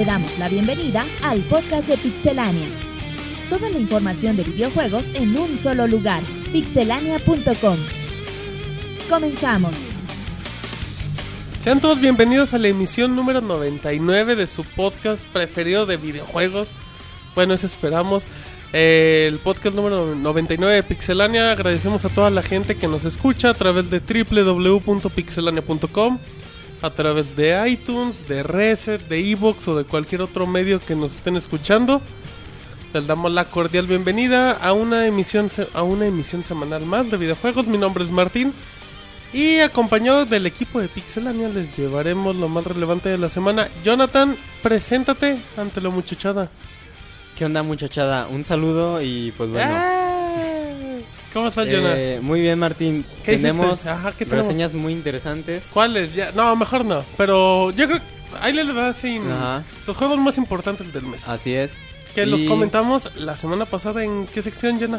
Te damos la bienvenida al podcast de Pixelania. Toda la información de videojuegos en un solo lugar, pixelania.com. Comenzamos. Sean todos bienvenidos a la emisión número 99 de su podcast preferido de videojuegos. Bueno, eso esperamos. El podcast número 99 de Pixelania. Agradecemos a toda la gente que nos escucha a través de www.pixelania.com, a través de iTunes, de Reset, de iVoox o de cualquier otro medio que nos estén escuchando. Les damos la cordial bienvenida a una emisión semanal más de videojuegos. Mi nombre es Martín y acompañado del equipo de Pixelania les llevaremos lo más relevante de la semana. Jonathan, preséntate ante la muchachada. ¿Qué onda, muchachada? Un saludo y pues bueno. ¿Cómo estás, Jonathan? Muy bien, Martín. ¿Qué Tenemos hiciste? reseñas muy interesantes. ¿Cuáles? Ya, no, mejor no. Pero yo creo que ahí les va sin los juegos más importantes del mes. Así es. Que los comentamos la semana pasada. ¿En qué sección, Jonah?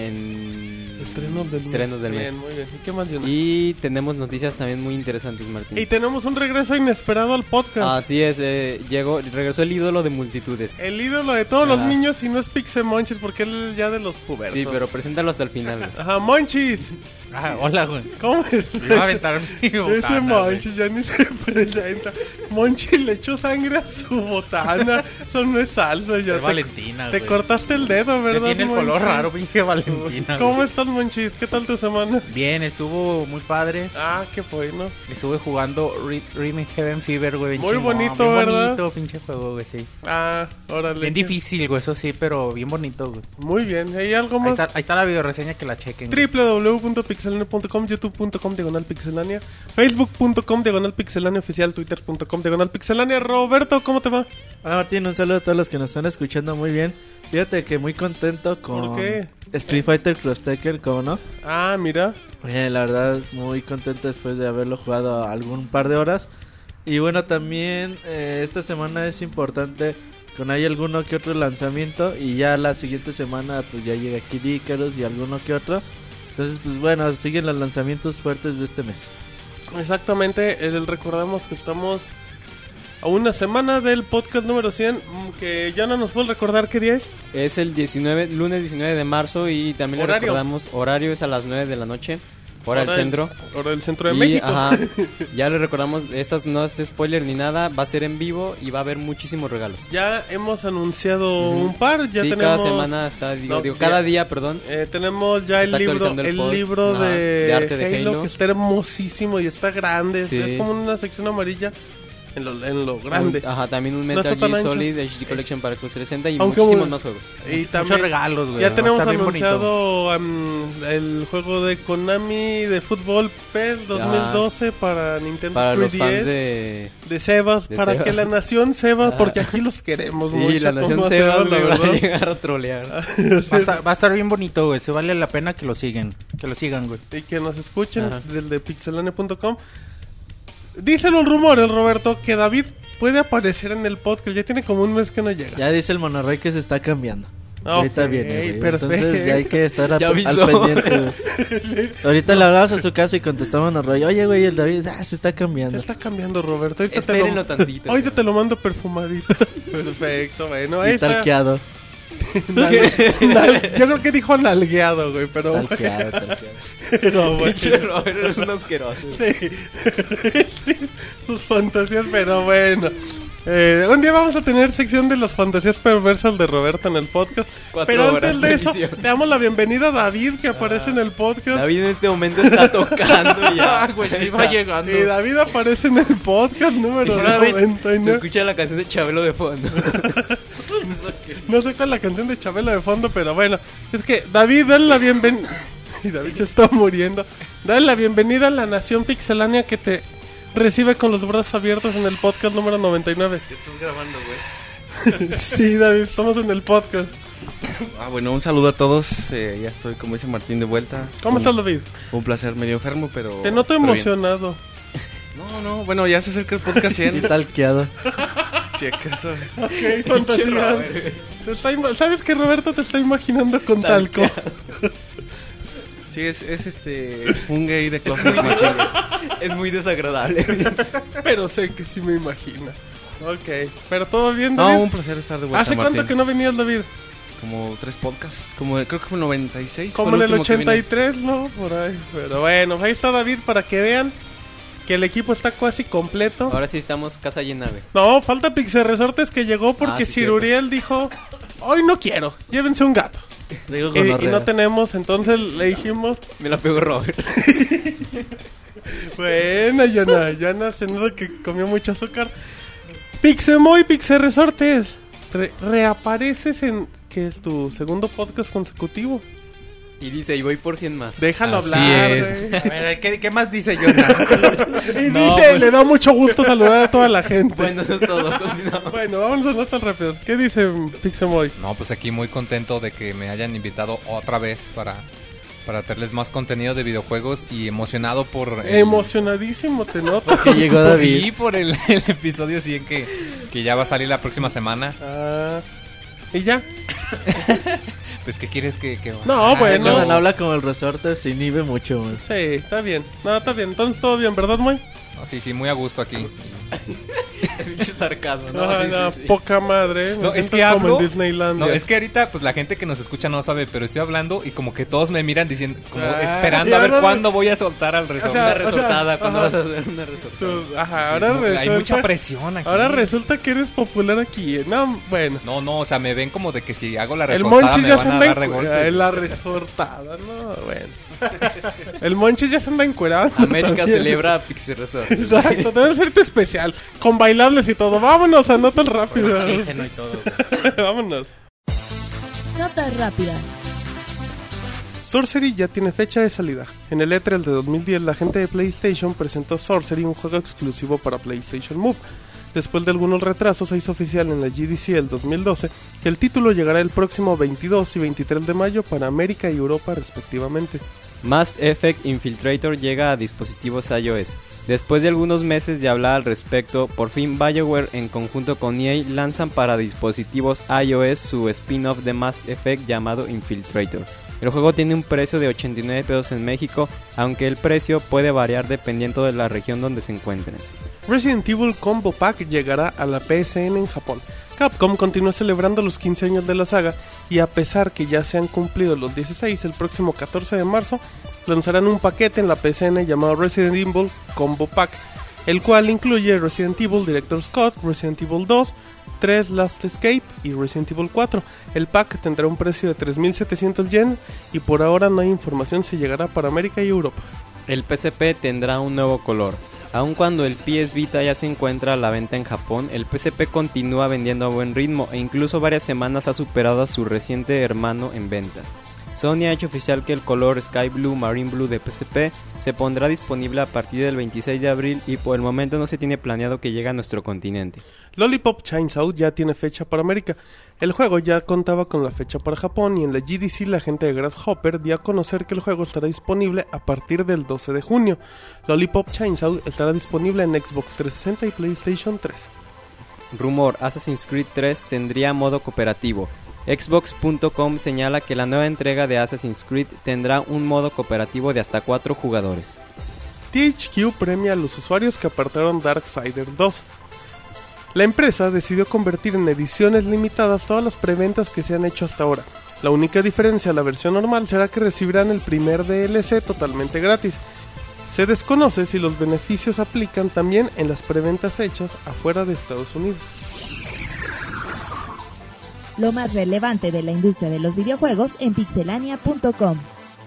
En estrenos del mes. Muy bien. ¿Y qué más, Jonah? Y tenemos noticias también muy interesantes, Martín. Y tenemos un regreso inesperado al podcast. Así es, regresó el ídolo de multitudes. El ídolo de todos los niños, y no es Pixel Monchis, porque él es ya de los pubertos. Sí, pero preséntalo hasta el final, güey. Ajá, Monchis. Hola, güey. ¿Cómo es? Me iba a aventar mi botana, ese Monchis ya ni se presenta. Monchis le echó sangre a su botana. Eso no es salsa. Ya Valentina, te cortaste el dedo, ¿verdad? Tiene el color raro, pinche Valentina. ¿Cómo estás, Monchis? ¿Qué tal tu semana? Bien, estuvo muy padre. Ah, qué bueno. Estuve jugando Rhythm Heaven Fever, güey. Muy bonito, bien ¿verdad? Bonito, pinche juego, güey, sí. Ah, órale. Bien difícil, güey, eso sí, pero bien bonito, güey. Muy bien. ¿Hay algo más? Ahí está la videoreseña, que la chequen. www.pixelania.com, youtube.com/pixelania, facebook.com/pixelania oficial, twitter.com/pixelania. Roberto, ¿cómo te va? Hola, Martín, un saludo a todos los que nos están escuchando. Muy bien. Fíjate que muy contento con ¿Por qué? Street Fighter Cross Tekken, ¿cómo no? Ah, mira. La verdad, muy contento después de haberlo jugado algún par de horas. Y bueno, también esta semana es importante con hay alguno que otro lanzamiento. Y ya la siguiente semana pues ya llega Kid Icarus y alguno que otro. Entonces pues bueno, siguen los lanzamientos fuertes de este mes. Exactamente, recordamos que estamos a una semana del podcast número 100, que ya no nos puedo recordar qué día es. Es el lunes 19 de marzo y también le recordamos, horario es a las 9 de la noche. Hora del centro. Hora del centro de México. Ajá, ya le recordamos, estas no es spoiler ni nada, va a ser en vivo y va a haber muchísimos regalos. Ya hemos anunciado un par, ya sí, tenemos... cada semana está, cada día, perdón. Tenemos ya el libro de arte de Halo, que está hermosísimo y está grande, sí. Es como una sección amarilla. En lo grande. Ajá, también un Metal Gear Solid HD Collection para Xbox 360 y muchísimos más juegos. Y también muchos regalos, güey. Ya tenemos anunciado el juego de Konami de fútbol PES 2012 para Nintendo para 3DS. Los fans de Sebas, para Sebas. Que la nación Sebas, porque aquí los queremos sí, mucho. Sí, la nación Sebas la verdad va a llegar a trolear. Va a estar bien bonito, güey. Se vale la pena que lo sigan, güey. Y que nos escuchen desde pixelania.com. Dicen los rumores, Roberto, que David puede aparecer en el podcast. Ya tiene como un mes que no llega. Ya dice el monorrey que se está cambiando. Ahorita viene, perfecto. Entonces ya hay que estar al pendiente. Ahorita le hablamos a su casa y contestamos monorrey. Oye, güey, el David se está cambiando. Se está cambiando, Roberto. Espérenlo tantito. Ahorita te lo mando perfumadito. Perfecto, bueno. Ahí está. Talqueado. Yo creo que dijo nalgueado, güey, pero talqueado. Pero bueno, eres un asqueroso. Sí. Sus fantasías, pero bueno. Un día vamos a tener sección de las fantasías perversas de Roberto en el podcast. Pero antes de eso, le damos la bienvenida a David, que aparece en el podcast. David en este momento está tocando ya. Güey, sí va llegando. Y David aparece en el podcast número 99. Se escucha la canción de Chabelo de fondo. No sé cuál es la canción de Chabelo de fondo, pero bueno. Es que David, dale la bienvenida. Y David se está muriendo. Dale la bienvenida a la nación pixelánea que te recibe con los brazos abiertos en el podcast número 99. ¿Qué estás grabando, güey? Sí, David, estamos en el podcast. Bueno, un saludo a todos. Ya estoy, como dice Martín, de vuelta. ¿Cómo estás, David? Un placer, medio enfermo, pero... Te noto emocionado. No, bueno, ya se acerca el podcast 100. Y talqueado. Si acaso. Ok, fantasía. ¿Sabes que Roberto te está imaginando con talco? Sí, es un gay de closet machín. Es muy desagradable. Pero sé que sí me imagina. Ok, pero todo bien, David. No, un placer estar de vuelta, ¿Hace Martín. cuánto que no venías, David? Como 3 podcasts, creo que fue el 96. Como fue en el último que vine. 83, ¿no? Por ahí. Pero bueno, ahí está David para que vean que el equipo está casi completo. Ahora sí estamos casa llena, güey. No, falta Pixel Resortes que llegó porque sí, Sir cierto. Uriel dijo, hoy no quiero, llévense un gato. Digo Y gonorrea. no tenemos, entonces le dijimos, Me la pegó Robert. bueno, Yana se nota que comió mucho azúcar. Pixemoy, Pixel Resortes, reapareces en, que es tu segundo podcast consecutivo. Y dice, y voy por 100 más. Déjalo Así hablar, es. güey. A ver, ¿qué más dice Jonah? Y No, dice, pues- le da mucho gusto saludar a toda la gente. Bueno, eso es todo. Continuamos. Bueno, vamos a notas rápidas. ¿Qué dice Pixemoy? No, pues aquí muy contento de que me hayan invitado otra vez para traerles más contenido de videojuegos y emocionado por... Emocionadísimo, te noto. Que llegó David. Sí, por el episodio 100 que ya va a salir la próxima semana. Ah, ¿y ya? Pues, ¿qué quieres que No, Ay, bueno. Jonathan habla como el resorte, se inhibe mucho, güey. Sí, está bien. No, está bien. Entonces todo bien, ¿verdad, Moy? No, sí, muy a gusto aquí. Pinche sarcasmo, ¿no? No, Sí, no, sí, sí. poca madre. Me No, es siento que como hablo... en Disneylandia. No, es que ahorita, pues, la gente que nos escucha no sabe, pero estoy hablando y como que todos me miran diciendo... Como Ah, esperando ya a ver no- cuándo voy a soltar al resorte. sea, Una resortada, cuando ajá. vas a hacer una resortada. Ajá, ahora resulta... Hay mucha presión aquí. Ahora resulta que eres popular aquí. No, bueno. No, o sea, me ven como de que si hago la El resortada Monchis me ya se van a anda dar de golpe. La resortada, no, bueno. El Monchis ya se anda encuerando. América también. celebra a Pixel Resort. Exacto, debe serte especial. Con bailables y todo. Vámonos a notas rápidas. Oxígeno y todo, güey. Vámonos. Notas rápidas. Sorcery ya tiene fecha de salida. En el E3 de 2010, la gente de PlayStation presentó Sorcery, un juego exclusivo para PlayStation Move. Después de algunos retrasos, se hizo oficial en la GDC del 2012 que el título llegará el próximo 22 y 23 de mayo para América y Europa respectivamente. Mass Effect Infiltrator llega a dispositivos iOS. Después de algunos meses de hablar al respecto, por fin BioWare en conjunto con EA lanzan para dispositivos iOS su spin-off de Mass Effect llamado Infiltrator. El juego tiene un precio de 89 pesos en México, aunque el precio puede variar dependiendo de la región donde se encuentren. Resident Evil Combo Pack llegará a la PSN en Japón. Capcom continúa celebrando los 15 años de la saga y a pesar que ya se han cumplido los 16, el próximo 14 de marzo lanzarán un paquete en la PSN llamado Resident Evil Combo Pack, el cual incluye Resident Evil Director's Cut, Resident Evil 2, 3 Last Escape y Resident Evil 4. El pack tendrá un precio de 3.700 yen y por ahora no hay información si llegará para América y Europa. El PSP tendrá un nuevo color. Aun cuando el PS Vita ya se encuentra a la venta en Japón, el PSP continúa vendiendo a buen ritmo e incluso varias semanas ha superado a su reciente hermano en ventas. Sony ha hecho oficial que el color Sky Blue Marine Blue de PSP se pondrá disponible a partir del 26 de abril y por el momento no se tiene planeado que llegue a nuestro continente. Lollipop Chainsaw ya tiene fecha para América. El juego ya contaba con la fecha para Japón y en la GDC la gente de Grasshopper dio a conocer que el juego estará disponible a partir del 12 de junio. Lollipop Chainsaw estará disponible en Xbox 360 y PlayStation 3. Rumor: Assassin's Creed 3 tendría modo cooperativo. Xbox.com señala que la nueva entrega de Assassin's Creed tendrá un modo cooperativo de hasta 4 jugadores. THQ premia a los usuarios que apartaron Darksiders 2. La empresa decidió convertir en ediciones limitadas todas las preventas que se han hecho hasta ahora. La única diferencia a la versión normal será que recibirán el primer DLC totalmente gratis. Se desconoce si los beneficios aplican también en las preventas hechas afuera de Estados Unidos. Lo más relevante de la industria de los videojuegos en pixelania.com.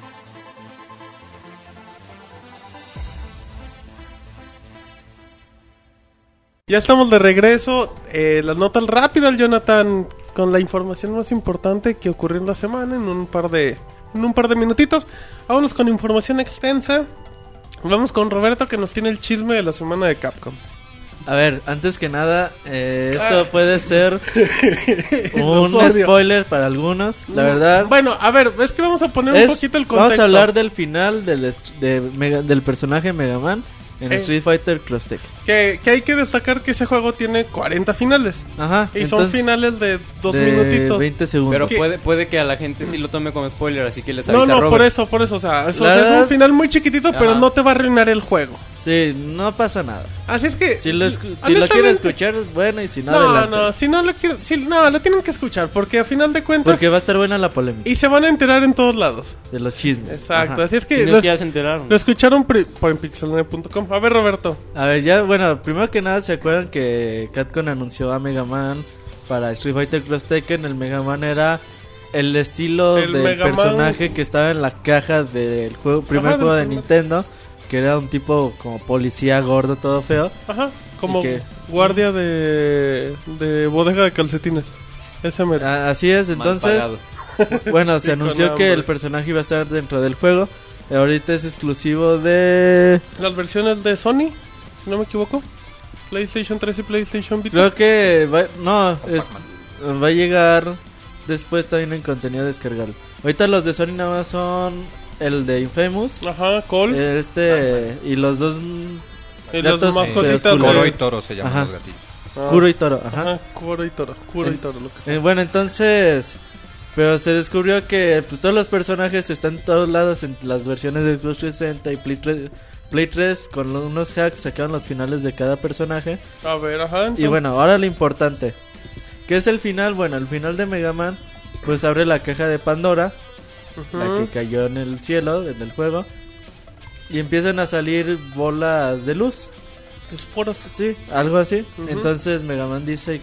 Ya estamos de regreso. Las notas rápidas, Jonathan, con la información más importante que ocurrió en la semana en un par de minutitos. Vámonos con información extensa. Vamos con Roberto que nos tiene el chisme de la semana de Capcom. A ver, antes que nada, esto puede ser Los un odio. spoiler para algunos, la verdad. Bueno, a ver, es que vamos a poner un poquito el contexto. Vamos a hablar del final del personaje Mega Man en Street Fighter Cross Tag. Que hay que destacar que ese juego tiene 40 finales. Ajá. Y son finales de 2 de minutitos. 20 segundos. Pero puede que a la gente sí lo tome como spoiler, así que les No, avisa no, Robert. por eso, o sea, La es verdad- un final muy chiquitito, pero Ajá. no te va a arruinar el juego. Sí, no pasa nada. Así es que... Si lo honestamente- quieren escuchar, bueno, y si no, No, adelante. no, si no lo quieren... no, lo tienen que escuchar, porque a final de cuentas... Porque va a estar buena la polémica Y se van a enterar en todos lados. de los chismes. Exacto, Ajá. así es Si que... no es que ya se enteraron. Lo escucharon por en pixelania.com. A ver, Roberto. A ver, ya, bueno, primero que nada, ¿se acuerdan que Capcom anunció a Mega Man para Street Fighter Cross Tekken? El Mega Man era el estilo El del Mega Man- personaje que estaba en la caja del primer Ajá, juego de del primer. Nintendo, que era un tipo como policía gordo, todo feo. Ajá, como ¿Y qué? guardia de bodega de calcetines. Ese mero. Así es, Mal entonces, pagado. bueno, se Y con anunció que hambre. el personaje iba a estar dentro del juego. Ahorita es exclusivo de... Las versiones de Sony, si no me equivoco. PlayStation 3 y PlayStation Vita. Creo que va a llegar después también en contenido descargable. Ahorita los de Sony nada más son el de Infamous, Ajá, Cole. y los dos Y los gatos mascotitas feos, Coro y culeros. Toro se llaman Ajá. los gatillos. Kuro y Toro, ajá. Ajá, Kuro y Toro. Kuro y Toro, lo que sea. Bueno, entonces, pero se descubrió que pues todos los personajes están en todos lados en las versiones de Xbox 360 y Play 3 con unos hacks sacaron los finales de cada personaje. A ver, ajá. Y bueno, ahora lo importante, ¿qué es el final? Bueno, el final de Mega Man pues abre la caja de Pandora, la que cayó en el cielo, en el juego, y empiezan a salir bolas de luz. Esporos. Sí, algo así. Ujú. Entonces Mega Man dice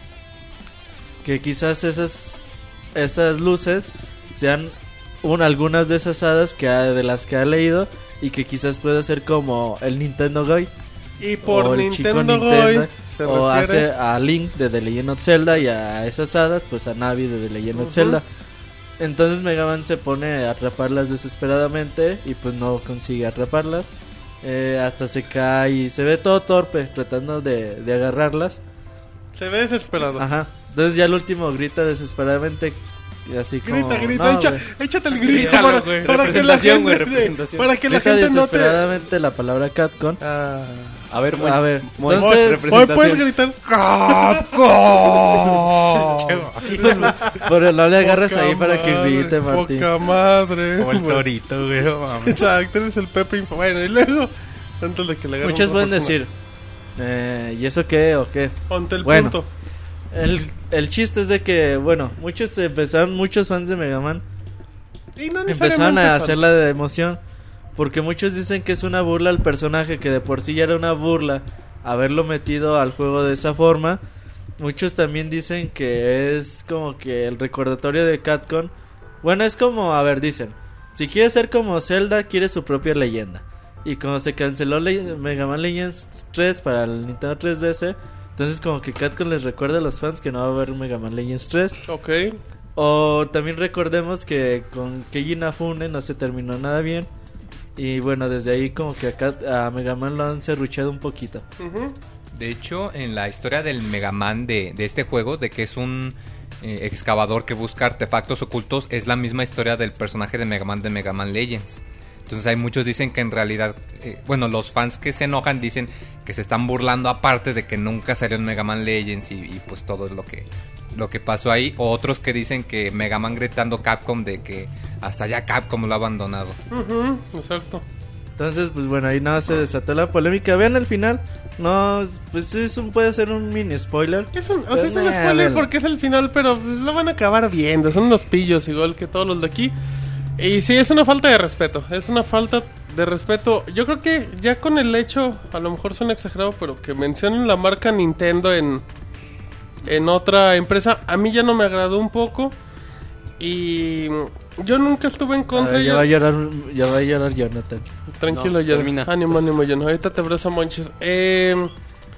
que quizás esas luces sean algunas de esas hadas de las que ha leído, y que quizás pueda ser como el Nintendo Guy Y por o el chico Nintendo Nintendo, Boy se o refiere... hace a Link de The Legend of Zelda, y a esas hadas pues a Navi de The Legend of Ujú. Zelda. Entonces Mega Man se pone a atraparlas desesperadamente y pues no consigue atraparlas. Hasta se cae y se ve todo torpe tratando de agarrarlas. Se ve desesperado. Ajá. Entonces ya el último grita desesperadamente, y así como... Grita, "No, güey". échate el grito Grítalo, para güey. que la Representación, gente... güey, sí, representación. para que la Grita gente note... desesperadamente la palabra Capcom. Ah. A ver, A ver, Moy, entonces- Hoy puedes gritar... Pero no le agarras Poca ahí para que madre, grite, Martín. Poca madre. Como el Bueno, torito, güey. no mames. Exacto, eres el Pepe Info. Bueno, y luego... Antes de que le agarre Muchos otra pueden persona. decir, ¿y eso qué o qué? Ponte el Bueno. punto. El chiste es de que, bueno, muchos fans de Mega Man Y no empezaron necesariamente a fans. hacerla de emoción, porque muchos dicen que es una burla al personaje, que de por sí ya era una burla haberlo metido al juego de esa forma. Muchos también dicen que es como que el recordatorio de Capcom. Bueno, es como, a ver, dicen, si quiere ser como Zelda, quiere su propia leyenda. Y como se canceló Mega Man Legends 3 para el Nintendo 3DS, entonces como que Capcom les recuerda a los fans que no va a haber Mega Man Legends 3. Ok. O también recordemos que con Keiji Inafune no se terminó nada bien. Y bueno, desde ahí como que a Mega Man lo han serruchado un poquito. Ujú. De hecho, en la historia del Mega Man de este juego, de que es un excavador que busca artefactos ocultos, es la misma historia del personaje de Mega Man Legends. Entonces hay muchos dicen que en realidad, bueno, los fans que se enojan dicen que se están burlando aparte de que nunca salió en Mega Man Legends y pues todo lo que pasó ahí. O otros que dicen que Mega Man gritando Capcom de que hasta ya Capcom lo ha abandonado. Ujú, exacto. Entonces, pues bueno, ahí nada se desató la polémica. Vean el final. No, pues puede ser un mini spoiler. Es un Pues, spoiler véanlo. porque es el final, pero pues, lo van a acabar viendo. Son unos pillos igual que todos los de aquí. Y sí, es una falta de respeto. Es una falta de respeto. Yo creo que ya con el hecho, a lo mejor suena exagerado, pero que mencionen la marca Nintendo en otra empresa, a mí ya no me agradó un poco. Y yo nunca estuve en A contra. ver, ya va a llorar Jonathan. Tranquilo, No, ya. termina. Ánimo, Jon. Ahorita te abrazo, Monches. En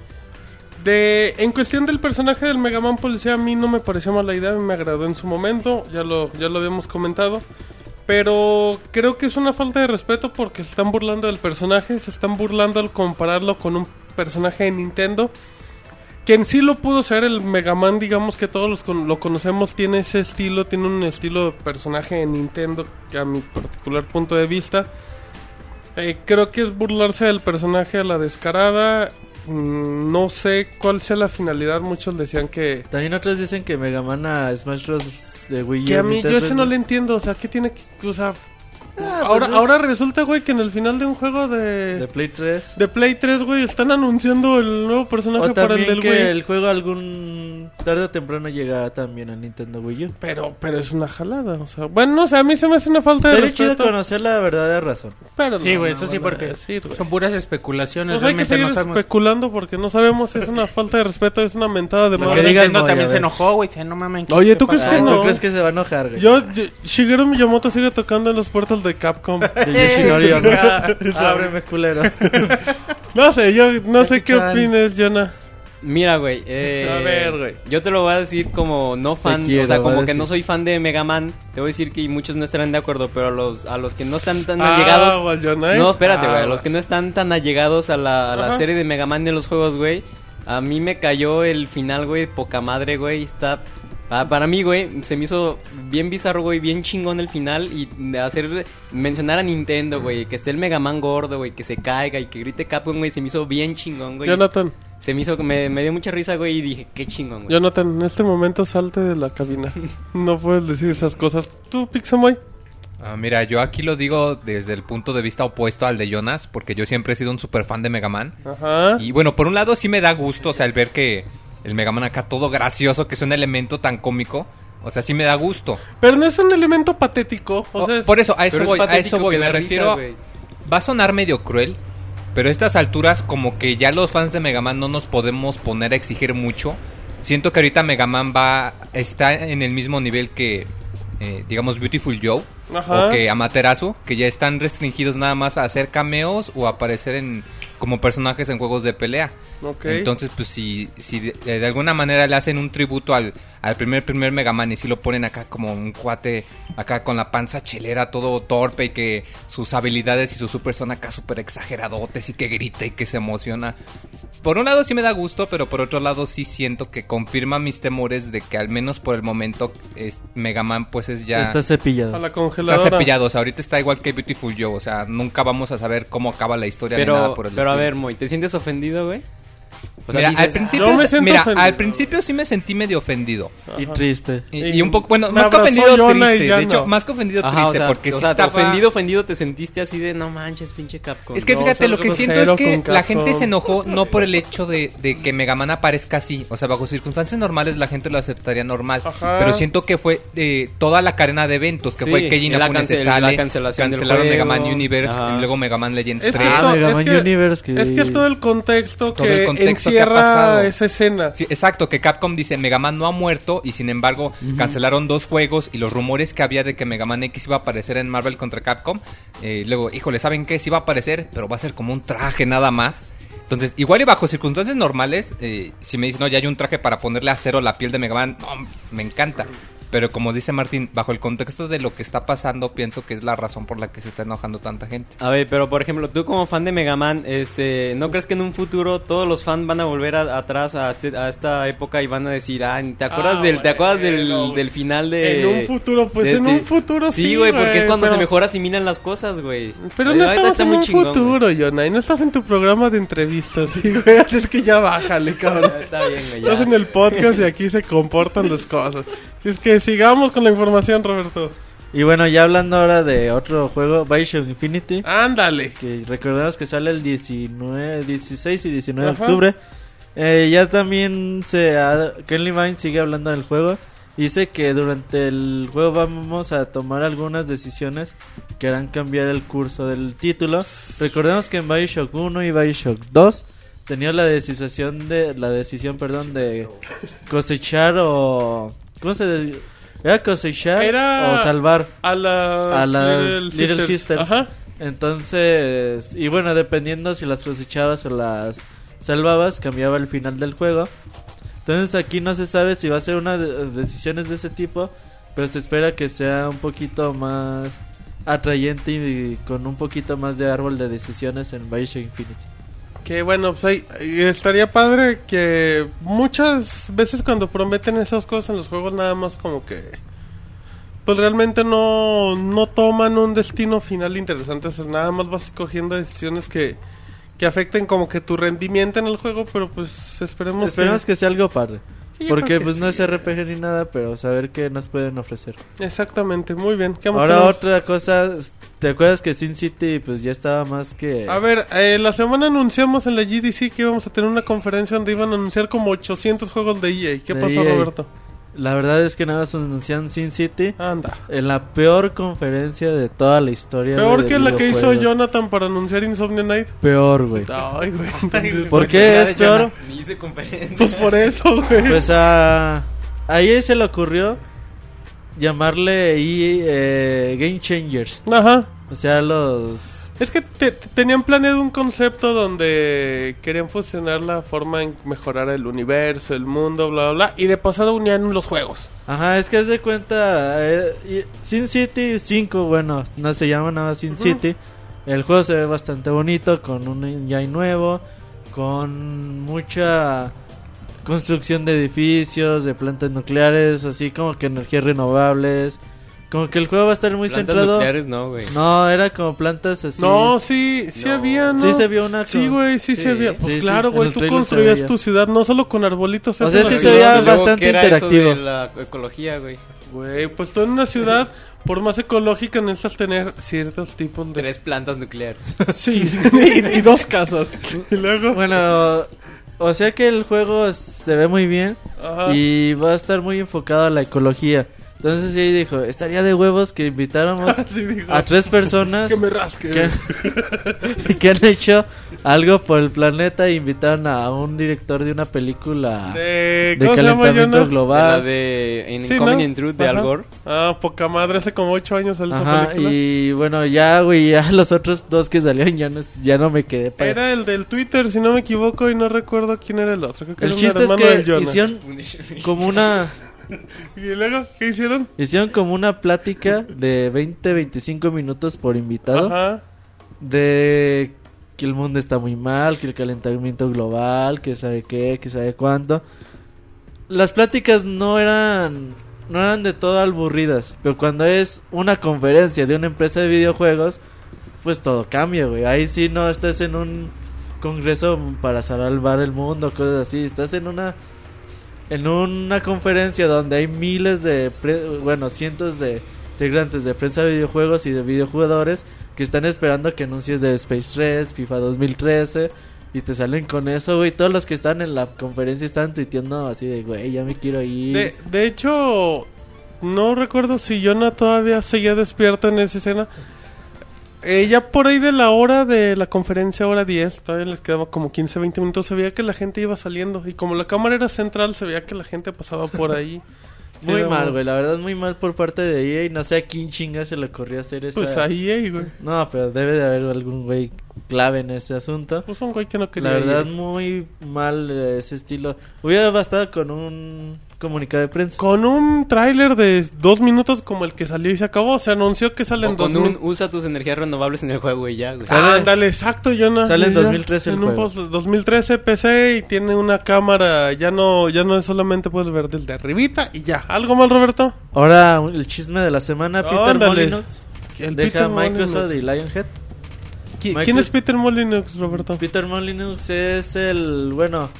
cuestión del personaje del Mega Man Policía, a mí no me pareció mala idea, me agradó en su momento, ya lo habíamos comentado. Pero creo que es una falta de respeto porque se están burlando del personaje, se están burlando al compararlo con un personaje de Nintendo. Que en sí lo pudo ser el Mega Man, digamos que todos lo conocemos, tiene ese estilo, tiene un estilo de personaje de Nintendo, que a mi particular punto de vista. Creo que es burlarse del personaje a la descarada. No sé cuál sea la finalidad, muchos decían que... También otros dicen que Mega Man a Smash Bros. De Wii U. Que a mí, yo Nintendo ese no 3DS. le entiendo, o sea, ¿qué tiene que...? O sea, Ahora resulta, güey, que en el final de un juego De Play 3. de Play 3, güey, están anunciando el nuevo personaje O para el también del que Wii. el juego algún tarde o temprano llegará también a Nintendo Wii U. Pero es una jalada, o sea, bueno, no sé, a mí se me hace una falta de Sería chido respeto. conocer la verdadera razón. Pero Sí, güey, eso no sí, van a porque decir, güey. son puras especulaciones. Pues hay que Realmente seguir no sabemos. especulando porque no sabemos si es una falta de respeto, es una mentada de Lo madre. que diga el Nintendo Moy, también a se ver. enojó, güey. No mames. Oye, ¿tú crees pasa? que ¿Tú no? crees que se va a enojar, güey? Shigeru Miyamoto sigue tocando en los puertos de Capcom. De Yoshinori Ono. Ábreme, culero. No sé, yo no sé Jackie qué Chan. opines, Jonah. Mira, güey. A ver, güey. Yo te lo voy a decir como no fan, quiero, o sea, va como a que no decir. soy fan de Mega Man. Te voy a decir que muchos no estarán de acuerdo, pero a los que no están tan allegados. Well, Jonah, ¿eh? No, espérate, güey. A los Aguas. que no están tan allegados a la Ajá. serie de Mega Man de los juegos, güey. A mí me cayó el final, güey, poca madre, güey. Está. Para mí, güey, se me hizo bien bizarro, güey, bien chingón el final. Y mencionar a Nintendo, güey, que esté el Mega Man gordo, güey, que se caiga y que grite Capcom, güey, se me hizo bien chingón, güey. Jonathan, Se me hizo, me dio mucha risa, güey, y dije, qué chingón, güey. Jonathan, en este momento salte de la cabina. No puedes decir esas cosas. ¿Tú, Pixamoy? Mira, yo aquí lo digo desde el punto de vista opuesto al de Jonas, porque yo siempre he sido un super fan de Mega Man. Ajá. Y bueno, por un lado sí me da gusto, o sea, el ver que el Mega Man acá todo gracioso, que es un elemento tan cómico, o sea, sí me da gusto. Pero no es un elemento patético. O sea, es- Por eso, a eso Pero es voy, a patético eso voy. que Me da refiero, risa, güey. va a sonar medio cruel, pero a estas alturas como que ya los fans de Mega Man no nos podemos poner a exigir mucho. Siento que ahorita Mega Man está en el mismo nivel que, digamos, Beautiful Joe. Ajá. O que Amaterasu, que ya están restringidos nada más a hacer cameos o aparecer como personajes en juegos de pelea. Ok. Entonces, pues si de alguna manera le hacen un tributo al primer Mega Man y si lo ponen acá como un cuate acá con la panza chelera, todo torpe y que sus habilidades y su super son acá súper exageradotes y que grita y que se emociona. Por un lado sí me da gusto, pero por otro lado sí siento que confirma mis temores de que al menos por el momento Mega Man pues es ya... Está cepillado. A la Está congeladora. cepillado, o sea, ahorita está igual que Beautiful Joe, o sea, nunca vamos a saber cómo acaba la historia ni nada por el Pero a estilo. ver, Moy, ¿te sientes ofendido, güey? O sea, Mira, dices, al principio, yo me siento mira, ofendido. al principio sí me sentí medio ofendido. Y triste. Y un poco, bueno, Me más que abrazó ofendido Jonah y triste, ya de hecho, no. más que ofendido ajá, triste, o sea, porque o sí sea, estaba... ofendido te sentiste así de, no manches, pinche Capcom. Es que No, fíjate, seas lo que siento grosero es que con la Capcom. gente se enojó no por el hecho de que Mega Man aparezca así. O sea, bajo circunstancias normales la gente lo aceptaría normal. Ajá. Pero siento que fue toda la cadena de eventos, que Sí, fue Keiji la Inafune se la sale, cancelación del cancelaron Mega Man juego. Universe Ajá. y luego Mega Man Legends Es que 3. Ah, Mega Man es que- Universe, que- Es que es todo el contexto Todo que el contexto que ha encierra pasado. esa escena. Sí, exacto, que Capcom dice Mega Man no ha muerto y sin embargo cancelaron 2 juegos y los rumores que había de que Mega Man X iba a aparecer en Marvel contra Capcom, luego, híjole, ¿saben qué? Sí va a aparecer, pero va a ser como un traje nada más. Entonces, igual y bajo circunstancias normales, si me dicen, no, ya hay un traje para ponerle a cero la piel de Mega Man, no, me encanta. Pero como dice Martín, bajo el contexto de lo que está pasando, pienso que es la razón por la que se está enojando tanta gente. A ver, pero por ejemplo, tú como fan de Mega Man, ¿no crees que en un futuro todos los fans van a volver atrás a esta época y van a decir, ¿te acuerdas del final de... En un futuro, pues de en un futuro sí, Sí, güey, porque es cuando pero- se mejor asimilan las cosas, güey. Pero no Ahorita estamos en un chingón, futuro, Jonah, y no estás en tu programa de entrevistas, ¿sí, güey? Así es que ya bájale, cabrón. güey. Está bien, güey, ya. Estás en el podcast y aquí se comportan las cosas. Si es que sigamos con la información, Roberto. Y bueno, ya hablando ahora de otro juego, Bioshock Infinity. Ándale. Que recordemos que sale el 16 y 19 Ajá. de octubre. Ya también Ken Levine sigue hablando del juego. Dice que durante el juego vamos a tomar algunas decisiones que harán cambiar el curso del título. Recordemos que en Bioshock 1 y Bioshock 2 tenía la decisión de cosechar o... ¿Cómo se dice? ¿Era cosechar o salvar A las Little Sisters? Ajá. Entonces, y bueno, dependiendo si las cosechabas o las salvabas, cambiaba el final del juego. Entonces aquí no se sabe si va a ser una decisiones de ese tipo, pero se espera que sea un poquito más atrayente y con un poquito más de árbol de decisiones en Bioshock Infinity. Que bueno, pues ahí estaría padre que muchas veces cuando prometen esas cosas en los juegos nada más como que pues realmente no toman un destino final interesante, o sea, nada más vas escogiendo decisiones que afecten como que tu rendimiento en el juego, pero pues esperemos que sea algo padre. Yo Porque creo que pues no sí. es RPG ni nada, pero saber qué nos pueden ofrecer. Exactamente, muy bien. ¿Qué más Ahora tenemos? otra cosa, ¿te acuerdas que Sin City pues ya estaba más que... A ver, la semana anunciamos en la GDC que íbamos a tener una conferencia donde iban a anunciar como 800 juegos de EA. ¿Qué De pasó, EA. Roberto? La verdad es que nada más anunciaron Sin City Anda. en la peor conferencia de toda la historia. Peor de que la que hizo videojuegos. Jonathan para anunciar Insomnia Night. Peor, güey. Ay, güey. Entonces, ¿Por qué es peor? Ni hice conferencia. Pues por eso, güey. Pues a EA se le ocurrió llamarle Game Changers. Ajá. O sea, los... Es que tenían planeado un concepto donde querían fusionar la forma en mejorar el universo, el mundo, bla, bla, bla. Y de pasado unían los juegos. Ajá, es que haz de cuenta, Sin City 5, bueno, no se llama nada Sin City. El juego se ve bastante bonito, con un engine nuevo, con mucha construcción de edificios, de plantas nucleares, así como que energías renovables. Como que el juego va a estar muy Plantas centrado. nucleares no, güey. No, era como plantas así. No, sí No. había, ¿no? Sí se vio una. Sí, güey, sí se veía. Pues sí, claro, sí, güey, en el tú trailer construías se tu veía. ciudad no solo con arbolitos. O es sea, en sí la se ciudad. veía Y luego, bastante ¿qué era eso interactivo. de la ecología, güey? Güey, pues tú en una ciudad, por más ecológica, necesitas tener ciertos tipos de... 3 plantas nucleares. Sí, y 2 casas. Y luego... Bueno, o sea que el juego se ve muy bien Ajá. y va a estar muy enfocado a la ecología. Entonces sí dijo, estaría de huevos que invitáramos Sí, dijo, a 3 personas que me rasque. que han hecho algo por el planeta e invitaron a un director de una película De... de ¿Cómo se llama, calentamiento Jonas? global. La de Sí, Inconvenient ¿no? Truth de Ajá. Al Gore. Ah, poca madre, hace como 8 años salió esa Ajá, película. y bueno, ya güey, ya los otros 2 que salieron ya no me quedé para... Era el del Twitter, si no me equivoco, y no recuerdo quién era el otro. Creo que El era un chiste es hermano del que Jonas. hicieron como una... ¿Y luego qué hicieron? Hicieron como una plática de 20-25 minutos por invitado. Ajá. De que el mundo está muy mal, que el calentamiento global, que sabe qué, que sabe cuánto. Las pláticas no eran de todo aburridas, pero cuando es una conferencia de una empresa de videojuegos, pues todo cambia, güey. Ahí sí no estás en un congreso para salvar el mundo, cosas así. Estás en una conferencia donde hay miles de cientos de integrantes de prensa de videojuegos y de videojugadores que están esperando que anuncies de Space 3, FIFA 2013 y te salen con eso, güey. Todos los que están en la conferencia están tuiteando así de, güey, ya me quiero ir. De hecho, no recuerdo si Jonah todavía seguía despierto en esa escena. Ya por ahí de la hora de la conferencia, hora 10, todavía les quedaba como 15-20 minutos, se veía que la gente iba saliendo. Y como la cámara era central, se veía que la gente pasaba por ahí. Sí, Muy era mal, güey, la verdad muy mal por parte de EA y no sé a quién chinga se le ocurrió hacer esa... Pues ahí, güey. No, pero debe de haber algún güey clave en ese asunto. Pues un güey que no quería La verdad ir. muy mal ese estilo. Hubiera bastado con un comunicado de prensa. Con un tráiler de 2 minutos como el que salió y se acabó. Se anunció que salen O con 2000. usa tus energías renovables en el juego y ya, güey. Sale- Ándale, exacto, Jonah. sale en Ya, 2013 el en un juego. 2013 PC y tiene una cámara. Ya no es solamente puedes ver del de arribita y ya. ¿Algo mal, Roberto? Ahora el chisme de la semana, Peter Ándale. Molyneux El deja Peter Microsoft Molyneux. y Lionhead. ¿Quién es Peter Molyneux, Roberto? Peter Molyneux es el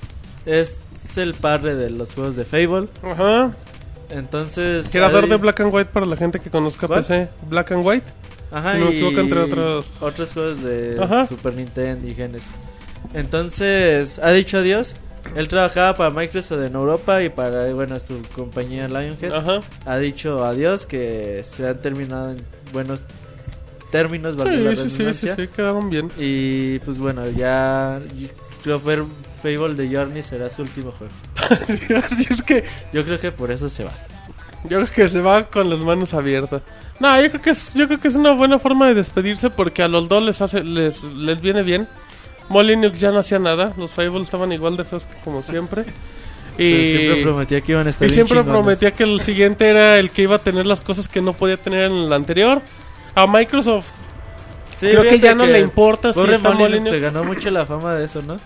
padre de los juegos de Fable. Ajá. Entonces Creador ahí- de Black and White para la gente que conozca ¿Cuál? PC. Black and White. Ajá, si no me y equivoco, entre otros juegos de Ajá. Super Nintendo y Genesis. Entonces ha dicho adiós. Él trabajaba para Microsoft en Europa y para su compañía Lionhead. Ajá. Ha dicho adiós, que se han terminado en buenos términos, valga la Sí, redundancia. quedaron bien. Y pues bueno, ya creo que Fable de Journey será su último juego. Así es que Yo creo que por eso se va. yo creo que se va con las manos abiertas. No, yo creo que es una buena forma de despedirse porque a los dos les viene bien. Molyneux ya no hacía nada, los Fable estaban igual de feos que como siempre. Pero siempre prometía que iban a estar Y bien siempre chingones. prometía que el siguiente era el que iba a tener las cosas que no podía tener en el anterior. A Microsoft Sí, creo que fíjate ya no le importa si pobre está Molyneux Molyneux. se ganó mucho la fama de eso, ¿no?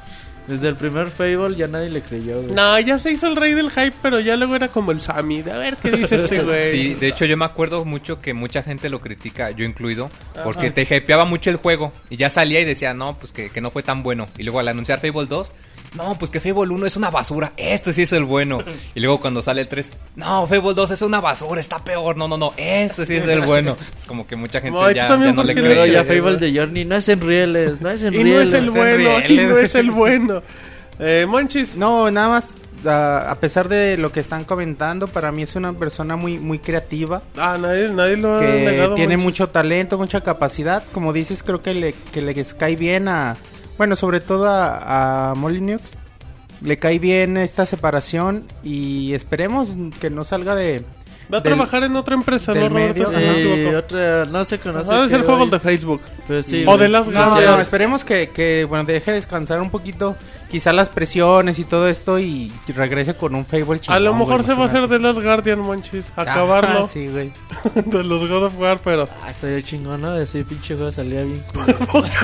Desde el primer Fable ya nadie le creyó, güey. No, ya se hizo el rey del hype, pero ya luego era como el Sammy. A ver qué dice este güey. Sí, de hecho yo me acuerdo mucho que mucha gente lo critica, yo incluido, porque te hypeaba mucho el juego y ya salía y decía, no, pues que no fue tan bueno. Y luego al anunciar Fable 2, no, pues que Fable 1 es una basura, este sí es el bueno. Y luego cuando sale el 3, no, Fable 2 es una basura, está peor, no, este sí es el bueno. Es como que mucha gente No, y tú ya también, no le porque Pero cree. ya Fable de Journey no es en rieles, no es en Y rieles. no es el bueno, y Reales. no es el bueno. Monchis. No, nada más, a pesar de lo que están comentando, para mí es una persona muy creativa. Nadie lo ha Que negado. tiene Monchis. mucho talento, mucha capacidad. Como dices, creo que le cae bien bueno, sobre todo a Molyneux. Le cae bien esta separación y esperemos que no salga Va a del- trabajar en otra empresa, del ¿no, Roberto? medio, Si no me Sí, equivoco. otra, no se conoce. Va a ser qué, juegos güey. de Facebook. Pero sí, O güey. de las No, gracias. esperemos que bueno, deje descansar un poquito, quizá las presiones y todo esto y regrese con un Fable chingón. A lo mejor güey, se va a hacer imagínate. de Last Guardian, Monchis. Acabarlo. Ah, sí, güey. De los God of War, pero... Ah, estaría chingón, ¿no? Ese pinche juego salía bien cool.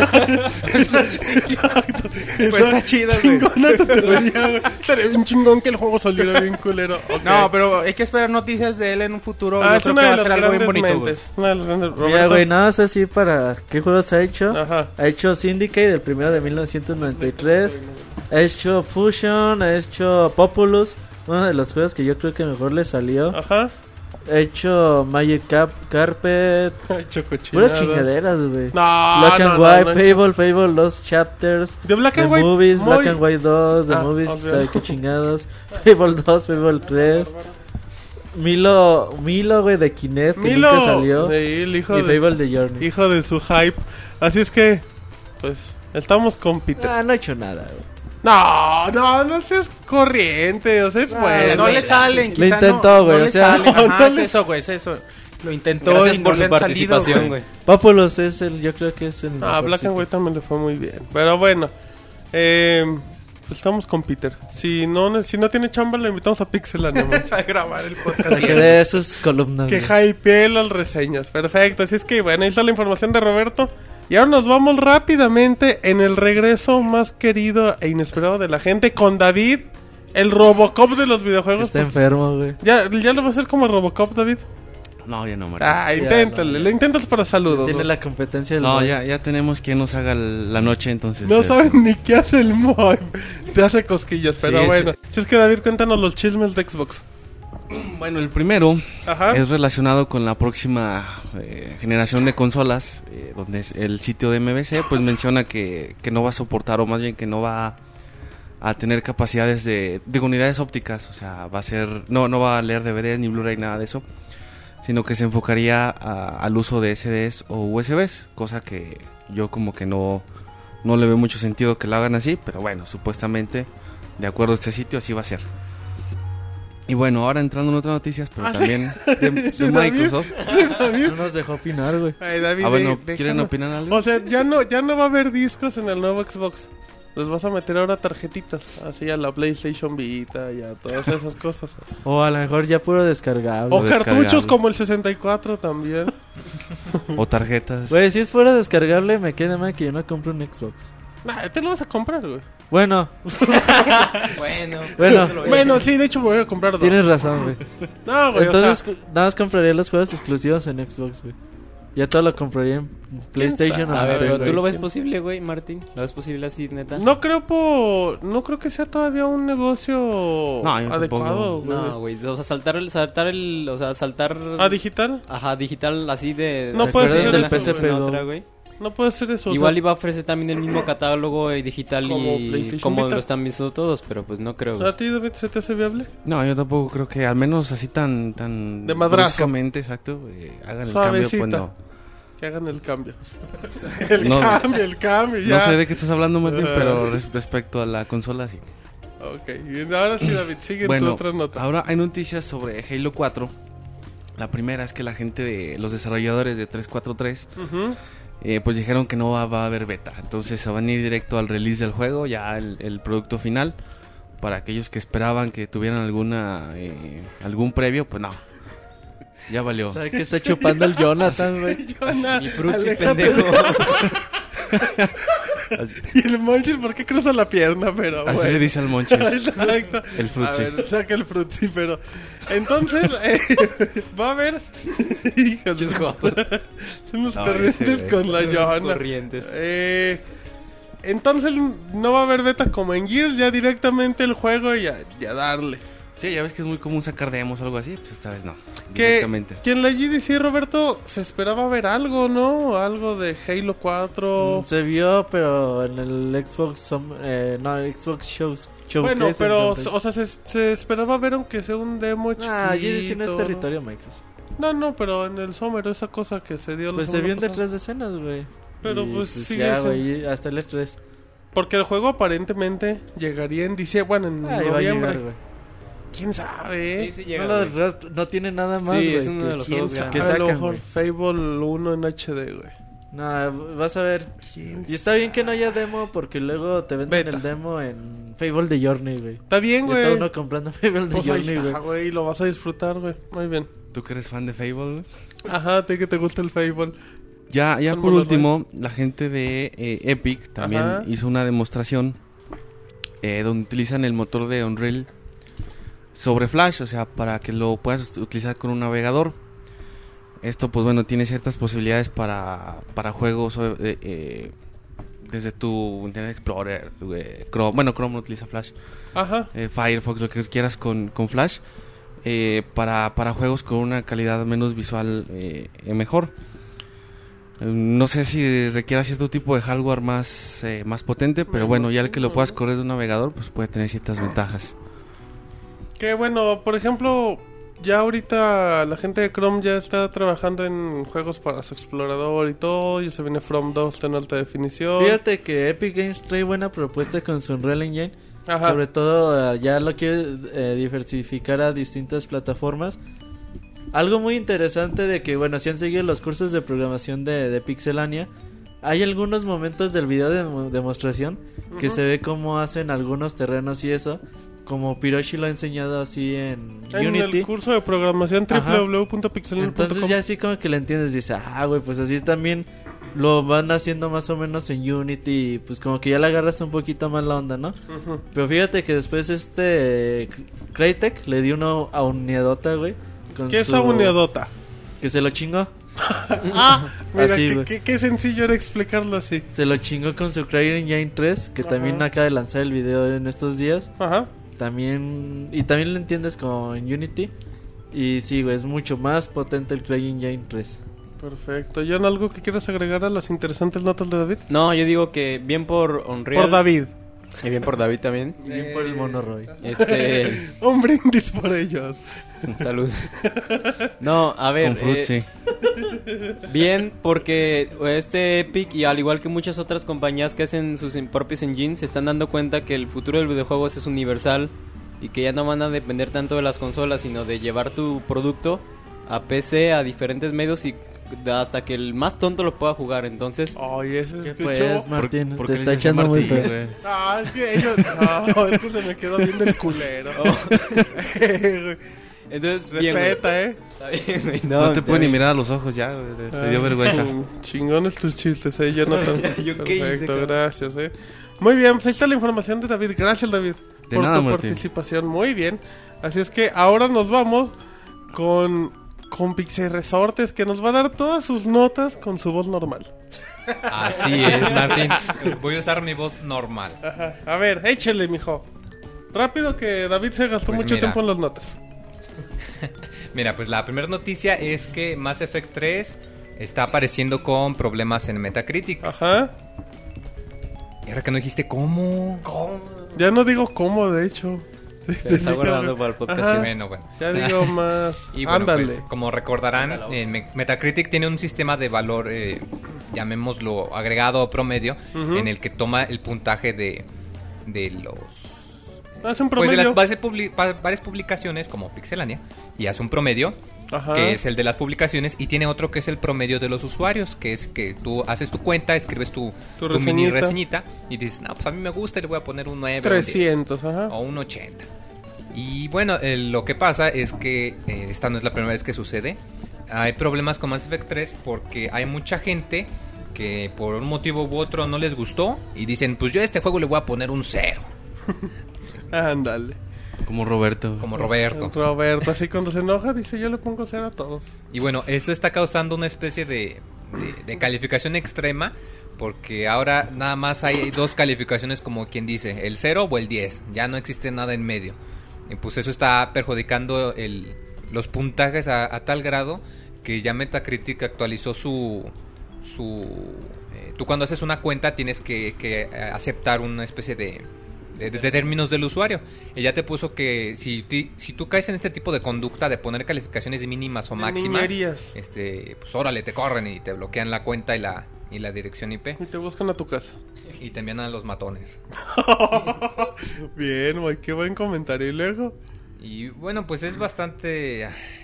Pues está chido, güey. Chingona tontería, güey. Estaría bien chingón que el juego saliera bien culero. Ok. No, pero hay que esperar noticias de él en un futuro. Yo es creo una que de va a las ser algo bien grandes bonito, güey. mentes. Una de las grandes... Mira, Roberto. güey, nada más así para... ¿Qué juegos ha hecho? Ajá. Ha hecho Syndicate, el primero de 1993. Ha hecho Fusion, ha hecho Populous. Uno de los juegos que yo creo que mejor le salió. Ajá. Ha hecho Magic Carpet. Chocochinadas. Puras chingaderas, güey. No, Black and no, White, no, Fable, Lost Chapters. De Black The and White. Movies, muy- Black and White 2, The Ah, Movies, obvio. ¿sabe qué chingados? Fable 2, Fable 3. Milo, güey, de Kinect, que Milo. nunca salió. Sí, el hijo Y de, Fable de Journey. hijo de su hype. Así es que... Pues... Estamos con Peter. Ah, no ha hecho nada, güey. No seas corriente. O sea, es bueno. No le salen, Lo quizá intentó, no, güey, no o le sea, salen. no, Ajá, no le- es eso, güey, es eso. Lo intentó Gracias y por no le su han salido, participación, güey. güey. Populous es el, yo creo que es el. Ah, Black and White también le fue muy bien. Pero bueno, pues estamos con Peter. Si no tiene chamba, le invitamos a Pixelania, Monchis. A grabar el podcast. Para que dé sus columnas. Que güey. hypee las reseñas. Perfecto. Así es que, bueno, ahí está la información de Roberto. Y ahora nos vamos rápidamente en el regreso más querido e inesperado de la gente con David, el Robocop de los videojuegos. Está enfermo, güey. ¿Ya lo va a hacer como Robocop, David? No, ya no, Martín. Ah, inténtale. no. Lo intentas para saludos. Tiene ¿no? la competencia del. No, Moy. ya tenemos quien nos haga la noche, entonces. No saben ni qué hace el Moy. Te hace cosquillas, pero Sí, bueno. Si es que David, cuéntanos los chismes de Xbox. Bueno, el primero Ajá. es relacionado con la próxima generación de consolas, donde el sitio de MBC pues menciona que no va a soportar, o más bien que no va a tener capacidades de unidades ópticas, o sea, va a ser no va a leer DVDs ni Blu-ray, nada de eso, sino que se enfocaría al uso de SDs o USBs, cosa que yo como que no le veo mucho sentido que lo hagan así, pero bueno, supuestamente, de acuerdo a este sitio, así va a ser. Y bueno, ahora entrando en otras noticias, pero también de Microsoft. No nos dejó opinar, güey. Ay, David, Bueno, déjame. ¿quieren opinar algo? O sea, ya no va a haber discos en el nuevo Xbox. Les vas a meter ahora tarjetitas, así a la PlayStation Vita y a todas esas cosas. O a lo mejor ya puro descargable. O descargable. cartuchos como el 64 también. O tarjetas. Güey, si es fuera descargable, me queda mal que yo no compro un Xbox. Nah, te lo vas a comprar, güey. Bueno, Bueno. Bueno, sí, de hecho me voy a comprar dos. tienes razón, güey. No, güey, Entonces, o sea, nada más compraría los juegos exclusivos en Xbox, güey. Ya todo lo compraría en PlayStation o A en ver, pero Nintendo. ¿tú lo ves posible, güey, Martín? ¿Lo ves posible así, neta? no creo que sea todavía un negocio No, yo adecuado, tampoco. güey. No, güey, o sea, saltar ¿A digital? Ajá, digital así de... No de puede una ser generación eso, a güey. otra, güey. No puede ser eso. o Igual sea, iba a ofrecer también el mismo catálogo digital Como y PlayStation como Vita. lo están viendo todos, pero pues no creo, güey. ¿A ti, David, se te hace viable? No, yo tampoco creo que al menos así tan De madrazo. bruscamente, exacto, hagan el Suavecita. cambio, pues no. Que hagan el cambio. No. el cambio, ya. No sé de qué estás hablando, Martín, pero respecto a la consola, sí. Ok, y ahora sí, David, sigue tu Bueno, otra nota. ahora hay noticias sobre Halo 4. La primera es que la gente de los desarrolladores de 343 Ujú. pues dijeron que no va a haber beta. Entonces se van a ir directo al release del juego, ya el producto final. Para aquellos que esperaban que tuvieran algún previo, pues no. Ya valió. ¿Sabe que está chupando el Jonathan, güey? Jonah, Mi frutzi, aléjate. pendejo. Y el Monchis, ¿por qué cruza la pierna? Pero Así bueno. le dice al Monchis. Exacto. El Frutzi. A ver, saca el Frutzi, pero... Entonces, va a haber... Híjole. Son los No, corrientes ese, güey. con la Los Johanna. corrientes. Entonces, no va a haber beta como en Gears, ya directamente el juego y a darle. Sí, ya ves que es muy común sacar demos o algo así. Pues esta vez no. Que Directamente. en la GDC, Roberto, se esperaba ver algo, ¿no? Algo de Halo 4. Se vio, pero en el Xbox Xbox Showcase. Bueno, en pero, San o sea, se esperaba ver aunque sea un demo chiquito. GDC no es territorio Microsoft. No, pero en el Summer, esa cosa que se dio la Pues se semana vio en pasada. detrás de escenas, güey. Pero, Y, pues, sigue ya, sin- güey, hasta el E3. Porque el juego aparentemente llegaría en diciembre, bueno, en Iba a noviembre. llegar, güey. ¿Quién sabe? Sí, sí llega, No, güey. no tiene nada más, Sí, güey. es uno de los ¿Quién juegos sabe? que A lo sacan, mejor güey. Fable 1 en HD, güey. No, vas a ver. ¿Quién Y está bien que no haya demo porque luego te venden Beta. el demo en Fable de Journey, güey. Está bien, Y está güey. uno comprando Fable de Pues ahí Journey, está, güey. güey. Lo vas a disfrutar, güey. Muy bien. ¿Tú que eres fan de Fable, güey? Ajá, a ti que te gusta el Fable. Ya Son por buenos, último, la gente de Epic también Ajá. hizo una demostración donde utilizan el motor de Unreal sobre Flash, o sea, para que lo puedas utilizar con un navegador. Esto, pues bueno, tiene ciertas posibilidades para juegos desde tu Internet Explorer, Chrome, bueno, Chrome no utiliza Flash, Ajá. Firefox, lo que quieras con Flash, para juegos con una calidad menos visual mejor. No sé si requiera cierto tipo de hardware más potente, pero bueno, ya el que lo puedas correr de un navegador, pues puede tener ciertas ventajas. Que bueno, por ejemplo, ya ahorita la gente de Chrome ya está trabajando en juegos para su explorador y todo. Y se viene From 2 en alta definición. Fíjate que Epic Games trae buena propuesta con su Unreal Engine. Ajá. Sobre todo ya lo quiere diversificar a distintas plataformas. Algo muy interesante de que, bueno, si han seguido los cursos de programación de Pixelania, hay algunos momentos del video de demostración que Ujú. se ve cómo hacen algunos terrenos y eso, como Piroshi lo ha enseñado así en Unity. el curso de programación Ajá. www.pixelania.com. Entonces ya así como que le entiendes, dices, güey, pues así también lo van haciendo más o menos en Unity, y pues como que ya le agarraste un poquito más la onda, ¿no? Ujú. Pero fíjate que después Crytek le dio una auneadota, güey. con ¿Qué es su- auneadota? Que se lo chingó. Mira, Así, güey. qué sencillo era explicarlo así. Se lo chingó con su CryEngine 3, que Ajá. también acaba de lanzar el video en estos días. Ajá. También lo entiendes con Unity. Y sí, güey, es mucho más potente el CryEngine 3. Perfecto. ¿John, algo que quieras agregar a las interesantes notas de David? No, yo digo que bien por Unreal. Por David. Y bien por David también. Y bien por el mono Roy. Un brindis por ellos. Salud. No, a ver. Con Frutzi. Bien, porque este Epic y al igual que muchas otras compañías que hacen sus propios engines se están dando cuenta que el futuro del videojuegos es universal y que ya no van a depender tanto de las consolas, sino de llevar tu producto a PC, a diferentes medios y hasta que el más tonto lo pueda jugar. Entonces, Ay, ese ¿Qué escuchó. pues, Martín? ¿Por Te qué está le dices echando muy Martín, feo. güey? Ah, es que ellos... No, es que se me quedó bien del culero. entonces bien, güey. Respeta, Está bien, güey. No te pueden ni ya- mirar a los ojos ya, güey. Te dio vergüenza. Chingones tus chistes, Jonathan. ¿Yo qué hice, Perfecto, cabrón? gracias, Muy bien, pues ahí está la información de David. Gracias, David, De por nada, tu Martín. participación. Muy bien. Así es que ahora nos vamos con Pixel Resortes, que nos va a dar todas sus notas con su voz normal. Así es, Martín. Voy a usar mi voz normal. Ajá. A ver, échale, mijo. Rápido, que David se gastó Pues mucho mira. tiempo en las notas. Mira, pues la primera noticia es que Mass Effect 3 está apareciendo con problemas en Metacritic. Ajá. Y ahora que no dijiste cómo. Ya no digo cómo, de hecho. Se está guardando para el podcast. Ajá. Bueno. Ya digo más. Y bueno, Ándale. pues, como recordarán, Metacritic tiene un sistema de valor, llamémoslo agregado o promedio, Ujú. en el que toma el puntaje de los... Hace un Pues de promedio. las varias publicaciones como Pixelania, y hace un promedio, Ajá. que es el de las publicaciones, y tiene otro que es el promedio de los usuarios, que es que tú haces tu cuenta, escribes tu mini reseñita, y dices, no, pues a mí me gusta y le voy a poner un 9 300, ajá. o un 80. Y bueno, lo que pasa es que esta no es la primera vez que sucede. Hay problemas con Mass Effect 3 porque hay mucha gente que por un motivo u otro no les gustó y dicen, pues yo a este juego le voy a poner un 0. Ándale. Como Roberto. Como Roberto. Roberto, así cuando se enoja, dice, yo le pongo 0 a todos. Y bueno, eso está causando una especie de calificación extrema, porque ahora nada más hay 2 calificaciones, como quien dice, el 0 o el 10. Ya no existe nada en medio. Y pues eso está perjudicando los puntajes a tal grado que ya Metacritic actualizó su tú cuando haces una cuenta tienes que aceptar una especie de términos del usuario. Y ya te puso que si tú caes en este tipo de conducta de poner calificaciones mínimas o máximas, pues órale, te corren y te bloquean la cuenta y la dirección IP. Y te buscan a tu casa. Y te envían a los matones. Bien, güey, qué buen comentario. ¿Y luego? Y bueno, pues es bastante...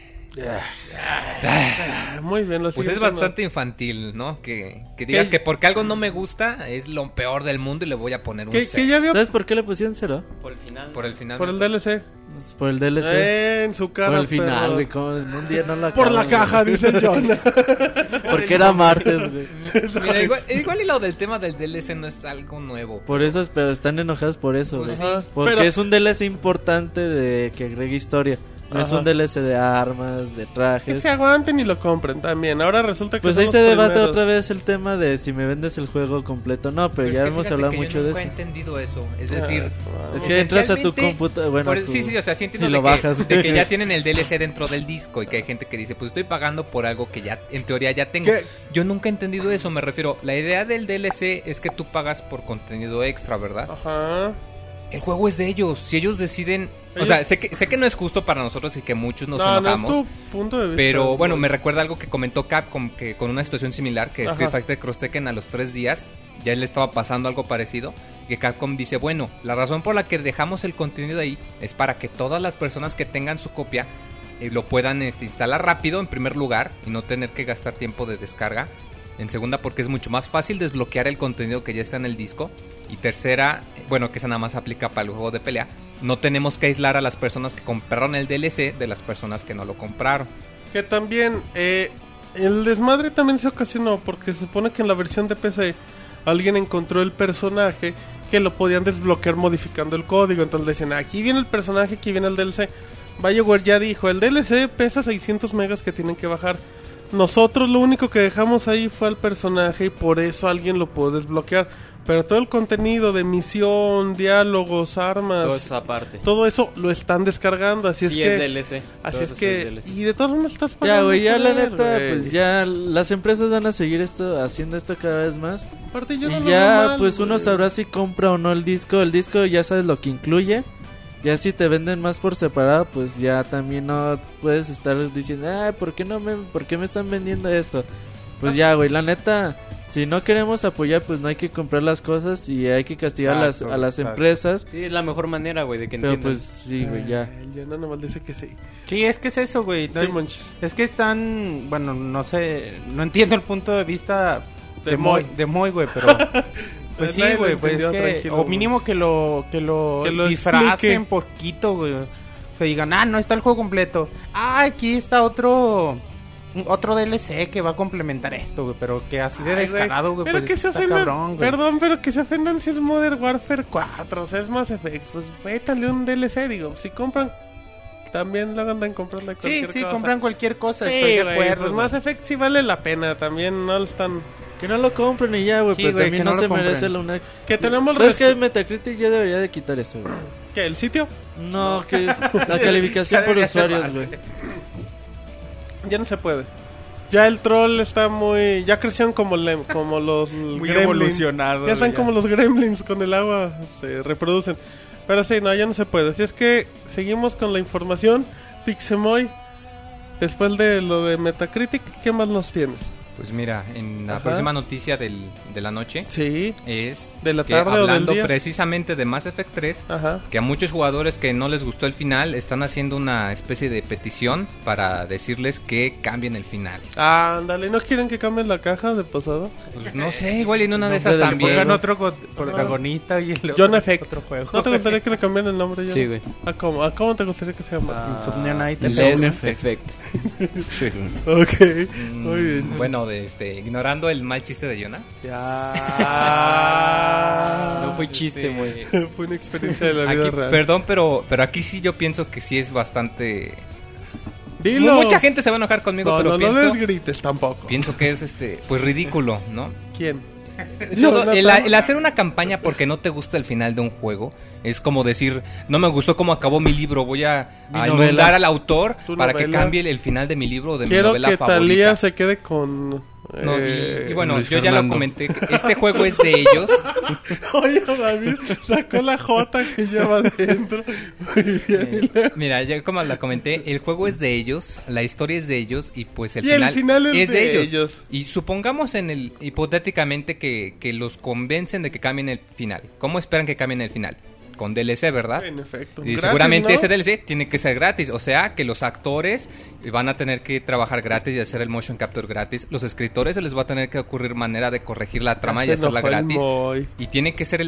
Muy bien, lo pues es bastante infantil, ¿no? Que digas que porque algo no me gusta es lo peor del mundo y le voy a poner un 0. ¿Sabes por qué le pusieron 0? Por el final. Por el DLC. Por el DLC. En su cara. Por el final, güey. En un día no lo por la caja, dice el John. Porque era martes, güey. Mira, igual y lo del tema del DLC no es algo nuevo. Por eso, pero están enojados por eso, pues güey. sí. Porque es un DLC importante de que agregue historia. No es un DLC de armas, de trajes. Que se aguanten y lo compren también. Ahora resulta que pues ahí se debate otra vez el tema de si me vendes el juego completo. No, pero ya hemos hablado mucho de eso. Yo nunca he entendido eso. Es decir, es que entras a tu computadora. Bueno, sí, o sea, sí entiendo y lo bajas, de que ya tienen el DLC dentro del disco y que hay gente que dice, pues estoy pagando por algo que ya en teoría ya tengo. ¿Qué? Yo nunca he entendido eso, me refiero. La idea del DLC es que tú pagas por contenido extra, ¿verdad? Ajá. El juego es de ellos. Si ellos deciden... O sea, sé que no es justo para nosotros y que muchos nos enojamos. No es tu punto de vista. Pero bueno, me recuerda algo que comentó Capcom, que con una situación similar, que Street Fighter Cross Tekken a los 3 días ya le estaba pasando algo parecido. Que Capcom dice, bueno, la razón por la que dejamos el contenido ahí es para que todas las personas que tengan su copia lo puedan instalar rápido en primer lugar y no tener que gastar tiempo de descarga. En segunda, porque es mucho más fácil desbloquear el contenido que ya está en el disco. Y tercera, bueno, que esa nada más aplica para el juego de pelea. No tenemos que aislar a las personas que compraron el DLC de las personas que no lo compraron. Que también, el desmadre también se ocasionó porque se supone que en la versión de PC alguien encontró el personaje que lo podían desbloquear modificando el código. Entonces le dicen, aquí viene el personaje, aquí viene el DLC. BioWare ya dijo, el DLC pesa 600 megas que tienen que bajar. Nosotros lo único que dejamos ahí fue al personaje y por eso alguien lo pudo desbloquear. Pero todo el contenido de misión, diálogos, armas, todo eso aparte. Todo eso lo están descargando, así sí, es que... es DLC. Así es que... Y de todas formas estás pagando. Ya, güey, ya la neta, pues ya las empresas van a seguir haciendo esto cada vez más. Aparte, yo y no ya, lo mal, pues uno sabrá si compra o no el disco. El disco ya sabes lo que incluye. Ya si te venden más por separado, pues ya también no puedes estar diciendo, ¿por qué me están vendiendo esto? Pues ya, güey, la neta, si no queremos apoyar, pues no hay que comprar las cosas y hay que castigar a las empresas. Sí, es la mejor manera, güey, de que entiendan. Pero pues sí, güey, ya. Ya no nomás dice que sí. Sí, es que es eso, güey. Sí, Monchis. Es que están, bueno, no sé, no entiendo el punto de vista de Moy, güey, pero... Pues sí, güey, pues es que... O mínimo que lo disfracen poquito, güey. Que digan, no está el juego completo. Aquí está otro DLC que va a complementar esto, güey. Pero que así de descarado, güey, pero pues que se está ofendan, cabrón, güey. Perdón, pero que se ofendan si es Modern Warfare 4, o sea, es Mass Effect. Pues métanle un DLC, digo, si compran... También lo andan comprando cualquier cosa. Sí, compran cualquier cosa, sí, estoy de acuerdo. Pues Mass Effect sí vale la pena, también no lo están... Que no lo compren y ya, güey, sí, pero güey, también no se compren. merece la una... Que tenemos... ¿Sabes qué? Metacritic ya debería de quitar eso, güey. ¿Qué, el sitio? No, que la calificación por usuarios, güey. Ya no se puede. Ya el troll está muy... Ya crecieron como los muy gremlins. evolucionados. Ya están como los gremlins, con el agua se reproducen. Pero sí, no, ya no se puede. Así es que seguimos con la información. Pixemoy, después de lo de Metacritic, ¿qué más nos tienes? Pues mira, en la próxima noticia de la noche sí, es de la que tarde hablando o del día, precisamente de Mass Effect 3, que a muchos jugadores que no les gustó el final están haciendo una especie de petición para decirles que cambien el final. Ándale, ¿no quieren que cambien la caja de pasado? Pues no sé, igual en una de esas también. Pongan otro protagonista y el John Effect. Otro juego. ¿No te gustaría que le cambiaran el nombre ya? Sí, güey. ¿A cómo te gustaría que se llame? Insomnia Night. Insomnia Effect. Ok, muy bien. Bueno, no, ignorando el mal chiste de Jonas. Ya. No fue chiste, güey. Fue una experiencia de la vida Aquí, real. perdón, pero aquí sí yo pienso que sí es bastante... Dilo. Mucha gente se va a enojar conmigo, No, pero no pienso... les grites tampoco. Pienso que es pues ridículo, ¿no? ¿Quién? El hacer una campaña porque no te gusta el final de un juego es como decir, no me gustó cómo acabó mi libro, voy a novela. inundar al autor Tu para que novela. cambie el final de mi libro o de Quiero mi novela que favorita. Talía se quede con... No, y bueno, Luis yo ya lo Fernando. comenté, que este juego es de ellos. Oye, David sacó la J que lleva adentro. Muy bien. Y luego- Mira, ya como la comenté, el juego es de ellos, la historia es de ellos y pues el Y el final, final es de de ellos. Y supongamos hipotéticamente que los convencen de que cambien el final. ¿Cómo esperan que cambien el final? Con DLC, ¿verdad? En efecto. Y Gratis, seguramente ¿no? ese DLC tiene que ser gratis, o sea que los actores van a tener que trabajar gratis y hacer el motion capture gratis. Los escritores se les va a tener que ocurrir manera de corregir la trama y Se hacerla enojó el gratis. Moy. Y tiene que ser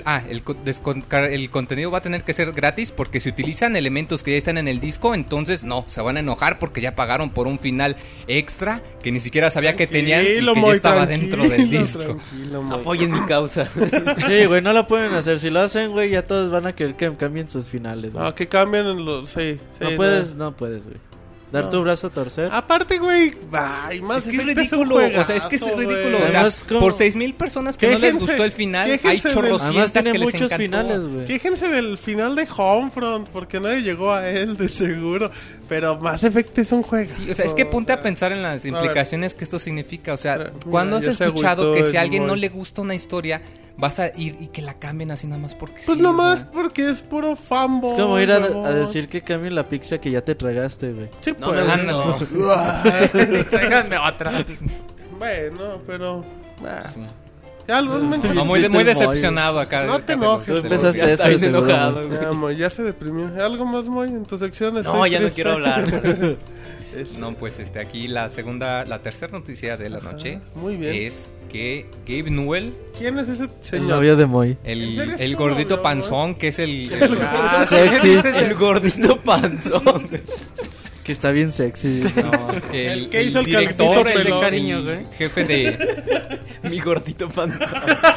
el contenido va a tener que ser gratis porque si utilizan elementos que ya están en el disco, entonces no, se van a enojar porque ya pagaron por un final extra que ni siquiera sabía que tenían y que Tranquilo, ya Moy, estaba tranquilo, dentro del disco. tranquilo, Moy. Apoyen mi causa. Sí, güey, no lo pueden hacer. Si lo hacen, güey, ya todos van a querer que cambien sus finales. güey. No, que cambien los... Sí, sí. no puedes, güey. Dar No. tu brazo a torcer. Aparte, güey, ay, más Es que es Effect ridículo, un o sea, es que es juegazo, ridículo, güey. o sea, Además, ¿cómo? por 6,000 personas que no les Quéjense- gustó el final, hay quéjense del- Además chorrocientas tiene que les muchos encantó. finales, güey. Quéjense del final de Homefront, porque nadie llegó a él, de seguro. Pero Mass Effect es un juego. Sí, o sea, es que ponte a pensar en las implicaciones que esto significa. O sea, Mira, ¿cuándo has ya se escuchado agüitó que si el a alguien no Moy. le gusta una historia, vas a ir y que la cambien así nada más porque Pues sí? nomás o sea? porque es puro fanboy. Es como ir a huevón. decir que cambien la pizza que ya te tragaste, güey. Sí, No pues. me Ah, no. Tráiganme otra. Bueno, pero... Sí. Ya lo han mencionado. No, muy, triste muy el Moy. decepcionado acá. No te acá de enojes, Tú los- empezaste Ya está eso, bien seguro, enojado, güey. güey. Ya, Moy, ya se deprimió. ¿Algo más, Moy? En tu sección No, estoy ya no triste. quiero hablar. No, pues aquí la tercera noticia de la noche muy bien. es que Gabe Newell, ¿Quién es ese El señor? novio de Moy. ¿En serio el es tu gordito novio, panzón, que es Sexy. El gordito panzón. Que está bien sexy. El que hizo el director, calcito el pelón. cariño, güey. jefe de... Mi gordito panzón.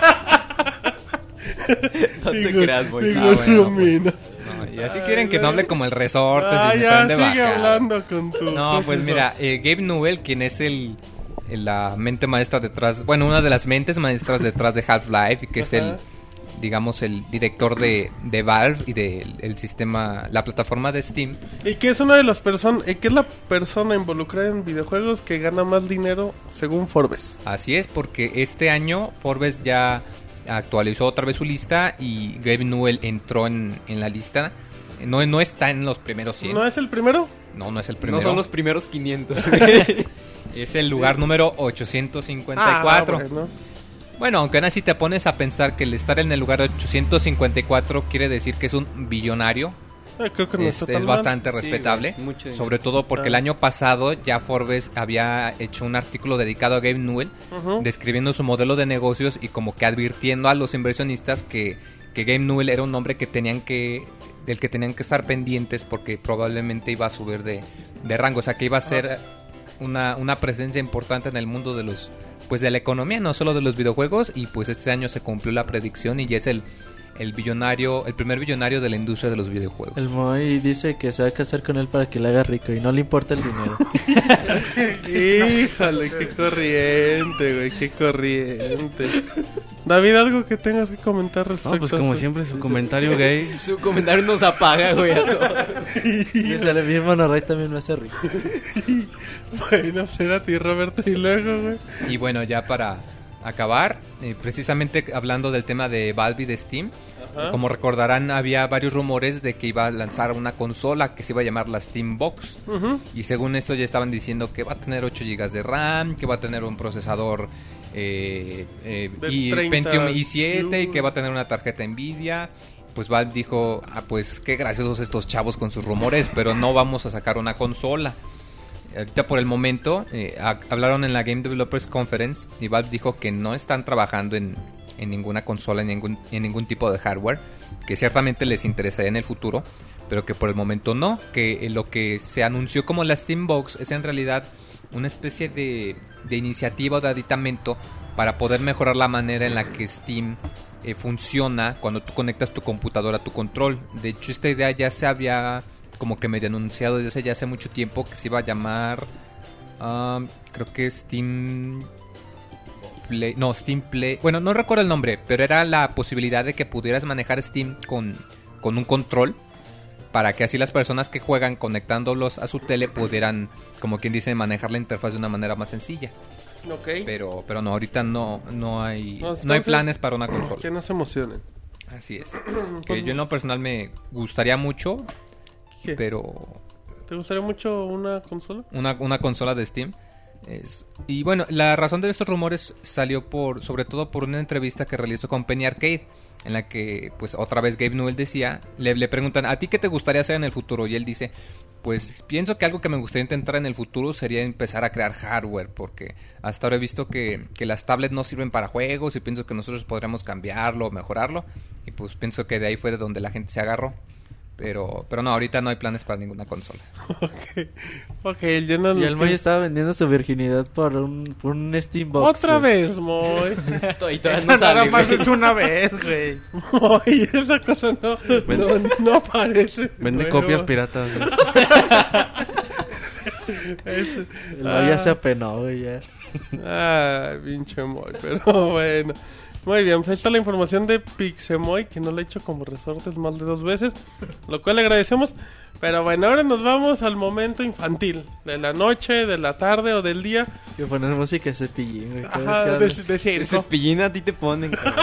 No te Digo- creas, güey. digo, Ah, bueno, Romina. No, y así quieren que no hable como el resorte. Ah, si me ya, traen de sigue bajada. hablando con tu... No, pues cosa. mira, Gabe Newell, quien es la mente maestra detrás, bueno, una de las mentes maestras detrás de Half-Life, y que es Ajá. digamos, el director de Valve y del sistema, la plataforma de Steam. Y que es una de las personas... que es la persona involucrada en videojuegos que gana más dinero según Forbes. Así es, porque este año Forbes ya actualizó otra vez su lista y Gabe Newell entró en la lista. No está en los primeros 100. ¿No es el primero? No es el primero. No son los primeros 500. Es el lugar número 854. bueno. Bueno, aunque aún así te pones a pensar que el estar en el lugar 854 quiere decir que es un billonario. Creo que no está tan Es mal. bastante Sí, respetable. güey, mucho dinero. Sobre todo porque el año pasado ya Forbes había hecho un artículo dedicado a Gabe Newell, Ujú. describiendo su modelo de negocios y como que advirtiendo a los inversionistas que Gabe Newell era un hombre del que tenían que estar pendientes porque probablemente iba a subir de rango. O sea, que iba a ser una presencia importante en el mundo de de la economía, no solo de los videojuegos. Y pues este año se cumplió la predicción y ya es el primer billonario de la industria de los videojuegos. El Moy dice que se va a casar con él para que le haga rico y no le importa el dinero. Híjole, qué corriente, güey, qué corriente. David, ¿algo que tengas que comentar respecto No, pues a como eso? siempre, su comentario gay. Su comentario nos apaga, güey, a todos. Y el mismo Norray también me hace rico. Bueno, será a ti, Roberto, y luego, güey. Y bueno, ya para acabar, precisamente hablando del tema de Valve y de Steam, Ajá. como recordarán, había varios rumores de que iba a lanzar una consola que se iba a llamar la Steam Box. Ujú. Y según esto ya estaban diciendo que va a tener 8 GB de RAM, que va a tener un procesador De 30 Pentium i7 y Plus. que va a tener una tarjeta Nvidia. Pues Valve dijo, pues qué graciosos estos chavos con sus rumores, pero no vamos a sacar una consola. Ahorita por el momento hablaron en la Game Developers Conference y Valve dijo que no están trabajando en ninguna consola, en ningún tipo de hardware, que ciertamente les interesaría en el futuro, pero que por el momento no, que lo que se anunció como la Steam Box es en realidad una especie de iniciativa o de aditamento para poder mejorar la manera en la que Steam funciona cuando tú conectas tu computadora a tu control. De hecho, esta idea ya se había como que medio anunciado desde ya hace mucho tiempo, que se iba a llamar creo que Steam Play. Bueno, no recuerdo el nombre, pero era la posibilidad de que pudieras manejar Steam con un control, para que así las personas que juegan conectándolos a su tele pudieran, como quien dice, manejar la interfaz de una manera más sencilla. Ok. Pero no, ahorita no hay Entonces, planes para una consola. Que no se emocionen. Así es. Que yo en lo personal me gustaría mucho, ¿Qué? pero ¿Te gustaría mucho una consola? una consola de Steam. Y bueno, la razón de estos rumores salió sobre todo por una entrevista que realizó con Penny Arcade, en la que pues otra vez Gabe Newell decía, le preguntan, ¿a ti qué te gustaría hacer en el futuro? Y él dice, pues pienso que algo que me gustaría intentar en el futuro sería empezar a crear hardware, porque hasta ahora he visto que las tablets no sirven para juegos y pienso que nosotros podríamos cambiarlo o mejorarlo, y pues pienso que de ahí fue de donde la gente se agarró. Pero no, ahorita no hay planes para ninguna consola. Ok, el Jonathan... Y el Moy estaba vendiendo su virginidad por un Steam Box. Otra güey. vez, Moy. Y todavía Eso no nada sale, más güey. es una vez, güey. Moy, esa cosa no aparece. Vende Bueno, copias piratas. es- El Moy ya se apenó, güey, ya. Pinche Moy, pero bueno. Muy bien, pues ahí está la información de Pixemoy, que no lo he hecho como resortes más de 2 veces, lo cual le agradecemos. Pero bueno, ahora nos vamos al momento infantil, de la noche, de la tarde o del día. Que poner música de Cepillín, güey. Ajá, de circo. Ese pillín a ti te ponen, cabrón.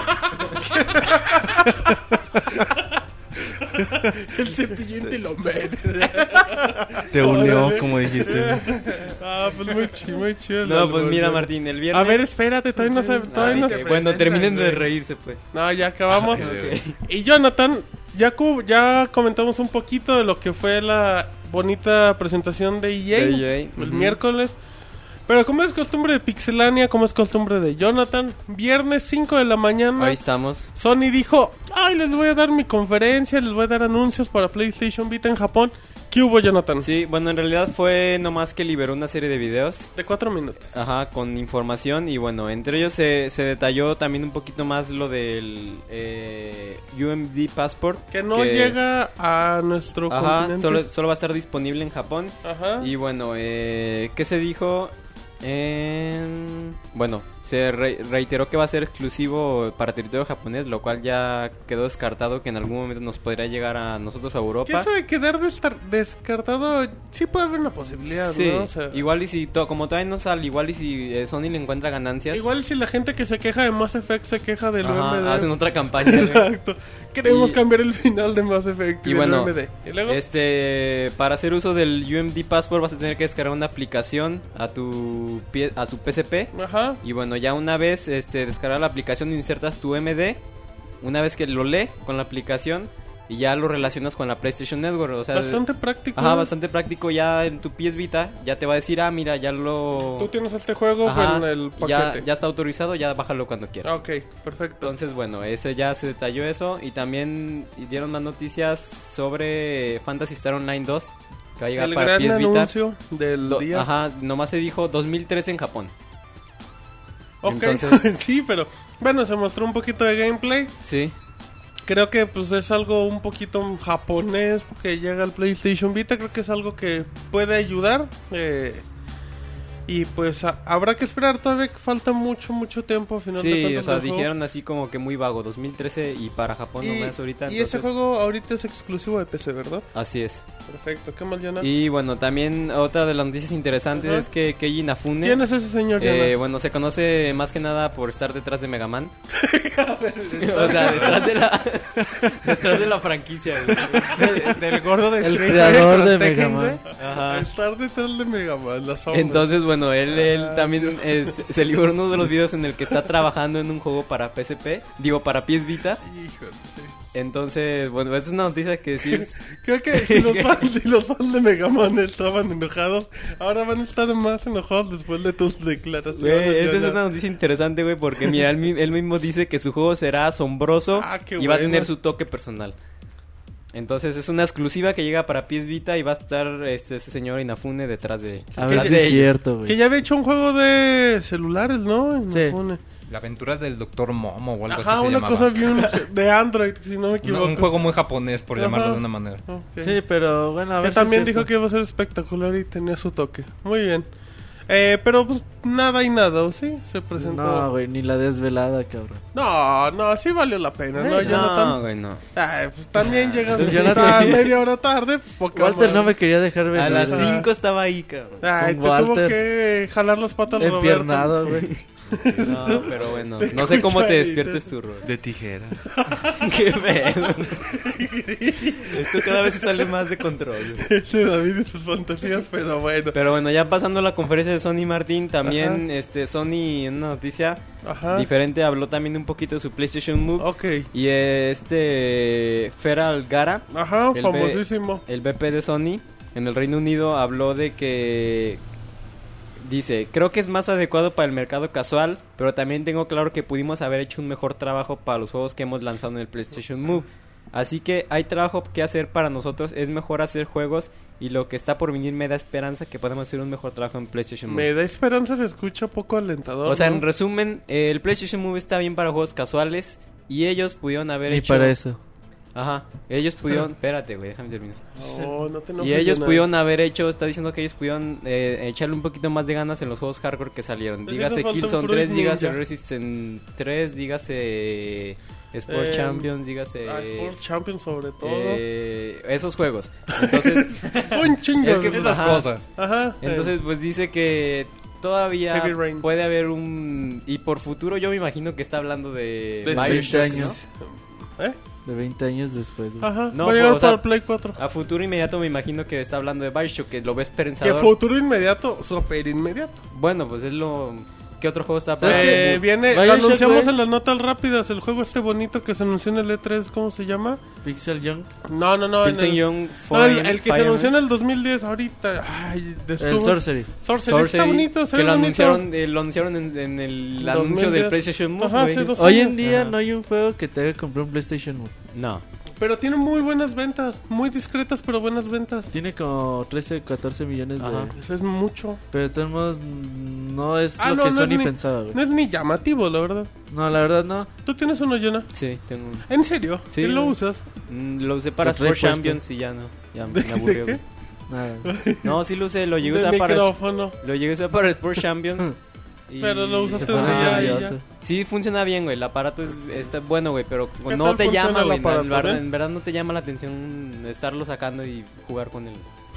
El cepillín te lo mete. Te unió, Órale. como dijiste. Pues muy chido. el No, pues albur, mira, güey. Martín, el viernes... A ver, espérate, todavía no se... Todavía no se Bueno, presentan, terminen de güey. reírse, pues. No, ya acabamos. Y Jonathan, ya comentamos un poquito de lo que fue la bonita presentación de EA, De EA, el ujú. miércoles. Pero como es costumbre de Pixelania, como es costumbre de Jonathan, viernes 5 de la mañana, Ahí estamos. Sony dijo, ay, les voy a dar mi conferencia, les voy a dar anuncios para PlayStation Vita en Japón. ¿Qué hubo, Jonathan? Sí, bueno, en realidad fue nomás que liberó una serie de videos. De 4 minutos. Ajá, con información. Y bueno, entre ellos se detalló también un poquito más lo del UMD Passport. Que no llega a nuestro Ajá, continente. solo va a estar disponible en Japón. Ajá. Y bueno, ¿qué se dijo? Bueno, se reiteró que va a ser exclusivo para territorio japonés, lo cual ya quedó descartado que en algún momento nos podría llegar a nosotros a Que Europa. eso de quedar descartado, sí puede haber una posibilidad, Sí, ¿no? O sea, igual y si como todavía no sale, igual y si Sony le encuentra ganancias. igual si la gente que se queja de Mass Effect se queja del Ajá, UMD. hacen otra campaña. güey. Exacto. Queremos Y- cambiar el final de Mass Effect y, Y del bueno, UMD. ¿Y luego? para hacer uso del UMD Passport vas a tener que descargar una aplicación a su PSP. Ajá. Y bueno, ya una vez descargar la aplicación, insertas tu MD. Una vez que lo lee con la aplicación y ya lo relacionas con la PlayStation Network, o sea, Bastante práctico. ajá, bastante práctico. Ya en tu PS Vita ya te va a decir, mira, ya lo... Tú tienes este juego Ajá, en el ya paquete. está autorizado, ya bájalo cuando quieras. Ok, perfecto. Entonces, bueno, ese ya se detalló eso. Y también dieron más noticias sobre Phantasy Star Online 2, que va a llegar El para gran PS Vita. anuncio del día. Ajá, nomás se dijo 2013 en Japón. Ok, Entonces- sí, pero bueno, se mostró un poquito de gameplay. Sí. Creo que pues es algo un poquito japonés que llega al PlayStation Vita. Creo que es algo que puede ayudar. Y pues habrá que esperar. Todavía falta mucho tiempo. Al final de Sí, cuentas, o sea, del juego. dijeron así como que muy vago, 2013 y para Japón nomás ahorita. Y ese entonces- juego ahorita es exclusivo de PC, ¿verdad? Así es. Perfecto. ¿Qué más, Yana? Y bueno, también otra de las noticias interesantes Ajá. es que Keiji Inafune... ¿Quién es ese señor, Yana? Bueno, se conoce más que nada por estar detrás de Mega Man. O sea, detrás de la franquicia, güey. Del gordo de El Street creador Fighter, de los Tekken, Mega Man. güey. Ajá. Estar detrás de Mega Man, la sombra. Entonces, bueno, él Ah, también se libró uno de los videos en el que está trabajando en un juego para PSP, digo, para PS Vita. Híjole, sí. Entonces, bueno, esa es una noticia que sí es... Creo que si los fans de Mega Man estaban enojados, ahora van a estar más enojados después de tus declaraciones. Güey, esa es Yana. una noticia interesante, güey, porque mira, él mismo dice que su juego será asombroso Ah, qué y va a bueno. tener su toque personal. Entonces es una exclusiva que llega para PS Vita y va a estar ese señor Inafune detrás de... A ver detrás si de es ella. cierto, güey. Que ya había hecho un juego de celulares, ¿no? Sí. Inafune. La aventura del Dr. Momo o algo Ajá, así se una llamaba. cosa bien de Android, si no me equivoco. Un juego muy japonés, por Ajá. llamarlo de una manera. Ok. Sí, pero bueno, a Que ver si también es dijo cierto. que iba a ser espectacular y tenía su toque. Muy bien. Pero pues nada y nada, ¿o sí? Se presentó. No, güey, ni la desvelada, cabrón. No, sí valió la pena, ¿no, Jonathan? No, güey, no. Ay, pues también llegas Jonathan. media hora tarde, pues Pokémon. Walter no me quería dejar venir. A las güey. 5 estaba ahí, cabrón. Ay, Con te tuvo Walter. que jalar los patas Roberto. Empiernado, güey. No, pero bueno, no sé cómo te despiertes tú, Robert. De tijera. Qué pedo. Esto cada vez se sale más de control. Ese David y sus fantasías, pero bueno. Pero bueno, ya pasando a la conferencia de Sony, Martín, también Sony en una noticia Ajá. diferente habló también un poquito de su PlayStation Move. Ok. Y Feral Gara, Ajá, El famosísimo. el VP de Sony en el Reino Unido, habló de que dice, creo que es más adecuado para el mercado casual, pero también tengo claro que pudimos haber hecho un mejor trabajo para los juegos que hemos lanzado en el PlayStation Move. Así que hay trabajo que hacer para nosotros, es mejor hacer juegos y lo que está por venir me da esperanza que podamos hacer un mejor trabajo en PlayStation Move. Me da esperanza, se escucha poco alentador. O sea, ¿no? en resumen, el PlayStation Move está bien para juegos casuales y ellos pudieron haber Ni hecho... para eso. Ajá, ellos pudieron... Espérate, güey, déjame terminar. No te Y enojes, ellos Jonathan. pudieron haber hecho, está diciendo que ellos pudieron echarle un poquito más de ganas en los juegos hardcore que salieron. Les Dígase hizo falta un Killzone Fruit 3, dígase Ninja. Resistance 3, dígase Sport Champions, dígase... Sports Champions sobre todo. Esos juegos. Entonces, Un chingo. es que de- Esas Ajá. cosas. Ajá. entonces pues dice que todavía Heavy Rain. puede haber un... Y por futuro yo me imagino que está hablando de... De Bioshock, 20 ¿no? años. ¿Eh? De 20 años después, güey. Ajá. No, va a llegar o sea, para Play 4. A futuro inmediato me imagino que está hablando de Bioshock, que lo ves Que pensador. futuro inmediato, super inmediato. Bueno, pues es lo... ¿Qué otro juego está ¿Sabes para...? qué? Viene, lo Bioshock, anunciamos güey. en las notas rápidas. El juego este bonito que se anunció en el E3, ¿cómo se llama? Pixel Young. No. en Pilsen el- Young No, el que se Fire anunció en Emblem. el 2010 ahorita. Ay, El estuvo... Sorcery. Sorcery. Está bonito, se que ve lo bonito. anunciaron en el 2010. anuncio del PlayStation Move, Ajá, güey. hace 2 Hoy años. en día Ajá. no hay un juego que te haga comprar un PlayStation Move. No. Pero tiene muy buenas ventas. Muy discretas, pero buenas ventas. Tiene como 13, 14 millones Ajá. de... Eso es mucho. Pero de todos modos no es Ah, lo no, que no es Sony ni- pensaba, güey. No es ni llamativo, la verdad. No, la verdad no. ¿Tú tienes uno, Jonah? Sí, tengo un... ¿En serio? Sí, ¿Y lo güey. usas? Lo usé para Lo trae Sport puesto. Champions y ya no. Ya ¿De me aburrió, qué? güey. Nada. No, sí lo usé, lo llegué a De usar para... micrófono. Lo llegué a usar para Sport Champions. y- Pero lo usaste Se un pone día y ya. nervioso. Sí, funciona bien, güey. El aparato está bueno, güey, pero ¿Qué no tal te funciona llama, el güey. aparato, En verdad no te llama la atención estarlo sacando y jugar con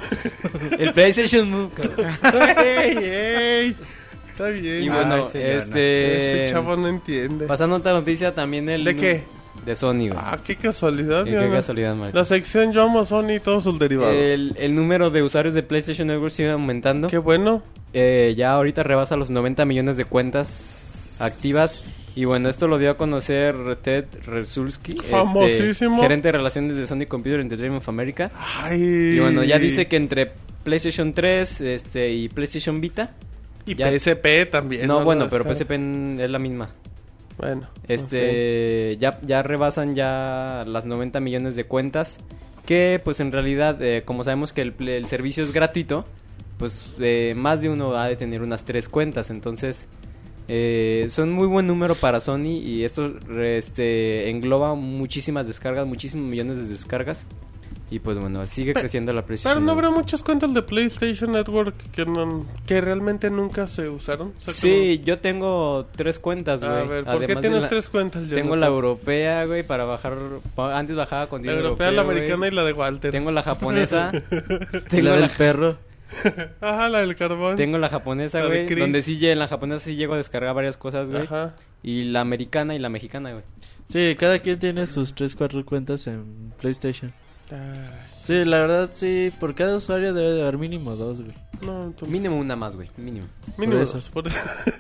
el PlayStation Move, cabrón. ¡Ey, ey! Está bien. Y Ah, bueno, Ay, señora. este chavo no entiende. pasando a otra noticia, también el... ¿De qué? De Sony, güey. Ah, qué casualidad, Qué Jonah. casualidad, Marco. La sección Yo amo Sony y todos sus derivados. El número de usuarios de PlayStation Network sigue aumentando. Qué bueno. Ya ahorita rebasa los 90 millones de cuentas activas. Y bueno, esto lo dio a conocer Ted Resulski, Famosísimo. gerente de relaciones de Sony Computer Entertainment of America. Ay. Y bueno, ya dice que entre PlayStation 3 y PlayStation Vita. Y ya- PSP también. No, bueno, Las pero caras. PSP es la misma. Bueno. Ya rebasan ya las 90 millones de cuentas. Que pues en realidad, como sabemos que el servicio es gratuito, pues más de uno ha de tener unas 3 cuentas. Entonces, son muy buen número para Sony. Y esto engloba muchísimas descargas, muchísimos millones de descargas. Y pues bueno, sigue creciendo la PlayStation. Pero no habrá muchas cuentas de PlayStation Network que realmente nunca se usaron. O sea, Sí, yo tengo 3 cuentas, como- güey. A ver, ¿por qué Además de tienes la- 3 cuentas? Tengo Jonathan? la europea, güey, para bajar. Antes bajaba con La dinero europea, la europeo, güey. americana y la de Walter. Tengo la japonesa. Y tengo la la, del perro. Ajá, la del carbón. tengo la japonesa, La de güey. Chris. Donde sí, en la japonesa sí llego a descargar varias cosas, güey. Ajá. Y la americana y la mexicana, güey. Sí, cada quien tiene sus 3, 4 cuentas en PlayStation. Ay, Sí, la verdad sí, por cada usuario debe de haber mínimo 2, güey. no, entonces, Mínimo una más, güey. Mínimo. mínimo por eso. dos, por eso.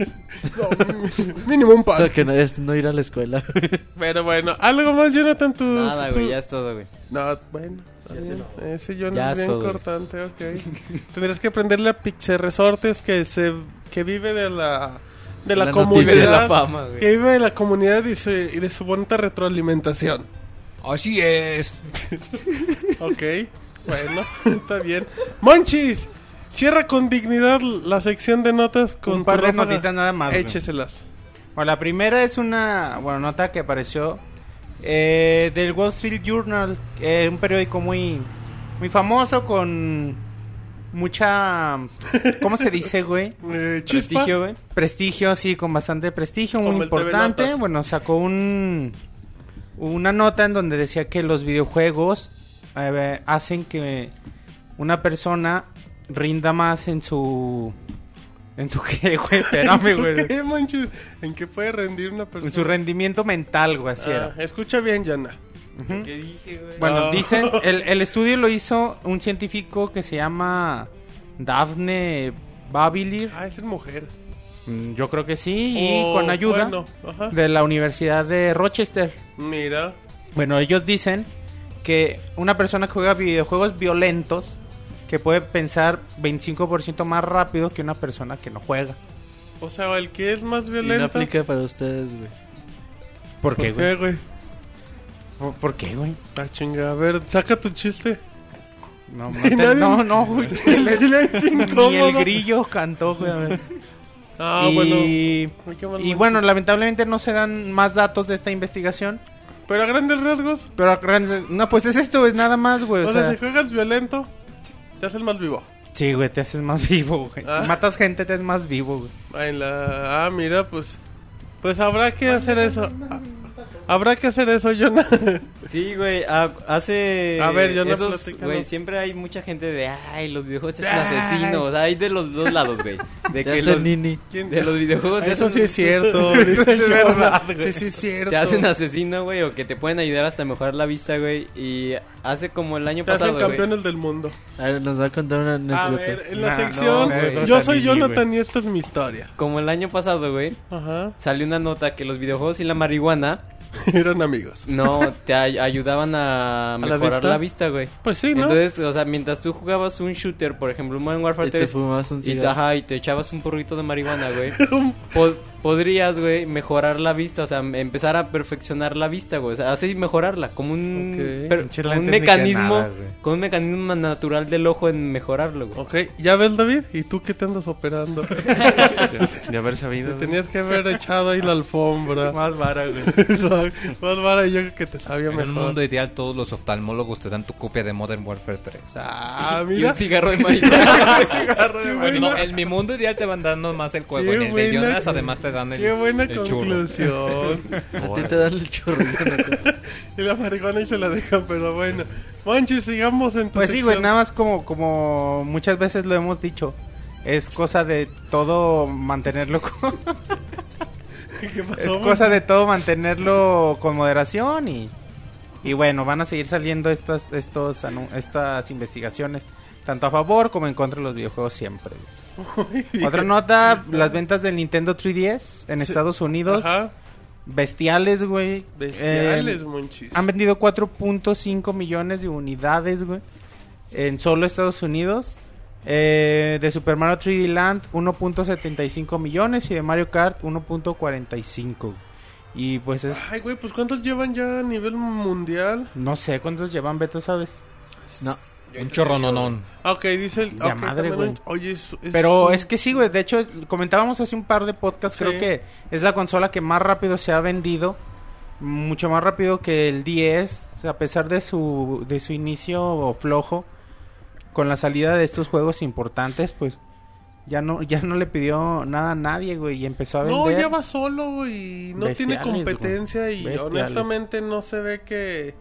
No, mínimo un par. Para que no, es no ir a la escuela. Pero bueno, algo más, Jonathan, tus... Nada, güey, ya es todo, güey. No, bueno. está Sí, bien. sí, Ese Jonathan Ya es es bien todo. cortante, ok. Tendrías que aprenderle a Pixel Resortes que vive de la La comunidad. noticia. De la fama, güey. Que vive de la comunidad y de su bonita retroalimentación. Así es. Ok, bueno, está bien. Monchis, cierra con dignidad la sección de notas con Un par tu de ráfaga. notitas nada más, güey. Écheselas. Bueno, la primera es una nota que apareció del Wall Street Journal, un periódico muy famoso con mucha, ¿cómo se dice, güey? Chispa. Prestigio, güey. Prestigio, sí, con bastante prestigio, Como muy el TV importante. Notas. Bueno, sacó una nota en donde decía que los videojuegos hacen que una persona rinda más en su qué, güey, espérame, güey. ¿Qué, Monchis? ¿En qué puede rendir una persona? En su rendimiento mental, güey, así era. Escucha bien, Yana. Ujú. ¿Qué dije, güey? Bueno, Ah. dice, el estudio lo hizo un científico que se llama Daphne Babilir. Ah, es mujer. Yo creo que sí, y Oh, con ayuda bueno, ajá. de la Universidad de Rochester. Mira. Bueno, ellos dicen que una persona que juega videojuegos violentos que puede pensar 25% más rápido que una persona que no juega. O sea, el que es más Y no violento. aplica para ustedes, güey. ¿Por ¿Por qué, güey? ¿Por qué, güey? Ah, chinga. A ver, saca tu chiste. No, Nadie- güey. Silencio Ni el incómodo. grillo cantó, güey. A ver. Ah, bueno. y Ay, qué mal, y Monchis. bueno, lamentablemente no se dan más datos de esta investigación. Pero a grandes rasgos. Pero no, pues es esto, es nada más, güey. O sea, si juegas violento, te haces más vivo. Sí, güey, te haces más vivo, güey. Ah. Si matas gente, te haces más vivo, güey. Mira, pues habrá que hacer eso. Habrá que hacer eso, Jonah. Sí, güey, hace... A ver, yo no esos, platícanos. güey, siempre hay mucha gente de, ay, los videojuegos te hacen asesino. O sea, hay de los dos lados, güey. De Te que hace los, nini. de los videojuegos te Eso hacen- sí es cierto. Eso es verdad, Sí, güey. sí es cierto. te hacen asesino, güey, o que te pueden ayudar hasta mejorar la vista, güey. Y hace como el año Te hacen pasado, güey. campeones del mundo. A ver, nos va a contar una A anécdota. ver, en la No, sección, no, güey. yo soy Nini, Jonathan y esta es mi historia. Como el año pasado, güey, Ajá. salió una nota que los videojuegos y la marihuana Eran amigos. no te ayudaban a la mejorar vista? la vista, güey. Pues sí, ¿no? Entonces, o sea, mientras tú jugabas un shooter, por ejemplo, un Modern Warfare Y te 3, fumabas un y, cigarro. y te echabas un porrito de marihuana, güey, podrías, güey, mejorar la vista, o sea, empezar a perfeccionar la vista, güey, o sea, así mejorarla, como un, Ok. Pinches como un lentes ni que mecanismo, nada, güey. con un mecanismo natural del ojo en mejorarlo, güey. Ok, ¿ya ves, David? ¿Y tú qué te andas operando? De haber sabido. Te tenías que haber echado ahí la alfombra. Más vara, güey. Más vara yo creo que te sabía En mejor. un mundo ideal, todos los oftalmólogos te dan tu copia de Modern Warfare 3. Ah, Y mira. un cigarro de marihuana. Qué Bueno, buena, no, en mi mundo ideal te van dando más el juego. Qué En el de buena- Jonas, además, te dan qué buena el churro. conclusión. A ti te dan el chorrillo. Y la marihuana y se la dejan, pero bueno. Monchi, sigamos en tu Pues sí, sección. güey, nada más como muchas veces lo hemos dicho. Es cosa de todo mantenerlo con... ¿Qué pasó, Es Monchi? cosa de todo mantenerlo con moderación y bueno, van a seguir saliendo estas investigaciones tanto a favor como en contra de los videojuegos siempre. Otra nota, las ventas del Nintendo 3DS en Estados Unidos, Ajá. bestiales, güey. Bestiales, Monchis. Han vendido 4.5 millones de unidades, güey, en solo Estados Unidos. De Super Mario 3D Land 1.75 millones y de Mario Kart 1.45. Y pues es... Ay, güey, pues ¿cuántos llevan ya a nivel mundial? No sé cuántos llevan, Beto, ¿sabes? No. Un chorro nonón. Ah, ok, dice el... Ya ok, madre, también güey. Oye, Pero es que sí, güey. De hecho, comentábamos hace un par de podcasts. Sí. Creo que es la consola que más rápido se ha vendido. Mucho más rápido que el 10. A pesar de su inicio flojo. Con la salida de estos juegos importantes, pues ya no le pidió nada a nadie, güey. Y empezó a vender. No, ya va solo, güey. No tiene Bestiales, competencia y Bestiales. honestamente no se ve que...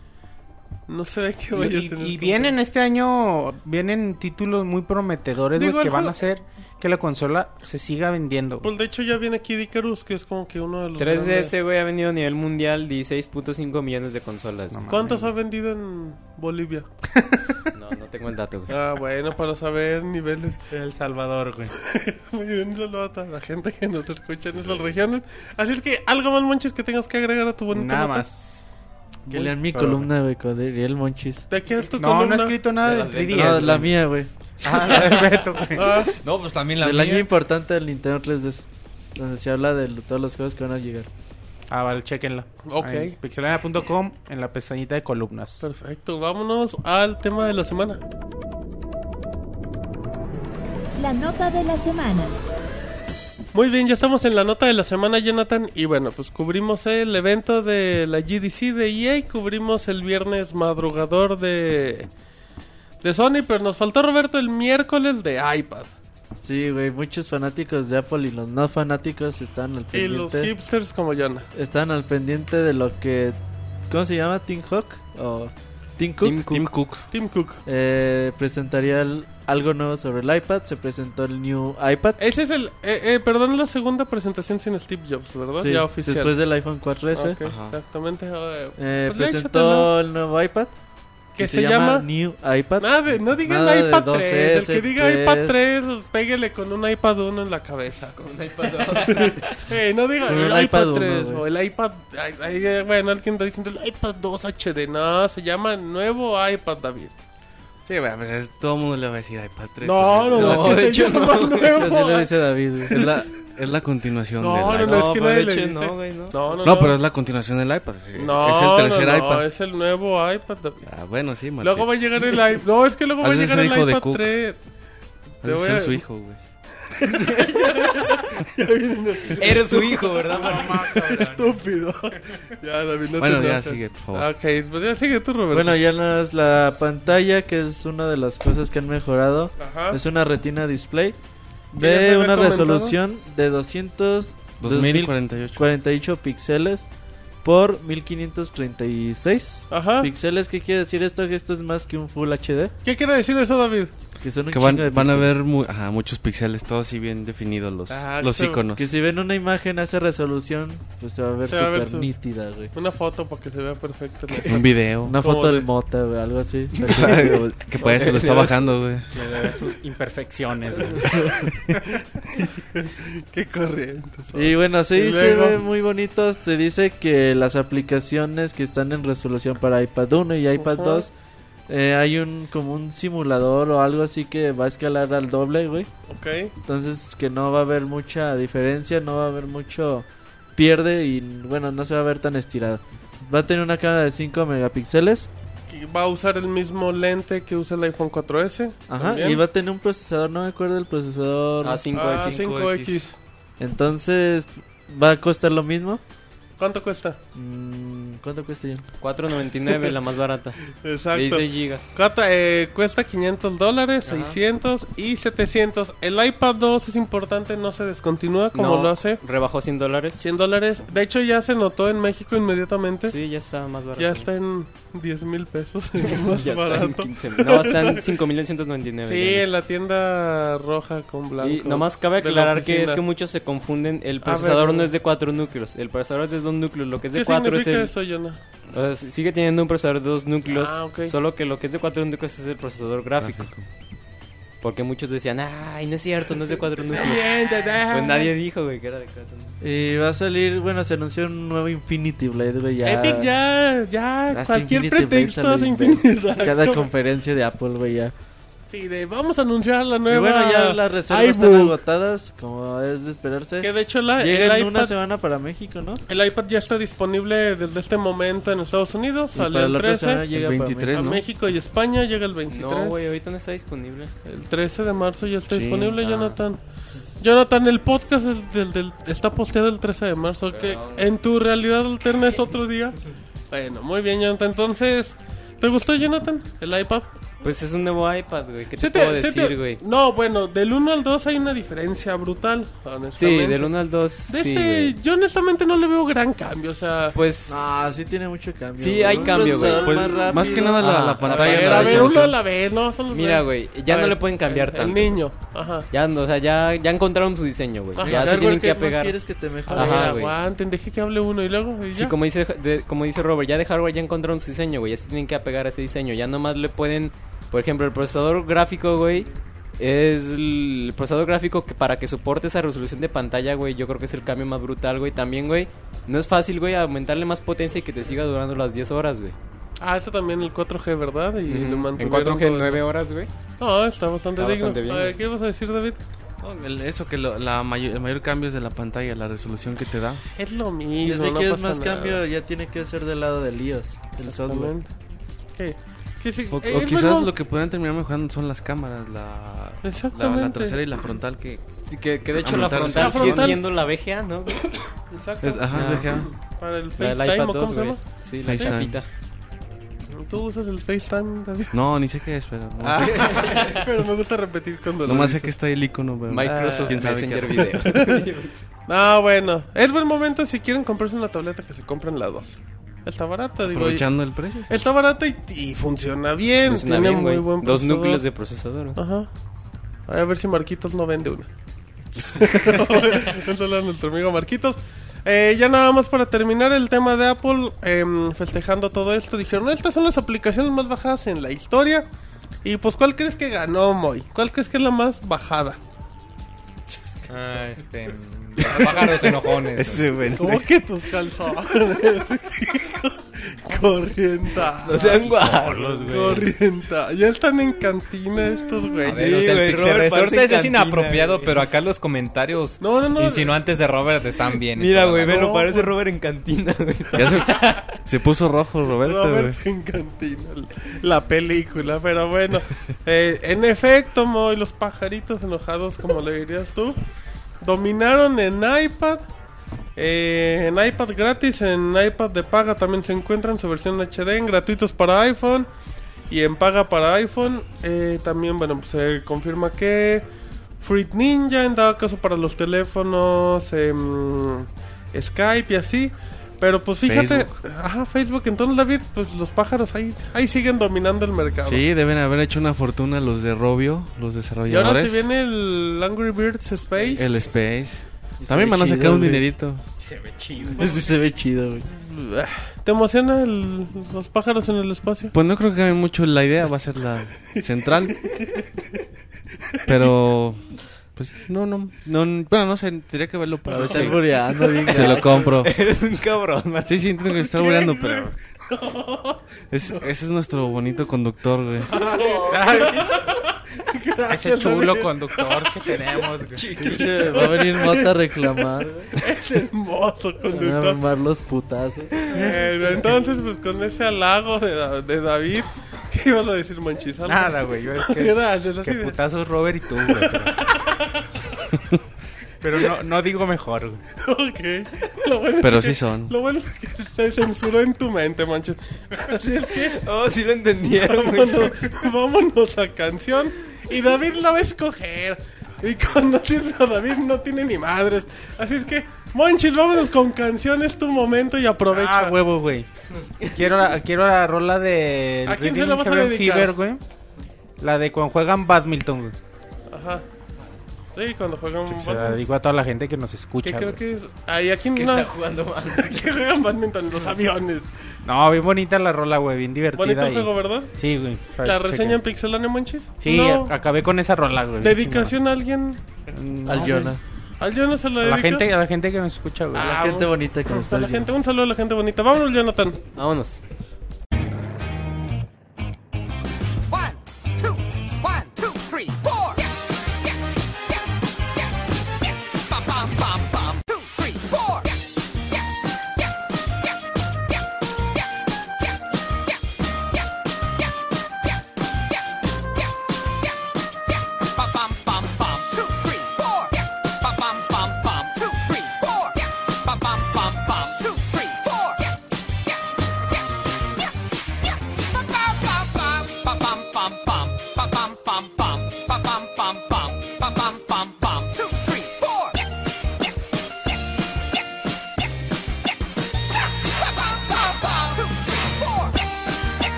No se ve que vaya a tener... Y vienen este año, vienen títulos muy prometedores, güey, Digo, que el van juego- a hacer que la consola se siga vendiendo. Pues de hecho ya viene Kid Icarus, que es como que uno de los... 3DS, güey, ha vendido a nivel mundial 16.5 millones de consolas. No güey. ¿Cuántos ha vendido en Bolivia? No tengo el dato, güey. Ah, bueno, para saber niveles. El Salvador, güey. Muy bien, un saludo a toda la gente que nos escucha en esas regiones. Así es que, ¿algo más, Monchis, que tengas que agregar a tu bonita Nada nota? más. Que lean mi Pero- columna, güey, con Ariel Monchis. ¿De qué es tu No, columna? no he escrito nada De de las 3DS. ventas. No, güey. la mía, güey. Ah, la de Beto, güey. Ah, No, pues también la Del año mía. importante del Nintendo 3DS. Donde se habla de todos los juegos que van a llegar. Ah, vale, chéquenla. Ok. En pixelania.com en la pestañita de columnas. Perfecto, vámonos al tema de la semana. La nota de la semana. Muy bien, ya estamos en la nota de la semana, Jonathan. Y bueno, pues cubrimos el evento de la GDC de EA, cubrimos el viernes madrugador de Sony, pero nos faltó, Roberto, el miércoles de iPad. Sí, güey, muchos fanáticos de Apple y los no fanáticos están al Y pendiente. los hipsters como Jonah. Están al pendiente de lo que... ¿Cómo se llama? ¿Tim Hawk? ¿O Tim Cook? Tim Cook. Tim Cook. Presentaría algo nuevo sobre el iPad. Se presentó el New iPad. Ese es el... perdón, la segunda presentación sin Steve Jobs, ¿verdad? Sí, ya oficial. después del iPhone 4S. Ok, Ajá. exactamente. Presentó el nuevo iPad. Que que se llama... New iPad. No digan Nada de iPad 2S, 3. El que diga 3. iPad 3, péguele con un iPad 1 en la cabeza. Con un iPad 2. Sí, no digan Con el un iPad iPad 3 1, o el iPad... bueno, alguien está diciendo el iPad 2 HD. No, se llama nuevo iPad, David. Sí, bueno, pues todo el mundo le va a decir iPad 3. No, pues, es que de se hecho, llama nuevo. Así lo dice David, güey. es la continuación No, del no, iPad. no, es que nadie de le hecho, dice. no, güey, no. No, pero es la continuación del iPad. No, es el tercer no, iPad. es el nuevo iPad, David. Ah, bueno, sí, Martín. Luego va a llegar el iPad. No, es que luego va a Has de llegar ser el hijo de iPad Cook. 3. Has de ser su hijo, güey. Eres su hijo, ¿verdad, Estúpido. Ya, David, no Bueno, te ya enojes. sigue, por favor. Ok, pues ya sigue tú, Roberto. Bueno, ya no es la pantalla, que es una de las cosas que han mejorado. Ajá. Es una Retina Display ¿Que ya se de había una comentado? resolución de 2048. 48 píxeles por 1536 Ajá. píxeles. ¿Qué quiere decir esto? Que esto es más que un Full HD, ¿Qué quiere decir eso, David? que son un Que chingo de van a píxeles. ver muchos píxeles, todos así bien definidos los que iconos. Que si ven una imagen a esa resolución, pues se va a ver Se va a ver súper su- nítida, güey. Una foto para que se vea perfecto. Un video. Una Como foto de- del Mota, güey, algo así. Que para esto lo está bajando, güey. Le ve sus imperfecciones, güey. Qué corriente. Y bueno, sí, Y se luego- ve muy bonito. Se dice que las aplicaciones que están en resolución para iPad 1 y iPad Ajá. 2, hay como un simulador o algo así que va a escalar al doble, güey. Ok. Entonces que no va a haber mucha diferencia, no va a haber mucho pierde y bueno, no se va a ver tan estirado. Va a tener una cámara de 5 megapíxeles. Y va a usar el mismo lente que usa el iPhone 4S. Ajá, también. y va a tener un procesador, no me acuerdo el procesador. A5X. 5X. Entonces va a costar lo mismo. ¿Cuánto cuesta? ¿Cuánto cuesta ya? 4.99, la más barata. Exacto. 16 gigas. Cuesta $500, Ajá. 600 y 700. El iPad 2 es importante, no se descontinúa como No, lo hace. Rebajó $100. $100. De hecho, ya se notó en México inmediatamente. Sí, ya está más barato. Ya está en 10,000 pesos. Más Ya está en barato. 15,000. No, está en 5.999. Sí, ya. en la tienda roja con blanco. Y nomás cabe de la aclarar que es oficina. que muchos se confunden. El A procesador ver, no es de 4 núcleos. El procesador es de 2 núcleos. Lo que es de ¿Qué 4 es significa el. eso, Jonah? O sea, sigue teniendo un procesador de 2 núcleos. Ah, ok. Solo que lo que es de 4 núcleos es el procesador gráfico. Porque muchos decían, ay, no es cierto, no es de 4 núcleos. Pues nadie dijo, güey, que era de 4 núcleos. Y va a salir, bueno, se anunció un nuevo Infinity Blade, güey, ya. Epic ya, Hace cualquier Infinity Blade pretexto sale hace en Infinity. Exacto. Cada conferencia de Apple, güey, ya. Sí, vamos a anunciar la Y nueva. bueno, ya las reservas están iBook. agotadas, como es de esperarse. Que de hecho Llega el en una iPad, semana para México, ¿no? el iPad ya está disponible desde este momento en Estados Unidos. Y Salió para el la otra 13. semana llega El para 23, A ¿no? México y España llega el 23. No, güey, ahorita no está disponible. El 13 de marzo ya está Sí. disponible, Ah. Jonathan. Jonathan, el podcast está posteado el 13 de marzo. Que en tu realidad alterna es otro día. Bueno, muy bien, Jonathan. Entonces, ¿te gustó, Jonathan? ¿El iPad? Pues es un nuevo iPad, güey. ¿Qué te Sí puedo sí decir, güey? No, bueno, del 1 al 2 hay una diferencia brutal, Sí, honestamente. del 1 al 2, De sí, este, güey. yo honestamente no le veo gran cambio, o sea... Pues, No, sí tiene mucho cambio. Sí, güey. hay Un cambio, güey. procesador Pues, más rápido. más que nada la Ajá, pantalla. a la ver, uno a resolución. la vez, no, son los mira, de- güey, ya A no ver, le pueden cambiar el tanto. niño, ajá. Ya, no, o sea, ya encontraron su diseño, güey. Ajá. Ya se Hardware, tienen ¿qué que más apegar. quieres que te mejore? A ver, Ajá, güey. aguanten, deje que hable uno y luego... y Sí, ya. como dice Robert, ya de hardware ya encontraron su diseño, güey. Ya se tienen que apegar a ese diseño. Ya nomás le pueden, por ejemplo, el procesador gráfico, güey, es el procesador gráfico que para que soporte esa resolución de pantalla, güey, yo creo que es el cambio más brutal, güey. También, güey, no es fácil, güey, aumentarle más potencia y que te siga durando las 10 horas, güey. Ah, eso también el 4G, ¿verdad? Y lo En mantuvieron 4G todo 9 eso. horas, güey. No, está bastante Está digno. bastante bien, A ver, güey. ¿qué vas a decir, David? Eso que el mayor cambio es de la pantalla, la resolución que te da. Es lo Y mismo. si no quieres pasa más nada. cambio, ya tiene que ser del lado del iOS, del software. Exactamente. Que sí, O es quizás bueno. lo que podrían terminar mejorando son las cámaras, la Exactamente. trasera y la frontal que... Sí, que de hecho la Aumentar frontal la sigue frontal. siendo la VGA, ¿no? Exacto. Ajá, Ah. VGA. Para el La del FaceTime, iPad ¿o 2, cómo se güey. llama? Sí, la FaceTime. chafita. ¿Tú usas el FaceTime, David? No, ni sé qué es, pero... No, Pero me gusta repetir cuando lo nomás sé dices. que está el icono, pero... Microsoft quién sabe qué Messenger hace. Video. No, bueno. Es buen momento si quieren comprarse una tableta que se compren la 2. Está barata, digo. Aprovechando el precio. Está barata y funciona bien. Funciona tiene bien, muy güey. buen 2 procesador. núcleos de procesador. Ajá. A ver si Marquitos no vende una. Un saludo a nuestro amigo Marquitos. Ya nada más para terminar el tema de Apple, festejando todo esto, dijeron, estas son las aplicaciones más bajadas en la historia. Y pues, ¿cuál crees que ganó, Moy? ¿Cuál crees que es la más bajada? Los pájaros enojones. Ese, güey. ¿Cómo que tus calzones? Corrienta. No sean guarros, güey. Corrienta. Ya están en cantina estos A güeyes. ver, o sea, güey, el Pixel Robert Resortes parece es cantina, inapropiado, güey. pero acá los comentarios No. insinuantes de Robert están bien. Mira, güey, No, velo, parece pues. Robert en cantina, güey. Ya se puso rojo Roberto, güey. Robert en cantina, la película, pero bueno, en efecto, Moy, los pajaritos enojados, como le dirías tú, dominaron en iPad gratis, en iPad de paga también se encuentran su versión HD, en gratuitos para iPhone y en paga para iPhone. También, bueno, pues se confirma que Fruit Ninja, en dado caso para los teléfonos, Skype y así. Pero pues fíjate, Facebook. Facebook, entonces David, pues los pájaros ahí siguen dominando el mercado. Sí, deben haber hecho una fortuna los de Robio, los Y desarrolladores. ahora si viene el Angry Birds Space. El Space. Y se También ve van a chido, sacar un güey. dinerito. Ese se ve chido, güey. ¿Te emociona los pájaros en el espacio? Pues no creo que cambie mucho la idea, va a ser la central. Pero pues no, bueno, no sé, tendría que verlo para ver Está si albureando, bien se lo gacho. compro. Eres un cabrón, man. Sí, entiendo que está burlando, pero ese es nuestro bonito conductor, güey. Ese chulo conductor que tenemos. güey. Pinche, va a venir Mota a reclamar, güey. Es hermoso Van a conductor. armar los putazos. Entonces, pues con ese halago de David, ¿qué ibas a decir, Manchis? ¿Algo? Nada, güey. Yo es que, Gracias, así que de- putazos Robert y tú, güey. Pero no digo mejor, güey. Ok. Lo bueno Pero es que- sí son. Lo bueno es que se censuró en tu mente, Manchis. Así es que Oh, sí lo entendieron, güey. vámonos a canción. Y David la va a escoger. Y conociendo a David no tiene ni madres. Así es que, Monchis, vámonos con canción. Es tu momento y aprovecha. Ah, huevo, güey. Quiero la rola de ¿A quién se Rhythm la vas a Heaven dedicar? Fever, güey. La de cuando juegan badminton, güey. Ajá. Sí, cuando juegan Se la badminton. dedico a toda la gente que nos escucha. Que creo güey. que es. Ay, aquí Que no. está jugando mal. Que juegan badminton en los aviones. No, bien bonita la rola, güey. Bien divertida. Bonito el y- juego, ¿verdad? Sí, güey. ¿La reseña en Pixelania, Monchis? Sí, No. acabé con esa rola, güey. ¿Dedicación a alguien? No, Al güey. Jonah. ¿Al Jonah se lo A dedica? la gente que nos escucha, güey. Ah, La gente bonita que nos A está la viendo. gente, un saludo a la gente bonita. Vámonos, Jonathan. Vámonos. 1, 2, 1, 2, 3, 4. Bum, bum, bum, bum. 2, 3, 4. Bum, bum, bum, bum. 2, 3, 4. Bum, bum, bum, bum. 2, 3, 4. Bum, bum, bum, bum. 2, 3, 4.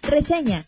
Reseña.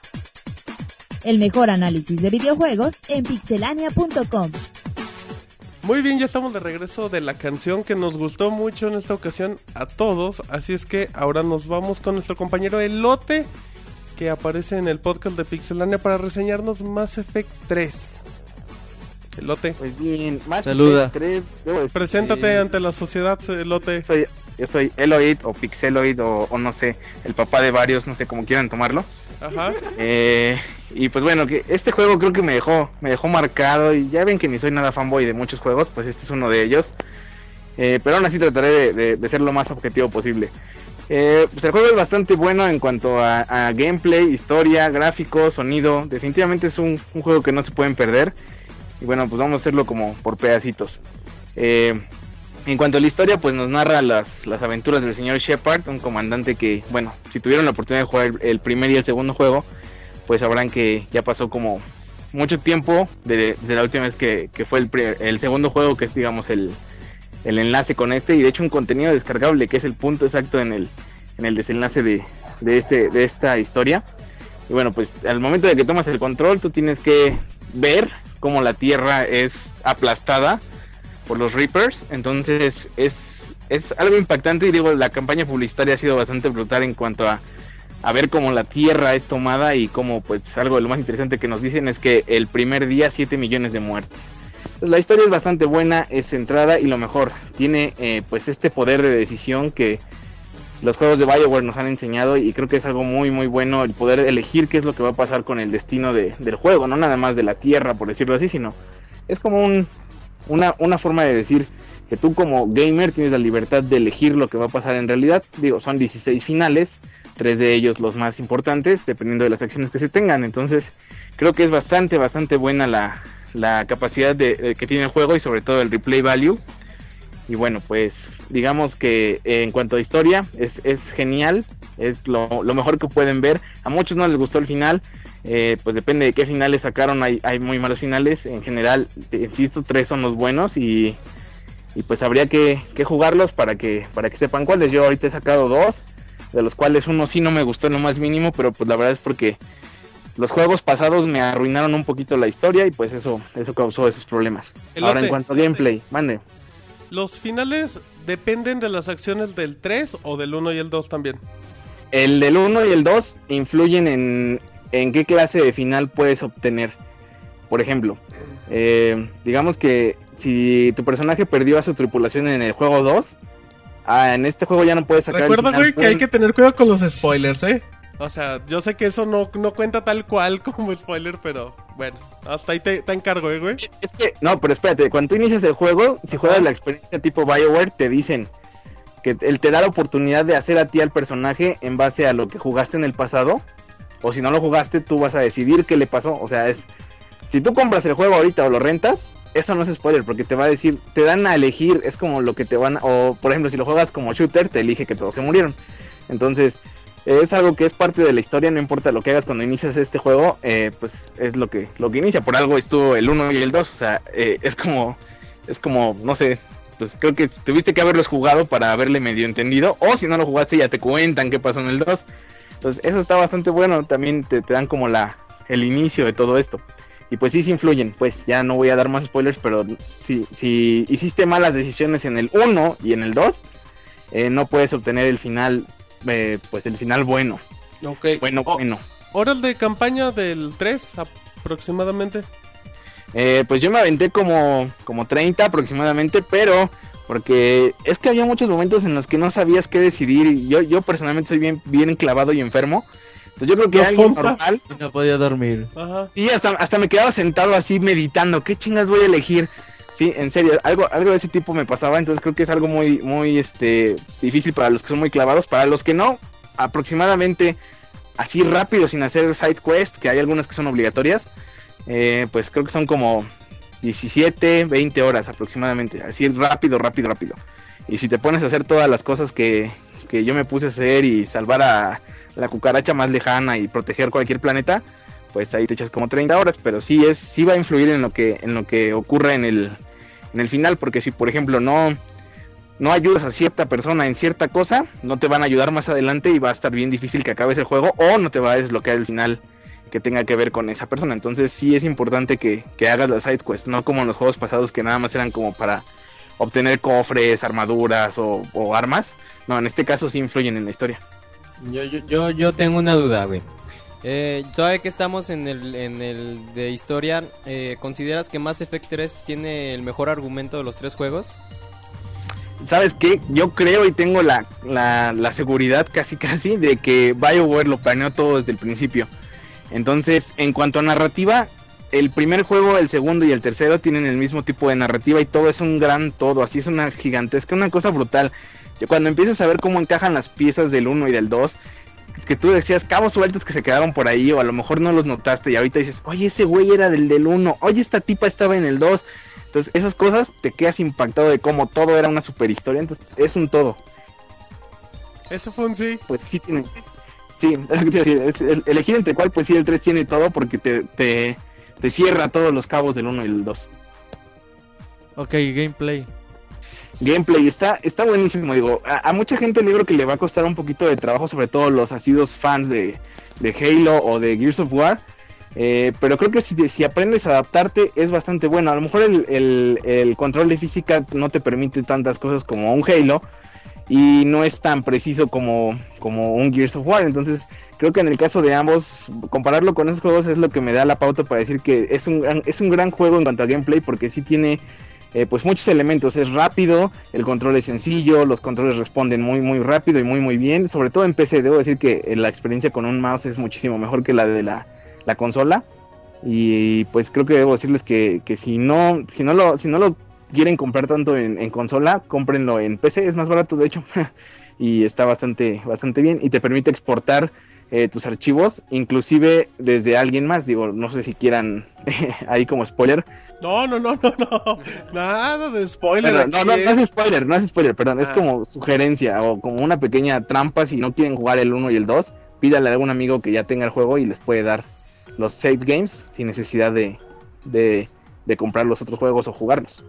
El mejor análisis de videojuegos en pixelania.com. Muy bien, ya estamos de regreso de la canción que nos gustó mucho en esta ocasión a todos. Así es que ahora nos vamos con nuestro compañero Elote, que aparece en el podcast de Pixelania para reseñarnos Mass Effect 3. Elote, Pues bien, Mass Saluda. Effect 3, debo decir preséntate que ante la sociedad, Elote. yo soy Eloid o Pixeloid o no sé, el papá de varios, no sé cómo quieran tomarlo. Ajá. Y pues bueno, que este juego creo que me dejó marcado, y ya ven que ni soy nada fanboy de muchos juegos, pues este es uno de ellos. Pero aún así trataré de ser lo más objetivo posible. Pues el juego es bastante bueno en cuanto a gameplay, historia, gráficos, sonido. Definitivamente es un juego que no se pueden perder. Y bueno, pues vamos a hacerlo como por pedacitos. En cuanto a la historia, pues nos narra las aventuras del señor Shepard, un comandante que, bueno, si tuvieron la oportunidad de jugar el primer y el segundo juego, pues sabrán que ya pasó como mucho tiempo desde la última vez que fue el segundo juego, que es, digamos, el enlace con este, y de hecho un contenido descargable que es el punto exacto en el desenlace de esta historia. Y bueno, pues al momento de que tomas el control, tú tienes que ver cómo la Tierra es aplastada por los Reapers. Entonces es algo impactante, y digo, la campaña publicitaria ha sido bastante brutal en cuanto a ver cómo la Tierra es tomada, y cómo, pues, algo de lo más interesante que nos dicen es que el primer día 7 millones de muertes. Entonces, la historia es bastante buena, es centrada, y lo mejor, tiene pues este poder de decisión que los juegos de BioWare nos han enseñado, y creo que es algo muy muy bueno el poder elegir qué es lo que va a pasar con el destino del juego, no nada más de la Tierra, por decirlo así, sino es como una forma de decir que tú como gamer tienes la libertad de elegir lo que va a pasar en realidad. Digo, son 16 finales, 3 de ellos los más importantes, dependiendo de las acciones que se tengan. Entonces creo que es bastante buena la capacidad que tiene el juego, y sobre todo el replay value. Y bueno, pues digamos que en cuanto a historia es genial, es lo mejor que pueden ver. A muchos no les gustó el final, pues depende de qué finales sacaron. Hay muy malos finales. En general, insisto, 3 son los buenos, y pues habría que jugarlos para que sepan cuáles. Yo ahorita he sacado 2, de los cuales uno sí no me gustó en lo más mínimo, pero pues la verdad es porque los juegos pasados me arruinaron un poquito la historia, y pues eso causó esos problemas. Elote, Ahora en cuanto a gameplay, mande. ¿Los finales dependen de las acciones del 3 o del 1 y el 2 también? El del 1 y el 2 influyen en qué clase de final puedes obtener. Por ejemplo, digamos que si tu personaje perdió a su tripulación en el juego 2, en este juego ya no puedes sacar Recuerda, el final. güey, que hay que tener cuidado con los spoilers, ¿eh? O sea, yo sé que eso no cuenta tal cual como spoiler, pero bueno, hasta ahí te encargo, güey. Es que, no, pero espérate, cuando tú inicias el juego, si juegas la experiencia tipo BioWare, te dicen que él te da la oportunidad de hacer a ti al personaje en base a lo que jugaste en el pasado, o si no lo jugaste, tú vas a decidir qué le pasó. O sea, si tú compras el juego ahorita o lo rentas, eso no es spoiler, porque te va a decir, te dan a elegir, es como lo que te van o por ejemplo, si lo juegas como shooter, te elige que todos se murieron. Entonces, es algo que es parte de la historia, no importa lo que hagas cuando inicias este juego, pues es lo que inicia. Por algo estuvo el 1 y el 2, o sea, es como, no sé, pues creo que tuviste que haberlos jugado para haberle medio entendido, o si no lo jugaste ya te cuentan qué pasó en el 2. Entonces eso está bastante bueno, también te dan como el inicio de todo esto. Y pues sí influyen, pues ya no voy a dar más spoilers, pero si hiciste malas decisiones en el 1 y en el 2, no puedes obtener el final, pues el final bueno. Ok. Bueno. ¿Horas de campaña del 3 aproximadamente? Pues yo me aventé como 30 aproximadamente, pero porque es que había muchos momentos en los que no sabías qué decidir, y yo personalmente soy bien clavado y enfermo. Entonces yo creo que alguien normal no podía dormir. Ajá. Sí, hasta me quedaba sentado así meditando, ¿qué chingas voy a elegir? Sí, en serio, algo de ese tipo me pasaba. Entonces creo que es algo muy difícil para los que son muy clavados. Para los que no, aproximadamente así rápido, sin hacer side quest, que hay algunas que son obligatorias, pues creo que son como 17, 20 horas aproximadamente, así rápido. Y si te pones a hacer todas las cosas que yo me puse a hacer, y salvar a la cucaracha más lejana y proteger cualquier planeta, pues ahí te echas como 30 horas. Pero sí va a influir en lo que ocurra en el final, porque si por ejemplo no no ayudas a cierta persona en cierta cosa, no te van a ayudar más adelante y va a estar bien difícil que acabes el juego, o no te va a desbloquear el final que tenga que ver con esa persona. Entonces sí es importante que hagas las side quests, no como en los juegos pasados que nada más eran como para obtener cofres, armaduras o armas. No, en este caso sí influyen en la historia. Yo tengo una duda, güey. Todavía que estamos en el de historia, ¿consideras que Mass Effect 3 tiene el mejor argumento de los 3 juegos? ¿Sabes qué? Yo creo y tengo la seguridad casi de que BioWare lo planeó todo desde el principio. Entonces, en cuanto a narrativa, el primer juego, el segundo y el tercero tienen el mismo tipo de narrativa y todo es un gran todo, así es una gigantesca, una cosa brutal. Cuando empiezas a ver cómo encajan las piezas del 1 y del 2, que tú decías cabos sueltos que se quedaron por ahí, o a lo mejor no los notaste y ahorita dices, oye, ese güey era del 1, oye, esta tipa estaba en el 2. Entonces esas cosas te quedas impactado de cómo todo era una super historia. Entonces es un todo. ¿Eso fue un sí? Pues sí tiene. Sí, es lo que te iba a decir, es elegir entre cuál, pues sí, el 3 tiene todo porque te cierra todos los cabos del 1 y el 2. Ok, gameplay. Gameplay está buenísimo, digo, a mucha gente el libro que le va a costar un poquito de trabajo, sobre todo los asiduos fans de Halo o de Gears of War, pero creo que si aprendes a adaptarte es bastante bueno. A lo mejor el control de física no te permite tantas cosas como un Halo y no es tan preciso como un Gears of War, entonces creo que en el caso de ambos, compararlo con esos juegos es lo que me da la pauta para decir que es un gran juego en cuanto a gameplay, porque sí tiene pues muchos elementos. Es rápido, el control es sencillo, los controles responden muy muy rápido y muy muy bien, sobre todo en PC. Debo decir que la experiencia con un mouse es muchísimo mejor que la de la consola, y pues creo que debo decirles que si no lo quieren comprar tanto en consola, cómprenlo en PC, es más barato de hecho y está bastante bien y te permite exportar tus archivos, inclusive desde alguien más. Digo, no sé si quieran ahí como spoiler. No, nada de spoiler. Bueno, no es spoiler, perdón, es como sugerencia o como una pequeña trampa. Si no quieren jugar el 1 y el 2, pídale a algún amigo que ya tenga el juego y les puede dar los save games sin necesidad de comprar los otros juegos o jugarlos.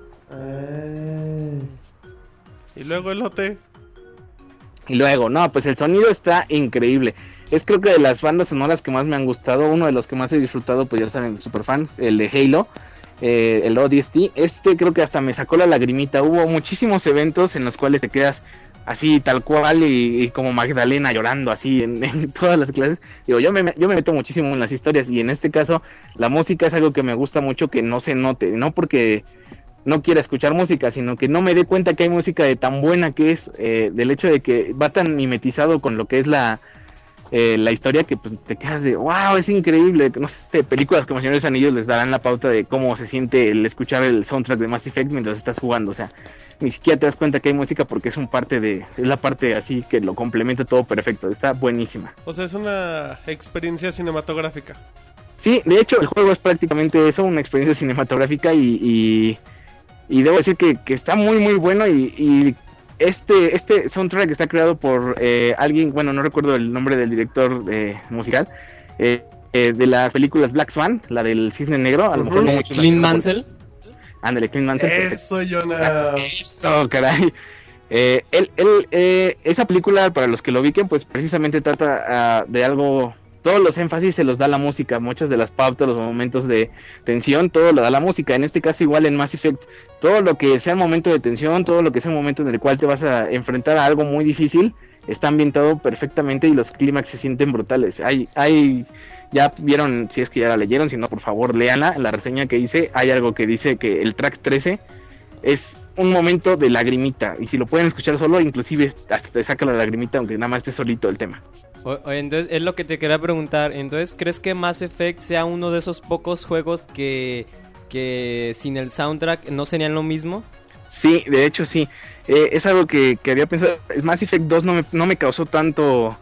Y luego el OT. Y luego, no, pues el sonido está increíble. Es creo que de las bandas sonoras que más me han gustado, uno de los que más he disfrutado, pues ya saben, super fans, el de Halo, el ODST. Creo que hasta me sacó la lagrimita. Hubo muchísimos eventos en los cuales te quedas así tal cual y como Magdalena llorando así en todas las clases. Digo, yo me meto muchísimo en las historias, y en este caso la música es algo que me gusta mucho que no se note, no porque no quiera escuchar música, sino que no me dé cuenta que hay música de tan buena que es, del hecho de que va tan mimetizado con lo que es la historia, que pues te quedas de wow, es increíble. No sé, películas como Señor de los Anillos les darán la pauta de cómo se siente el escuchar el soundtrack de Mass Effect mientras estás jugando. O sea, ni siquiera te das cuenta que hay música porque es la parte así que lo complementa todo perfecto. Está buenísima. O sea, es una experiencia cinematográfica. Sí, de hecho el juego es prácticamente eso, una experiencia cinematográfica, y debo decir que está muy muy bueno, y este soundtrack está creado por alguien, bueno, no recuerdo el nombre del director musical, de las películas Black Swan, la del Cisne Negro, a lo mejor no mucho. Clint Mansell. Ándale, Clint Mansell. Eso, Jonah. Eso, caray. Esa película, para los que lo ubiquen, pues precisamente trata de algo. Todos los énfasis se los da la música, muchas de las pautas, los momentos de tensión, todo lo da la música. En este caso igual en Mass Effect, todo lo que sea un momento de tensión, todo lo que sea un momento en el cual te vas a enfrentar a algo muy difícil, está ambientado perfectamente y los clímax se sienten brutales. Ya vieron, si es que ya la leyeron, si no, por favor, léanla, la reseña que hice, hay algo que dice que el track 13 es un momento de lagrimita, y si lo pueden escuchar solo, inclusive hasta te saca la lagrimita, aunque nada más esté solito el tema. Entonces, es lo que te quería preguntar. Entonces, ¿crees que Mass Effect sea uno de esos pocos juegos que sin el soundtrack no serían lo mismo? Sí, de hecho sí. Es algo que había pensado. Mass Effect 2 no me causó tanto,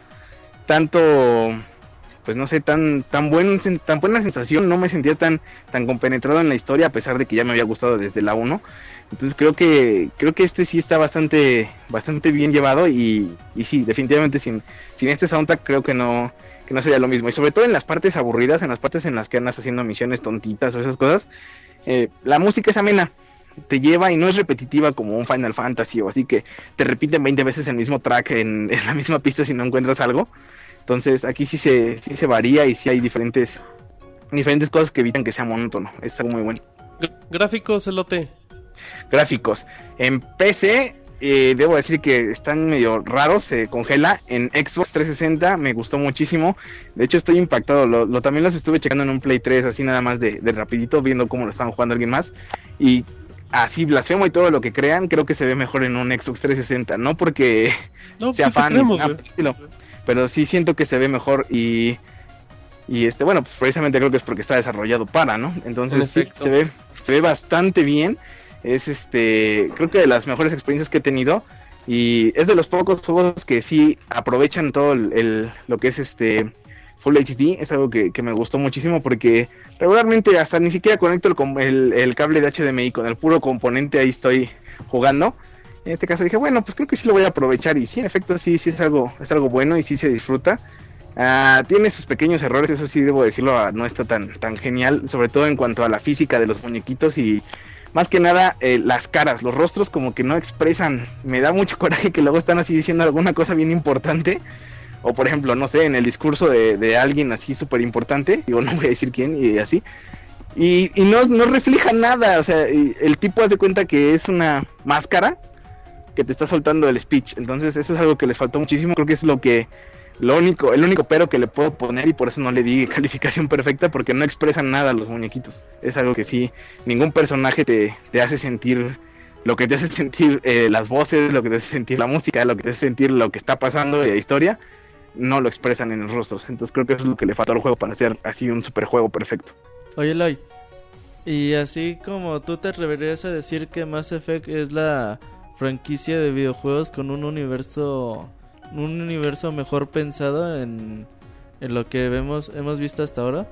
pues no sé, tan buena sensación. No me sentía tan compenetrado en la historia, a pesar de que ya me había gustado desde la 1. Entonces creo que este sí está bastante bien llevado, y sí, definitivamente sin este soundtrack creo que no sería lo mismo. Y sobre todo en las partes aburridas, en las partes en las que andas haciendo misiones tontitas o esas cosas, la música es amena. te lleva y no es repetitiva como un Final Fantasy o así que te repiten 20 veces el mismo track en la misma pista si no encuentras algo. Entonces aquí sí se varía y sí hay diferentes cosas que evitan que sea monótono. Es algo muy bueno. Gráficos, Elote. Gráficos. En PC, debo decir que están medio raros, se congela. En Xbox 360 me gustó muchísimo. De hecho estoy impactado, también los estuve checando en un Play 3, así nada más de rapidito, viendo cómo lo estaban jugando alguien más. Y así blasfemo y todo lo que crean, creo que se ve mejor en un Xbox 360. No porque sea sí fan, creemos, pero sí siento que se ve mejor y bueno, pues precisamente creo que es porque está desarrollado para, ¿no? Entonces sí, se ve bastante bien. Es creo que de las mejores experiencias que he tenido y es de los pocos juegos que sí aprovechan todo lo que es Full HD. Es algo que me gustó muchísimo porque regularmente hasta ni siquiera conecto el cable de HDMI, con el puro componente ahí estoy jugando. En este caso dije, bueno, pues creo que sí lo voy a aprovechar y sí, en efecto sí es algo bueno y sí se disfruta. Tiene sus pequeños errores, eso sí debo decirlo, no está tan genial, sobre todo en cuanto a la física de los muñequitos y más que nada las caras, los rostros como que no expresan. Me da mucho coraje que luego están así diciendo alguna cosa bien importante, o por ejemplo, no sé, en el discurso de alguien así súper importante, digo, no voy a decir quién, y así, y no refleja nada, o sea, el tipo hace cuenta que es una máscara que te está soltando el speech. Entonces eso es algo que les faltó muchísimo. Creo que es el único pero que le puedo poner, y por eso no le di calificación perfecta, porque no expresan nada los muñequitos. Es algo que sí, ningún personaje te hace sentir lo que te hace sentir las voces, lo que te hace sentir la música, lo que te hace sentir lo que está pasando y la historia, no lo expresan en los rostros. Entonces creo que eso es lo que le faltó al juego para hacer así un super juego perfecto. Oye, Eloy, y así como tú te atreverías a decir que Mass Effect es la franquicia de videojuegos con un universo mejor pensado en lo que hemos visto hasta ahora.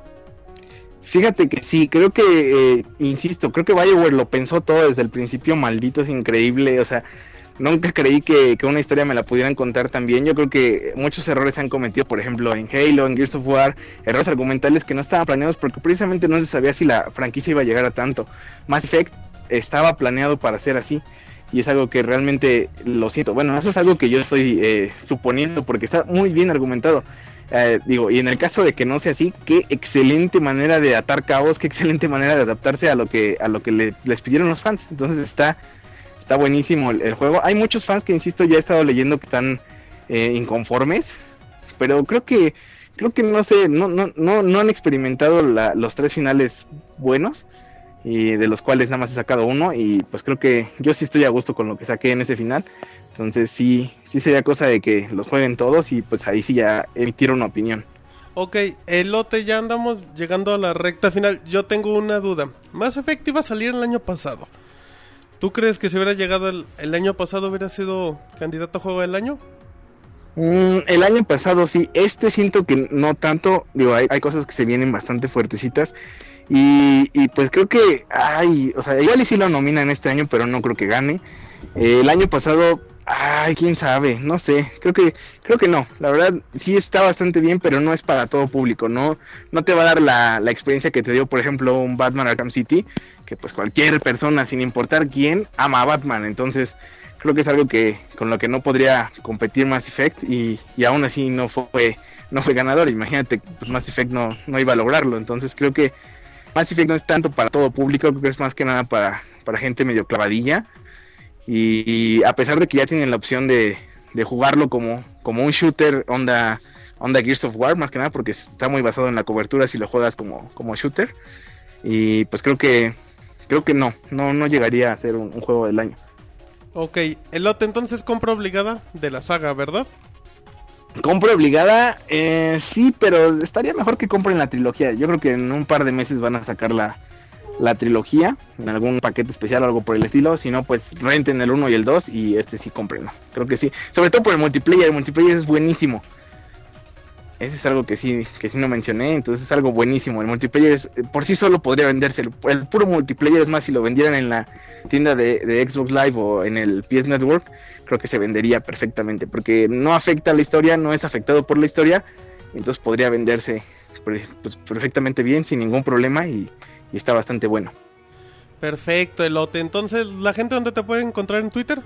Fíjate que sí, creo que insisto, creo que BioWare lo pensó todo desde el principio. Maldito, es increíble, o sea, nunca creí que una historia me la pudieran contar tan bien. Yo creo que muchos errores se han cometido, por ejemplo, en Halo, en Gears of War, errores argumentales que no estaban planeados porque precisamente no se sabía si la franquicia iba a llegar a tanto. Mass Effect estaba planeado para ser así. Y es algo que realmente lo siento. Bueno, eso es algo que yo estoy suponiendo porque está muy bien argumentado. Y en el caso de que no sea así, qué excelente manera de atar cabos, qué excelente manera de adaptarse a lo que les pidieron los fans. Entonces está buenísimo el juego. Hay muchos fans que, insisto, ya he estado leyendo que están inconformes, pero creo que no sé, no han experimentado los 3 finales buenos, y de los cuales nada más he sacado uno, y pues creo que yo sí estoy a gusto con lo que saqué en ese final. Entonces sí sería cosa de que los jueguen todos y pues ahí sí ya emitir una opinión. Ok, Elote, ya andamos llegando a la recta final. Yo tengo una duda. Mass Effect iba a salir el año pasado. ¿Tú crees que si hubiera llegado el año pasado hubiera sido candidato a juego del año? El año pasado sí, siento que no tanto. Digo, hay cosas que se vienen bastante fuertecitas. Y pues creo que o sea, igual y sí lo nominan este año, pero no creo que gane. El año pasado, quién sabe, no sé, creo que no. La verdad sí está bastante bien, pero no es para todo público. No te va a dar la experiencia que te dio, por ejemplo, un Batman Arkham City, que pues cualquier persona, sin importar quién, ama a Batman. Entonces creo que es algo con lo que no podría competir Mass Effect, y aún así no fue ganador. Imagínate, pues Mass Effect no iba a lograrlo. Entonces creo que Mass Effect no es tanto para todo público, creo que es más que nada para gente medio clavadilla. Y a pesar de que ya tienen la opción de jugarlo como un shooter onda Gears of War, más que nada porque está muy basado en la cobertura si lo juegas como shooter. Y pues creo que no llegaría a ser un juego del año. Ok, Elote, entonces compra obligada de la saga, ¿verdad? Compra obligada, sí, pero estaría mejor que compren la trilogía. Yo creo que en un par de meses van a sacar la trilogía en algún paquete especial o algo por el estilo. Si no, pues renten el 1 y el 2 y sí comprenlo. Creo que sí, sobre todo por el multiplayer es buenísimo. Ese es algo que sí no mencioné, entonces es algo buenísimo. El multiplayer por sí solo podría venderse. El puro multiplayer, es más, si lo vendieran en la tienda de Xbox Live o en el PS Network, creo que se vendería perfectamente, porque no afecta a la historia, no es afectado por la historia, entonces podría venderse pues perfectamente bien, sin ningún problema, y está bastante bueno. Perfecto, Elote. Entonces, ¿la gente dónde te puede encontrar en Twitter?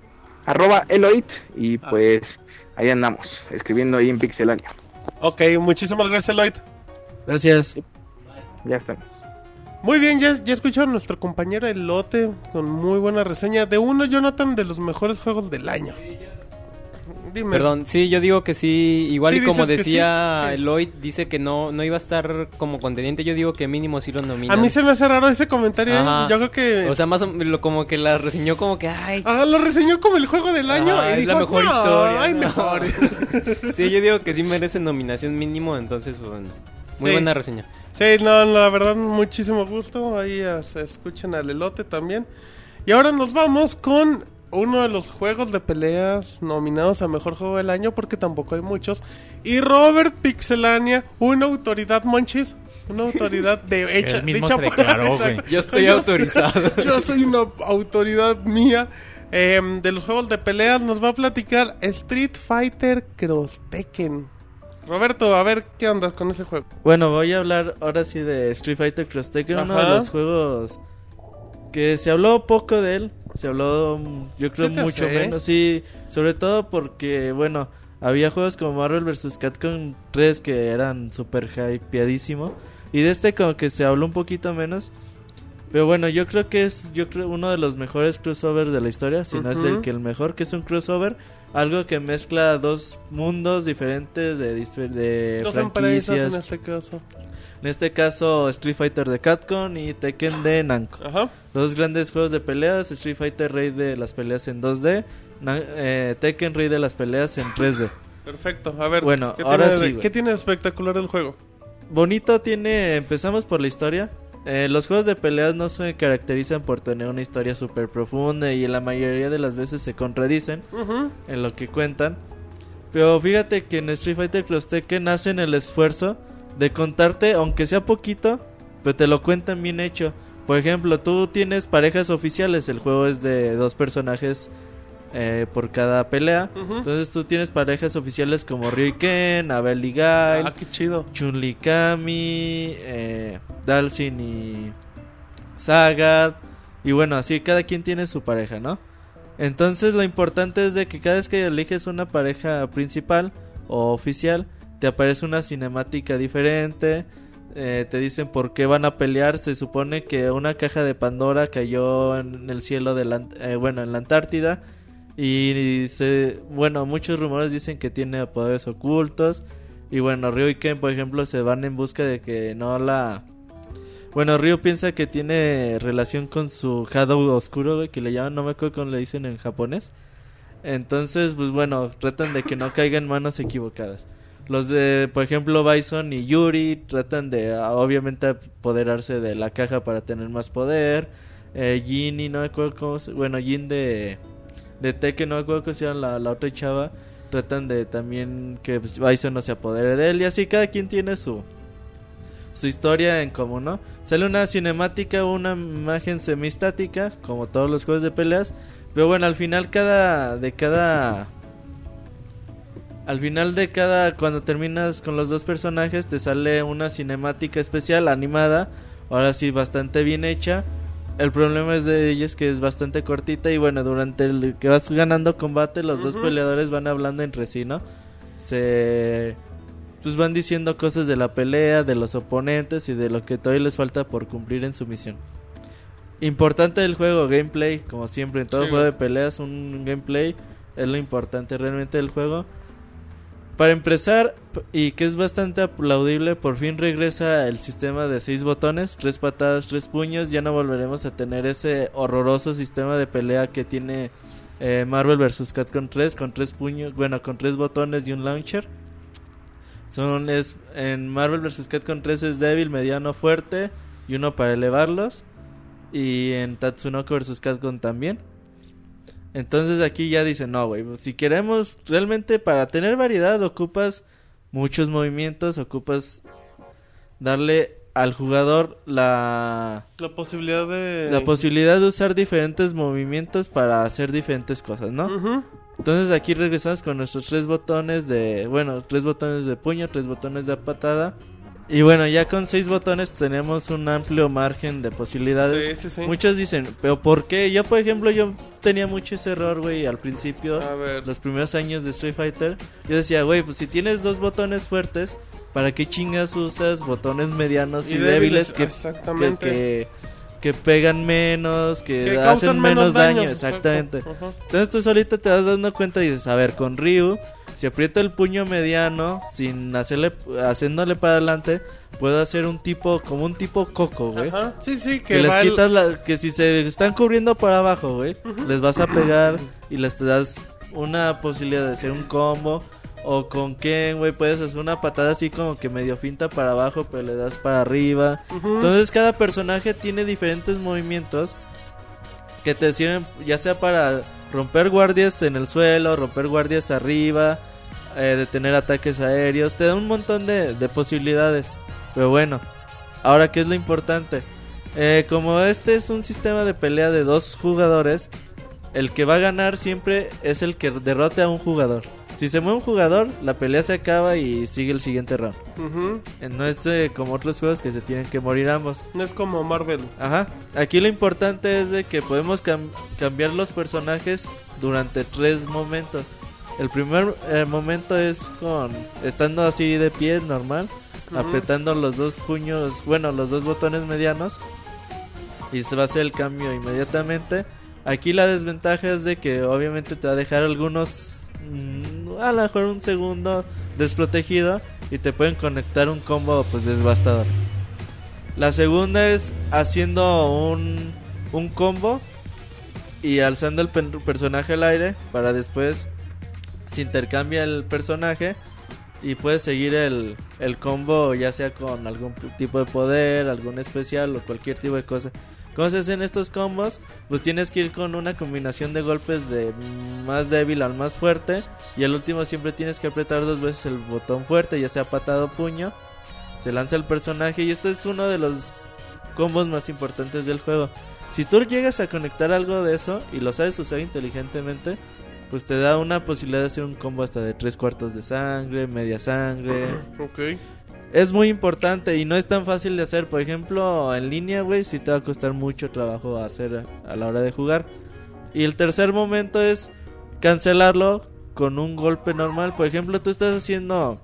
@Eloit y pues ahí andamos, escribiendo ahí en Pixelania. Ok, muchísimas gracias, Eloy. Gracias. Ya estamos. Muy bien, ya escucharon a nuestro compañero Elote con muy buena reseña de uno, Jonathan, de los mejores juegos del año. Dime. Perdón, sí, yo digo que sí, igual Sí, y como dices que decía sí. Eloy, dice que no iba a estar como contendiente, yo digo que mínimo sí lo nominan. A mí se me hace raro ese comentario. Ajá. Yo creo que... O sea, más como que la reseñó como que, ay... lo reseñó como el juego del año Ajá, y es dijo, la mejor "No, historia, hay no". mejores. Sí, yo digo que sí merece nominación mínimo, entonces, bueno, muy Sí. buena reseña. Sí, no, la verdad, muchísimo gusto. Ahí se escuchan al Elote también. Y ahora nos vamos con uno de los juegos de peleas nominados a Mejor Juego del Año, porque tampoco hay muchos. Y Robert Pixelania, una autoridad, Monchis. Una autoridad Él mismo dicha se declaró, por- güey. Yo estoy autorizado. Yo soy una autoridad mía de los juegos de peleas. Nos va a platicar Street Fighter Cross Tekken. Roberto, a ver qué onda con ese juego. Bueno, voy a hablar ahora sí de Street Fighter Cross Tekken, uno de Ajá. los juegos que se habló poco de él, se habló yo creo ¿Qué te mucho hace? menos, sí, sobre todo porque, bueno, había juegos como Marvel vs. Capcom 3 que eran super hypeadísimo, y de este como que se habló un poquito menos, pero bueno, yo creo que es uno de los mejores crossovers de la historia, si no es Ujú. el mejor, que es un crossover, algo que mezcla dos mundos diferentes de Dos empresas franquicias. en este caso. En este caso, Street Fighter de Capcom y Tekken de Namco. Ajá. Dos grandes juegos de peleas. Street Fighter, rey de las peleas en 2D. Tekken, rey de las peleas en 3D. Perfecto. A ver, Bueno, ¿qué ahora tiene sí, güey. ¿qué tiene de espectacular el juego? Bonito tiene... Empezamos por la historia. Los juegos de peleas no se caracterizan por tener una historia súper profunda y la mayoría de las veces se contradicen Ujú. en lo que cuentan. Pero fíjate que en Street Fighter Cross Tekken hacen el esfuerzo de contarte, aunque sea poquito, pero te lo cuentan bien hecho. Por ejemplo, tú tienes parejas oficiales, el juego es de 2 personajes por cada pelea. Ujú. Entonces tú tienes parejas oficiales como Ryu Ken, Abel y Guile, Qué chido. Chun-Li Kami, Dalsin y Sagat. Y bueno, así cada quien tiene su pareja, ¿no? Entonces lo importante es de que cada vez que eliges una pareja principal o oficial, te aparece una cinemática diferente. Te dicen por qué van a pelear. Se supone que una caja de Pandora cayó en el cielo de en la Antártida. Y muchos rumores dicen que tiene poderes ocultos. Y bueno, Ryu y Ken, por ejemplo, se van en busca de que no la... Bueno, Ryu piensa que tiene relación con su Shadow oscuro, güey, que le llaman, no me acuerdo cómo le dicen en japonés. Entonces, pues bueno, tratan de que no caigan en manos equivocadas. Los de, por ejemplo, Bison y Yuri tratan de, obviamente, apoderarse de la caja para tener más poder. Jin y no me acuerdo cómo se... Bueno, Jin de Tekken, no me acuerdo cómo se llama la otra chava. Tratan de también que pues, Bison no se apodere de él. Y así cada quien tiene su historia en común, ¿no? Sale una cinemática, una imagen semi-estática, como todos los juegos de peleas. Pero bueno, al final cuando terminas con los dos personajes, te sale una cinemática especial animada. Ahora sí, bastante bien hecha. El problema es de ella es que es bastante cortita. Y bueno, durante el que vas ganando combate, los dos peleadores van hablando entre sí, ¿no? Pues van diciendo cosas de la pelea, de los oponentes y de lo que todavía les falta por cumplir en su misión. Importante del juego, gameplay, como siempre en todo Sí, juego güey. de peleas, un gameplay es lo importante realmente del juego. Para empezar, y que es bastante aplaudible, por fin regresa el sistema de 6 botones, 3 patadas, 3 puños. Ya no volveremos a tener ese horroroso sistema de pelea que tiene Marvel vs. Capcom 3 con 3 puños, bueno, con 3 botones y un launcher. En Marvel vs. Capcom 3 es débil, mediano, fuerte y uno para elevarlos. Y en Tatsunoko vs. Capcom también. Entonces aquí ya dicen, no, güey, si queremos realmente para tener variedad ocupas muchos movimientos, ocupas darle al jugador la posibilidad de usar diferentes movimientos para hacer diferentes cosas, ¿no? Ujú. Entonces aquí regresamos con nuestros 3 botones de, 3 botones de puño, 3 botones de patada Y bueno, ya con 6 botones tenemos un amplio margen de posibilidades. Sí. Muchos dicen, ¿pero por qué? Yo, por ejemplo, yo tenía mucho ese error, güey, al principio, A ver. los primeros años de Street Fighter. Yo decía, güey, pues si tienes 2 botones fuertes, ¿para qué chingas usas botones medianos y débiles exactamente. que pegan menos, que Que hacen causan menos daño? exacto. Exactamente. Ajá. Entonces tú solito te vas dando cuenta y dices, a ver, con Ryu, si aprieto el puño mediano sin haciéndole para adelante, puedo hacer un tipo, como un tipo Coco, güey. Ajá. Sí, Que les quitas que si se están cubriendo para abajo, güey, les vas a pegar y les te das una posibilidad de hacer un combo. O con Ken, güey, puedes hacer una patada así como que medio finta para abajo, pero le das para arriba. Entonces cada personaje tiene diferentes movimientos que te sirven ya sea para romper guardias en el suelo, romper guardias arriba, detener ataques aéreos. Te da un montón de posibilidades. Pero bueno, ahora ¿qué es lo importante? Como este es un sistema de pelea de 2 jugadores, el que va a ganar siempre es el que derrote a un jugador. Si se mueve un jugador, la pelea se acaba y sigue el siguiente round. No es como otros juegos que se tienen que morir ambos. No es como Marvel. Ajá. Aquí lo importante es de que podemos cambiar los personajes durante 3 momentos. El primer momento es estando así de pie, normal, apretando los 2 puños, bueno, los 2 botones medianos, y se va a hacer el cambio inmediatamente. Aquí la desventaja es de que obviamente te va a dejar algunos, a lo mejor un segundo desprotegido, y te pueden conectar un combo pues devastador. La segunda es haciendo un combo y alzando el personaje al aire, para después se intercambia el personaje y puedes seguir el combo ya sea con algún tipo de poder, algún especial o cualquier tipo de cosa. ¿Cómo se hacen estos combos? Pues tienes que ir con una combinación de golpes de más débil al más fuerte, y al último siempre tienes que apretar 2 veces el botón fuerte, ya sea patada o puño. Se lanza el personaje y este es uno de los combos más importantes del juego. Si tú llegas a conectar algo de eso y lo sabes usar inteligentemente, pues te da una posibilidad de hacer un combo hasta de 3/4 de sangre, media sangre. Ok. Es muy importante y no es tan fácil de hacer. Por ejemplo, en línea, güey, sí te va a costar mucho trabajo hacer a la hora de jugar. Y el tercer momento es cancelarlo con un golpe normal. Por ejemplo, tú estás haciendo,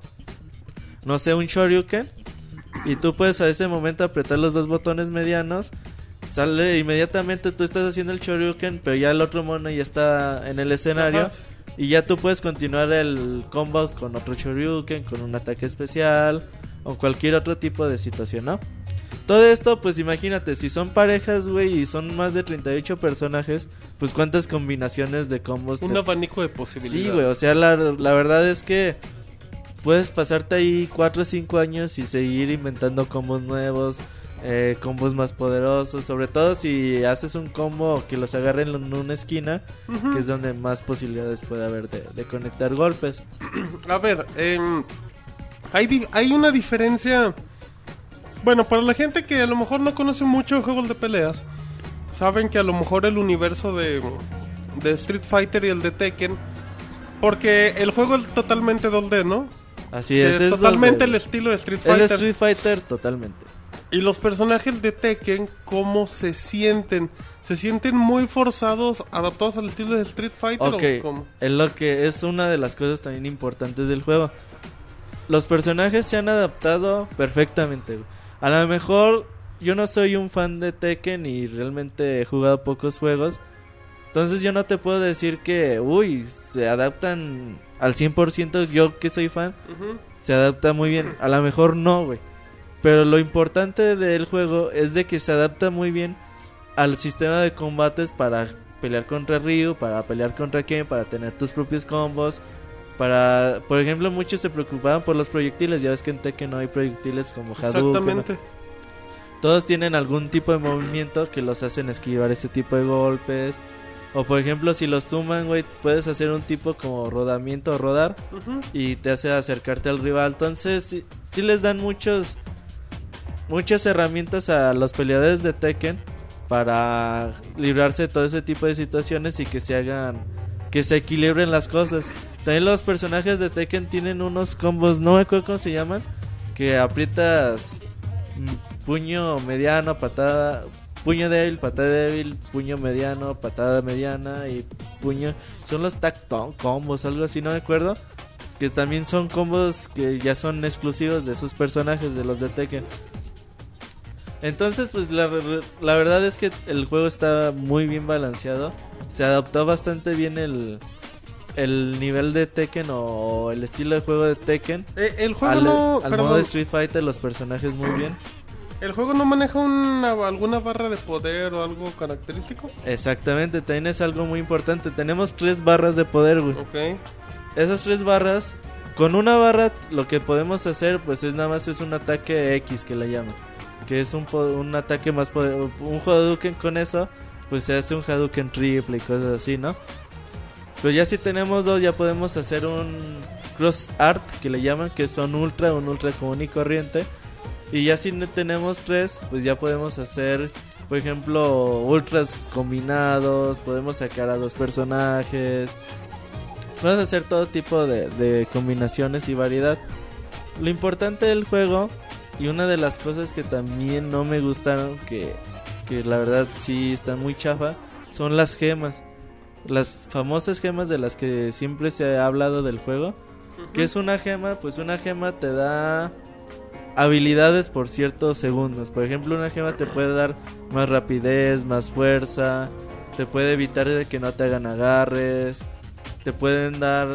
no sé, un Shoryuken, y tú puedes a ese momento apretar los 2 botones medianos. Sale inmediatamente, tú estás haciendo el Shoryuken, pero ya el otro mono ya está en el escenario. Ajá. Y ya tú puedes continuar el combos con otro Shoryuken, con un ataque especial o cualquier otro tipo de situación, ¿no? Todo esto, pues imagínate, si son parejas, güey, y son más de 38 personajes, pues cuántas combinaciones de combos. Un abanico de posibilidades. Sí, güey, o sea, la verdad es que puedes pasarte ahí 4 o 5 años y seguir inventando combos nuevos, combos más poderosos, sobre todo si haces un combo que los agarren en una esquina, que es donde más posibilidades puede haber de conectar golpes. A ver, hay una diferencia. Bueno, para la gente que a lo mejor no conoce mucho juegos de peleas, saben que a lo mejor el universo de Street Fighter y el de Tekken, porque el juego es totalmente 2D, ¿no? Así Que es, es totalmente el estilo de Street Fighter. Es Street Fighter totalmente. Y los personajes de Tekken, ¿cómo se sienten? ¿Se sienten muy forzados, adaptados al estilo de Street Fighter? Ok, ¿O cómo? es lo que es una de las cosas también importantes del juego. Los personajes se han adaptado perfectamente, güey. A lo mejor yo no soy un fan de Tekken y realmente he jugado pocos juegos, entonces yo no te puedo decir que, uy, se adaptan al 100%. Yo que soy fan, se adapta muy bien. A lo mejor no, güey. Pero lo importante del juego es de que se adapta muy bien al sistema de combates para pelear contra Ryu, para pelear contra Ken, para tener tus propios combos. Para, por ejemplo, muchos se preocupaban por los proyectiles. Ya ves que en Tekken no hay proyectiles como Hadouken. Exactamente. Todos tienen algún tipo de movimiento que los hacen esquivar ese tipo de golpes. O por ejemplo, si los tumban, güey, puedes hacer un tipo como rodamiento o rodar, y te hace acercarte al rival. Entonces, sí les dan muchas herramientas a los peleadores de Tekken para librarse de todo ese tipo de situaciones y que se equilibren las cosas. También los personajes de Tekken tienen unos combos, no me acuerdo cómo se llaman, que aprietas puño mediano, patada, puño débil, patada débil, puño mediano, patada mediana y puño. Son los tag combos, algo así, no me acuerdo. Que también son combos que ya son exclusivos de esos personajes, de los de Tekken. Entonces, pues la verdad es que el juego está muy bien balanceado. Se adaptó bastante bien el nivel de Tekken o el estilo de juego de Tekken. El juego al modo de Street Fighter, los personajes muy bien. ¿El juego no maneja alguna barra de poder o algo característico? Exactamente, también es algo muy importante. Tenemos 3 barras de poder, güey. Ok. Esas 3 barras, con una barra lo que podemos hacer pues es nada más es un ataque X que le llaman. Que es un ataque más poder, un Hadouken. Con eso pues se hace un Hadouken triple y cosas así, ¿no? Pero ya si tenemos 2 ya podemos hacer un Cross Art que le llaman, que son un ultra común y corriente. Y ya si no tenemos 3 pues ya podemos hacer, por ejemplo, ultras combinados. Podemos sacar a 2 personajes. Vamos a hacer todo tipo de combinaciones y variedad. Lo importante del juego, y una de las cosas que también no me gustaron, que la verdad sí están muy chafa, son las gemas. Las famosas gemas de las que siempre se ha hablado del juego. ¿Qué es una gema? Pues una gema te da habilidades por ciertos segundos. Por ejemplo, una gema te puede dar más rapidez, más fuerza, te puede evitar de que no te hagan agarres, te pueden dar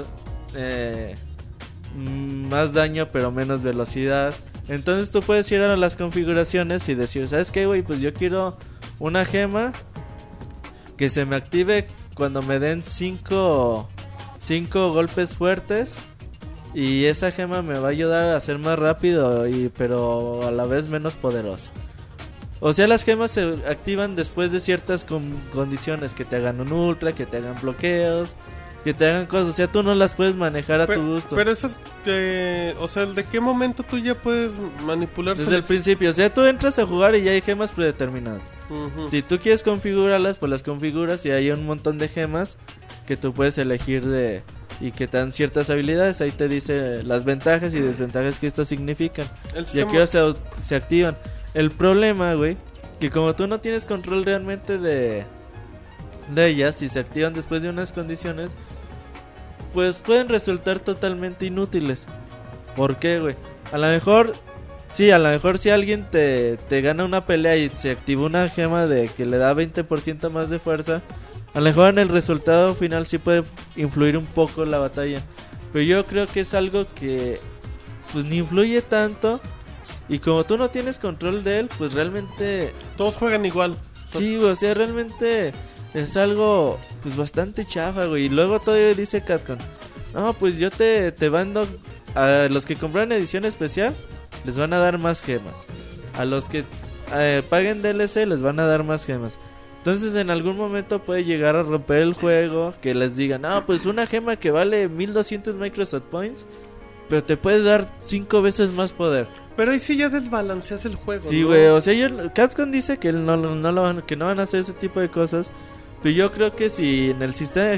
más daño pero menos velocidad. Entonces tú puedes ir a las configuraciones y decir, ¿sabes qué, güey? Pues yo quiero una gema que se me active cuando me den 5 golpes fuertes. Y esa gema me va a ayudar a ser más rápido, pero a la vez menos poderoso. O sea, las gemas se activan después de ciertas condiciones. Que te hagan un ultra, que te hagan bloqueos, que te hagan cosas. O sea, tú no las puedes manejar a tu gusto. Pero eso es que... O sea, ¿de qué momento tú ya puedes manipular? Desde el principio. O sea, tú entras a jugar y ya hay gemas predeterminadas. Si tú quieres configurarlas, pues las configuras y hay un montón de gemas que tú puedes elegir y que te dan ciertas habilidades. Ahí te dice las ventajas y desventajas que estas significan. Y aquí se activan. El problema, güey, que como tú no tienes control realmente de ellas, y se activan después de unas condiciones, pues pueden resultar totalmente inútiles. ¿Por qué, güey? A lo mejor si alguien te gana una pelea y se activó una gema de que le da 20% más de fuerza, a lo mejor en el resultado final sí puede influir un poco la batalla. Pero yo creo que es algo que pues ni influye tanto. Y como tú no tienes control de él, pues realmente todos juegan igual. Sí, güey, o sea, realmente es algo pues bastante chafa, güey. Y luego todavía dice Capcom, no, pues yo te mando a los que compraron edición especial, les van a dar más gemas. A los que paguen DLC les van a dar más gemas. Entonces en algún momento puede llegar a romper el juego, que les digan, no, pues una gema que vale 1200 Microsoft Points, pero te puede dar 5 veces más poder. Pero ahí sí ya desbalanceas el juego. Sí, güey, o sea, Capcom dice que no van a hacer ese tipo de cosas. Pero yo creo que si en el sistema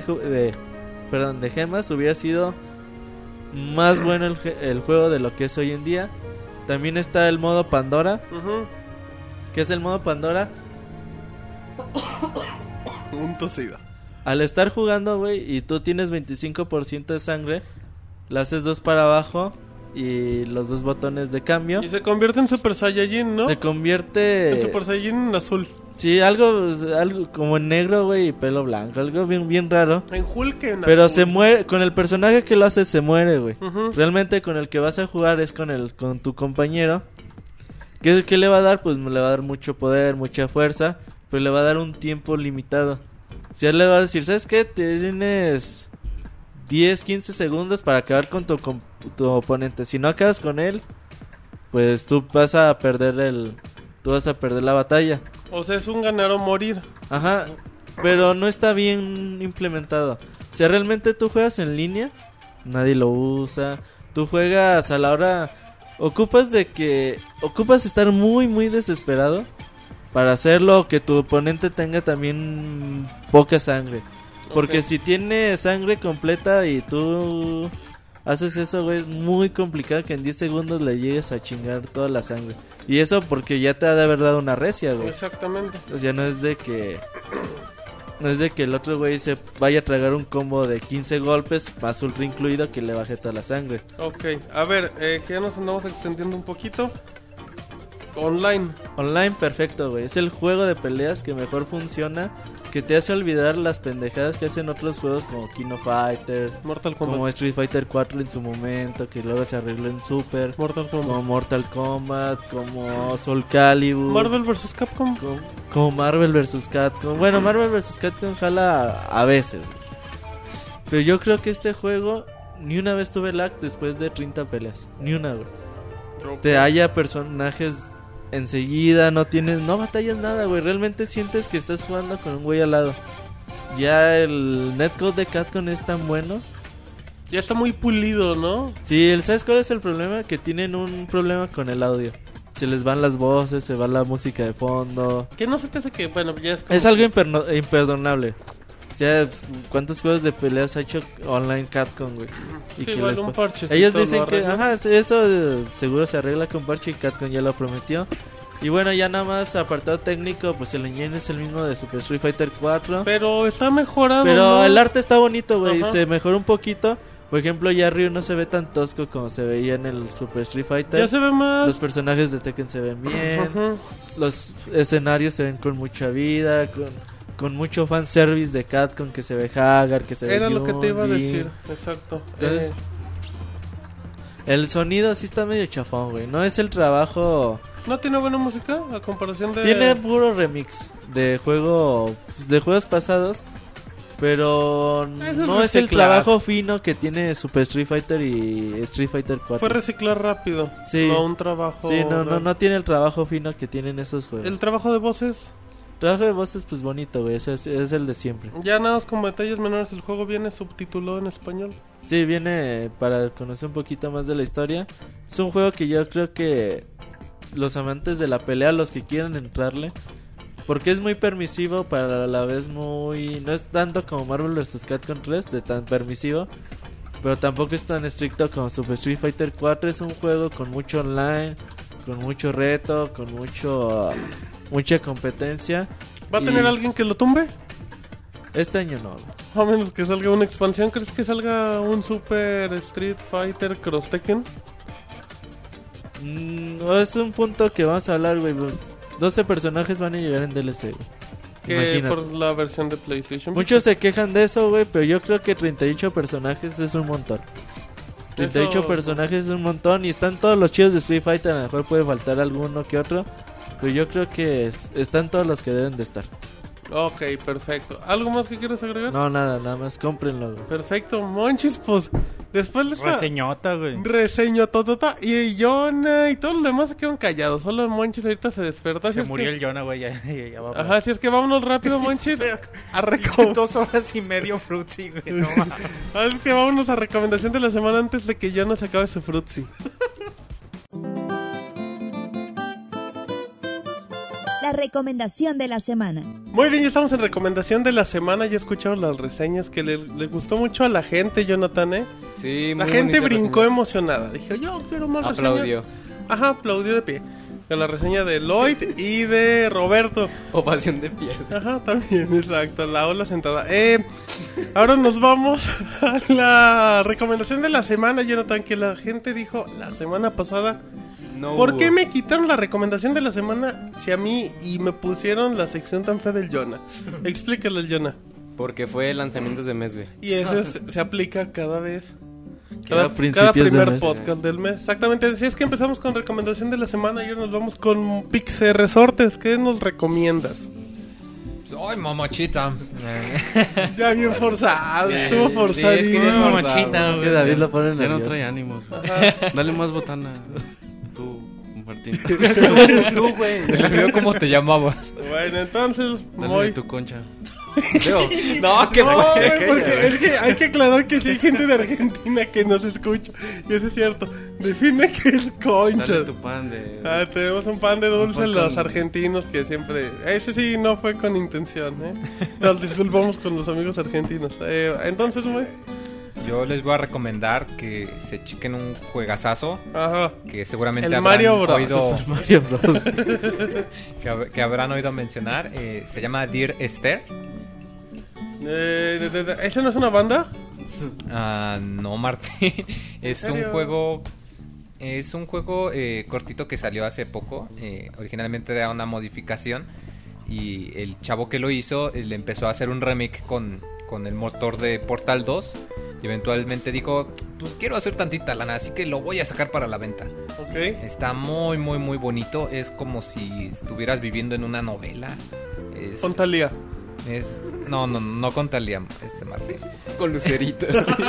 de gemas hubiera sido más bueno el juego de lo que es hoy en día. También está el modo Pandora. ¿Qué es el modo Pandora? Un tosido. Al estar jugando, güey, y tú tienes 25% de sangre, le haces 2 para abajo y los 2 botones de cambio. Y se convierte en Super Saiyajin, ¿no? Se convierte en Super Saiyajin en azul. Sí, algo como en negro, güey, y pelo blanco, algo bien raro. En Hulk en pero azul. Se muere, con el personaje que lo hace se muere, güey. Realmente con el que vas a jugar es con tu compañero. ¿Qué le va a dar? Pues le va a dar mucho poder, mucha fuerza, pero le va a dar un tiempo limitado. Si él le va a decir, ¿sabes qué? Tienes 10, 15 segundos para acabar con tu oponente. Si no acabas con él, pues tú vas a perder la batalla. O sea, es un ganar o morir. Ajá, pero no está bien implementado. Si realmente tú juegas en línea, nadie lo usa. Tú juegas a la hora... Ocupas estar muy desesperado para hacerlo, que tu oponente tenga también poca sangre. Porque si tiene sangre completa y tú haces eso, güey, es muy complicado que en 10 segundos le llegues a chingar toda la sangre. Y eso porque ya te ha de haber dado una recia, güey. Exactamente. O sea, no es de que el otro güey se vaya a tragar un combo de 15 golpes, más ultra incluido, que le baje toda la sangre. Ok, a ver, que ya nos andamos extendiendo un poquito. Online. Online, perfecto, güey. Es el juego de peleas que mejor funciona, que te hace olvidar las pendejadas que hacen otros juegos como King of Fighters, Mortal Kombat. como Street Fighter 4 en su momento, que luego se arregló en Super, Mortal Kombat. como Mortal Kombat, como Soul Calibur, Marvel vs. Capcom. como Marvel vs. Capcom. Bueno, Marvel vs. Capcom jala a veces, pero yo creo que este juego ni una vez tuve lag después de 30 peleas, ni una, güey. Te halla personajes enseguida, no batallas nada, güey. Realmente sientes que estás jugando con un güey al lado. Ya el netcode de Capcom es tan bueno. Ya está muy pulido, ¿no? Sí, ¿sabes cuál es el problema? Que tienen un problema con el audio. Se les van las voces, se va la música de fondo. Que no se te hace que, bueno, ya es como Es algo imperdonable. O sea, ¿cuántos juegos de peleas ha hecho online Capcom, güey? Y Sí, que igual les un pa- parchecito Ellos lo dicen que, arreglan. ajá, eso seguro se arregla con parche y Capcom ya lo prometió. Y bueno, ya nada más apartado técnico, pues el engine es el mismo de Super Street Fighter 4. Pero está mejorado, Pero ¿no? el arte está bonito, güey, Ajá. se mejoró un poquito. Por ejemplo, ya Ryu no se ve tan tosco como se veía en el Super Street Fighter. Ya se ve más. Los personajes de Tekken se ven bien. Ajá. Los escenarios se ven con mucha vida, con mucho fanservice de Capcom, que se ve Hagar, que se ve Era lo que te iba a Yun-Jin. decir, exacto. Entonces, el sonido sí está medio chafón, güey. No es el trabajo. ¿No tiene buena música a comparación de...? Tiene puro remix de juegos pasados, pero Eso es no es el reciclar. trabajo fino que tiene Super Street Fighter y Street Fighter 4. Fue reciclar rápido, Sí. no un trabajo... Sí, no tiene el trabajo fino que tienen esos juegos. El trabajo de voces, trabajo de voces, pues bonito, güey. Es el de siempre. ya nada más como detalles menores, el juego viene subtitulado en español. Sí, viene para conocer un poquito más de la historia. Es un juego que yo creo que los amantes de la pelea, los que quieran entrarle, porque es muy permisivo, pero a la vez muy... No es tanto como Marvel vs. Capcom 3, de tan permisivo, pero tampoco es tan estricto como Super Street Fighter 4. Es un juego con mucho online, con mucho reto, con mucha competencia. ¿Va a Y tener alguien que lo tumbe? Este año no, güey. A menos que salga una expansión. ¿Crees que salga un Super Street Fighter Cross Tekken? No, es un punto que vamos a hablar, güey. 12 personajes van a llegar en DLC, güey. Que Imagínate. por la versión de PlayStation. Muchos se quejan de eso, güey, pero yo creo que 38 personajes es un montón. 38 Eso- personajes es un montón y están todos los chidos de Street Fighter. A lo mejor puede faltar alguno que otro, pero yo creo que están todos los que deben de estar. Ok, perfecto. ¿Algo más que quieras agregar? No, nada más cómprenlo, güey. Perfecto, Monchis, pues después de esa Reseñota, güey. reseño totota y Jonah y todos los demás se quedaron callados. Solo el Monchis ahorita se despertó. así Se es murió que... el Jonah, güey. Ya va. Ajá, así es que vámonos rápido, Monchis. A recom- 2 horas y medio Fruitsy, güey. No mames. Así que vámonos a recomendación de la semana antes de que Jonah se acabe su frutzi. La recomendación de la semana. Muy bien, ya estamos en recomendación de la semana. Ya escucharon las reseñas que le gustó mucho a la gente, Jonathan, ¿eh? Sí, La muy gente bonitas brincó reseñas. emocionada. Dijo, yo quiero más Aplaudió. reseñas. Ajá, aplaudió de pie. Con la reseña de Lloyd y de Roberto. Ovación de pie. Ajá, también, exacto, la ola sentada. Ahora nos vamos a la recomendación de la semana, Jonathan, que la gente dijo la semana pasada. No ¿Por hubo. qué me quitaron la recomendación de la semana si a mí y me pusieron la sección tan fea del Jonah? Explícale el Jonah. Porque fue lanzamientos de mes, güey. Y eso se aplica cada vez. Cada Cada principios de primer mes. podcast del mes. Exactamente. Así es que empezamos con recomendación de la semana y ahora nos vamos con Pixel Resortes. ¿Qué nos recomiendas? Ay, mamachita. Ya bien forzado, estuvo Sí, forzadísimo. es que bien mamachita, Es que David lo pone Ya no nervioso. trae ánimos. Dale más botana. Tú, Martín. Tú, güey. Se me olvidó cómo te llamabas. Bueno, entonces, Dale muy... de tu concha. No, que No, güey, porque es que hay que aclarar que sí hay gente de Argentina que nos escucha. Y eso es cierto. Define qué es concha. Dale tu pan de... Tenemos un pan de dulce, pan los con- argentinos que siempre... Ese sí no fue con intención, Nos disculpamos con los amigos argentinos. Entonces, güey... Yo les voy a recomendar que se chequen un juegazazo Ajá. que seguramente El habrán Mario Bros. oído Mario Bros. que habrán oído mencionar. Se llama Dear Esther. ¿Esa no es una banda? No, Martín. Es un serio? juego. Es un juego cortito que salió hace poco. Originalmente era una modificación. Y el chavo que lo hizo le empezó a hacer un remake con el motor de Portal 2. Y eventualmente dijo: pues quiero hacer tantita lana, así que lo voy a sacar para la venta. Ok. Está muy, muy, muy bonito. Es como si estuvieras viviendo en una novela. Es, Con Thalía. no con Thalía, Martín. Con Lucerito.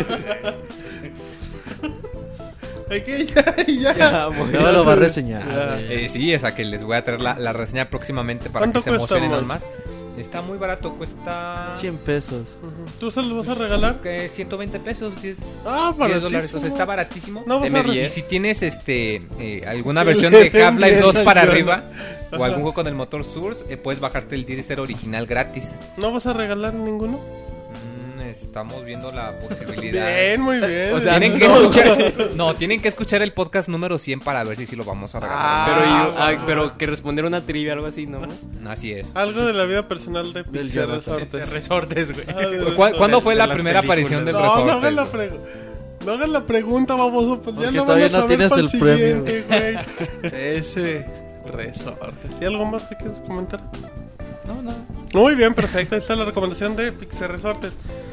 Ay, que ya. No lo va a reseñar. Ya. Sí, esa que les voy a traer la reseña próximamente para ¿Cuánto que se cuesta, emocionen aún Mon? más. Está muy barato, cuesta 100 pesos. ¿Tú se los vas a regalar? 120 pesos, 10, Ah, 10 dólares. baratísimo. O sea, está baratísimo. No vas Deme a 10. Y si tienes alguna versión de Half-Life 2 para Ajá. arriba o algún juego con el motor Source, puedes bajarte el Dear Esther original gratis. ¿No vas a regalar ninguno? Estamos viendo la posibilidad. Bien, muy bien. O sea, Tienen que escuchar, tienen que escuchar el podcast número 100 para ver si lo vamos a regalar. Pero que responder una trivia, algo así, ¿no? Así es. Algo de la vida personal de Del Pixel Jonathan. Resortes. Resortes, güey. Ah, de ¿Cuándo fue de la las primera películas. aparición del No, Resortes? no hagas la pregunta. No hagas la pregunta, baboso. Pues ya Porque lo van todavía a no saber tienes para el premio. siguiente, güey. Ese Resortes. ¿Y algo más que quieres comentar? No. Muy bien, perfecto. Ahí está la recomendación de Pixel Resortes.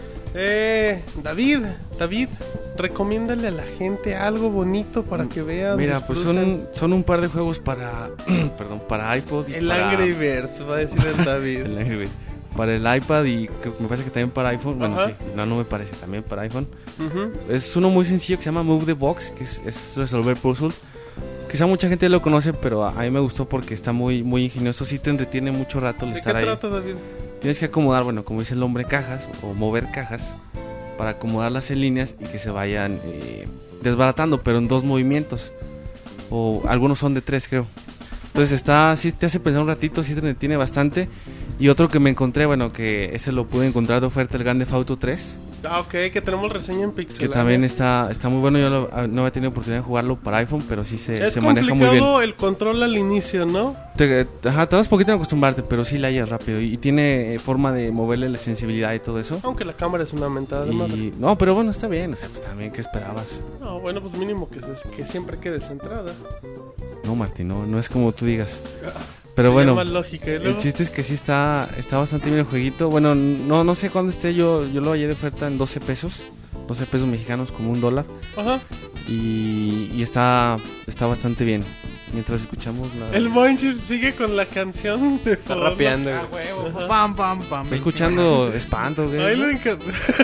David, recomiéndale a la gente algo bonito para que vean. Mira, pues disfruten. son un par de juegos para para iPod y El para Angry Birds, va a decir el David. el Angry Birds. Para el iPad y me parece que también para iPhone. Bueno, Ajá. sí, no me parece, también para iPhone. Ujú. Es uno muy sencillo que se llama Move the Box, que es resolver puzzles. Quizá mucha gente lo conoce, pero a mí me gustó porque está muy muy ingenioso. Sí te entretiene mucho rato el ¿De qué estar ahí. trata, David? Tienes que acomodar, bueno, como dice el nombre, cajas o mover cajas para acomodarlas en líneas y que se vayan desbaratando, pero en 2 movimientos. O algunos son de 3, creo. Entonces sí te hace pensar un ratito, sí te entretiene bastante. Y otro que me encontré, bueno, que ese lo pude encontrar de oferta, el Grand Theft Auto 3. Ah, ok, que tenemos reseña en Pixel. Que también está muy bueno. Yo no había tenido oportunidad de jugarlo para iPhone, pero sí Es se maneja muy bien. complicado el control al inicio, ¿no? Tardas poquito en acostumbrarte, pero sí la hallas rápido. Y tiene forma de moverle la sensibilidad y todo eso. Aunque la cámara es una mentada de madre. No, pero bueno, está bien. O sea, pues también, ¿qué esperabas? No, bueno, pues mínimo que siempre quede centrada. No, Martín, no es como tú digas. Pero Se bueno, llama lógica. ¿Y luego? el chiste es que sí está bastante bien el jueguito. Bueno, no sé cuándo esté. Yo lo hallé de oferta en 12 pesos. 12 pesos mexicanos, como $1. Ajá. Y está bastante bien. Mientras escuchamos la... El Monchis sigue con la canción de Está fondo. rapeando, Ah, güey. huevo. Pam, pam, pam. Está escuchando Espanto, güey. Ahí le encargo.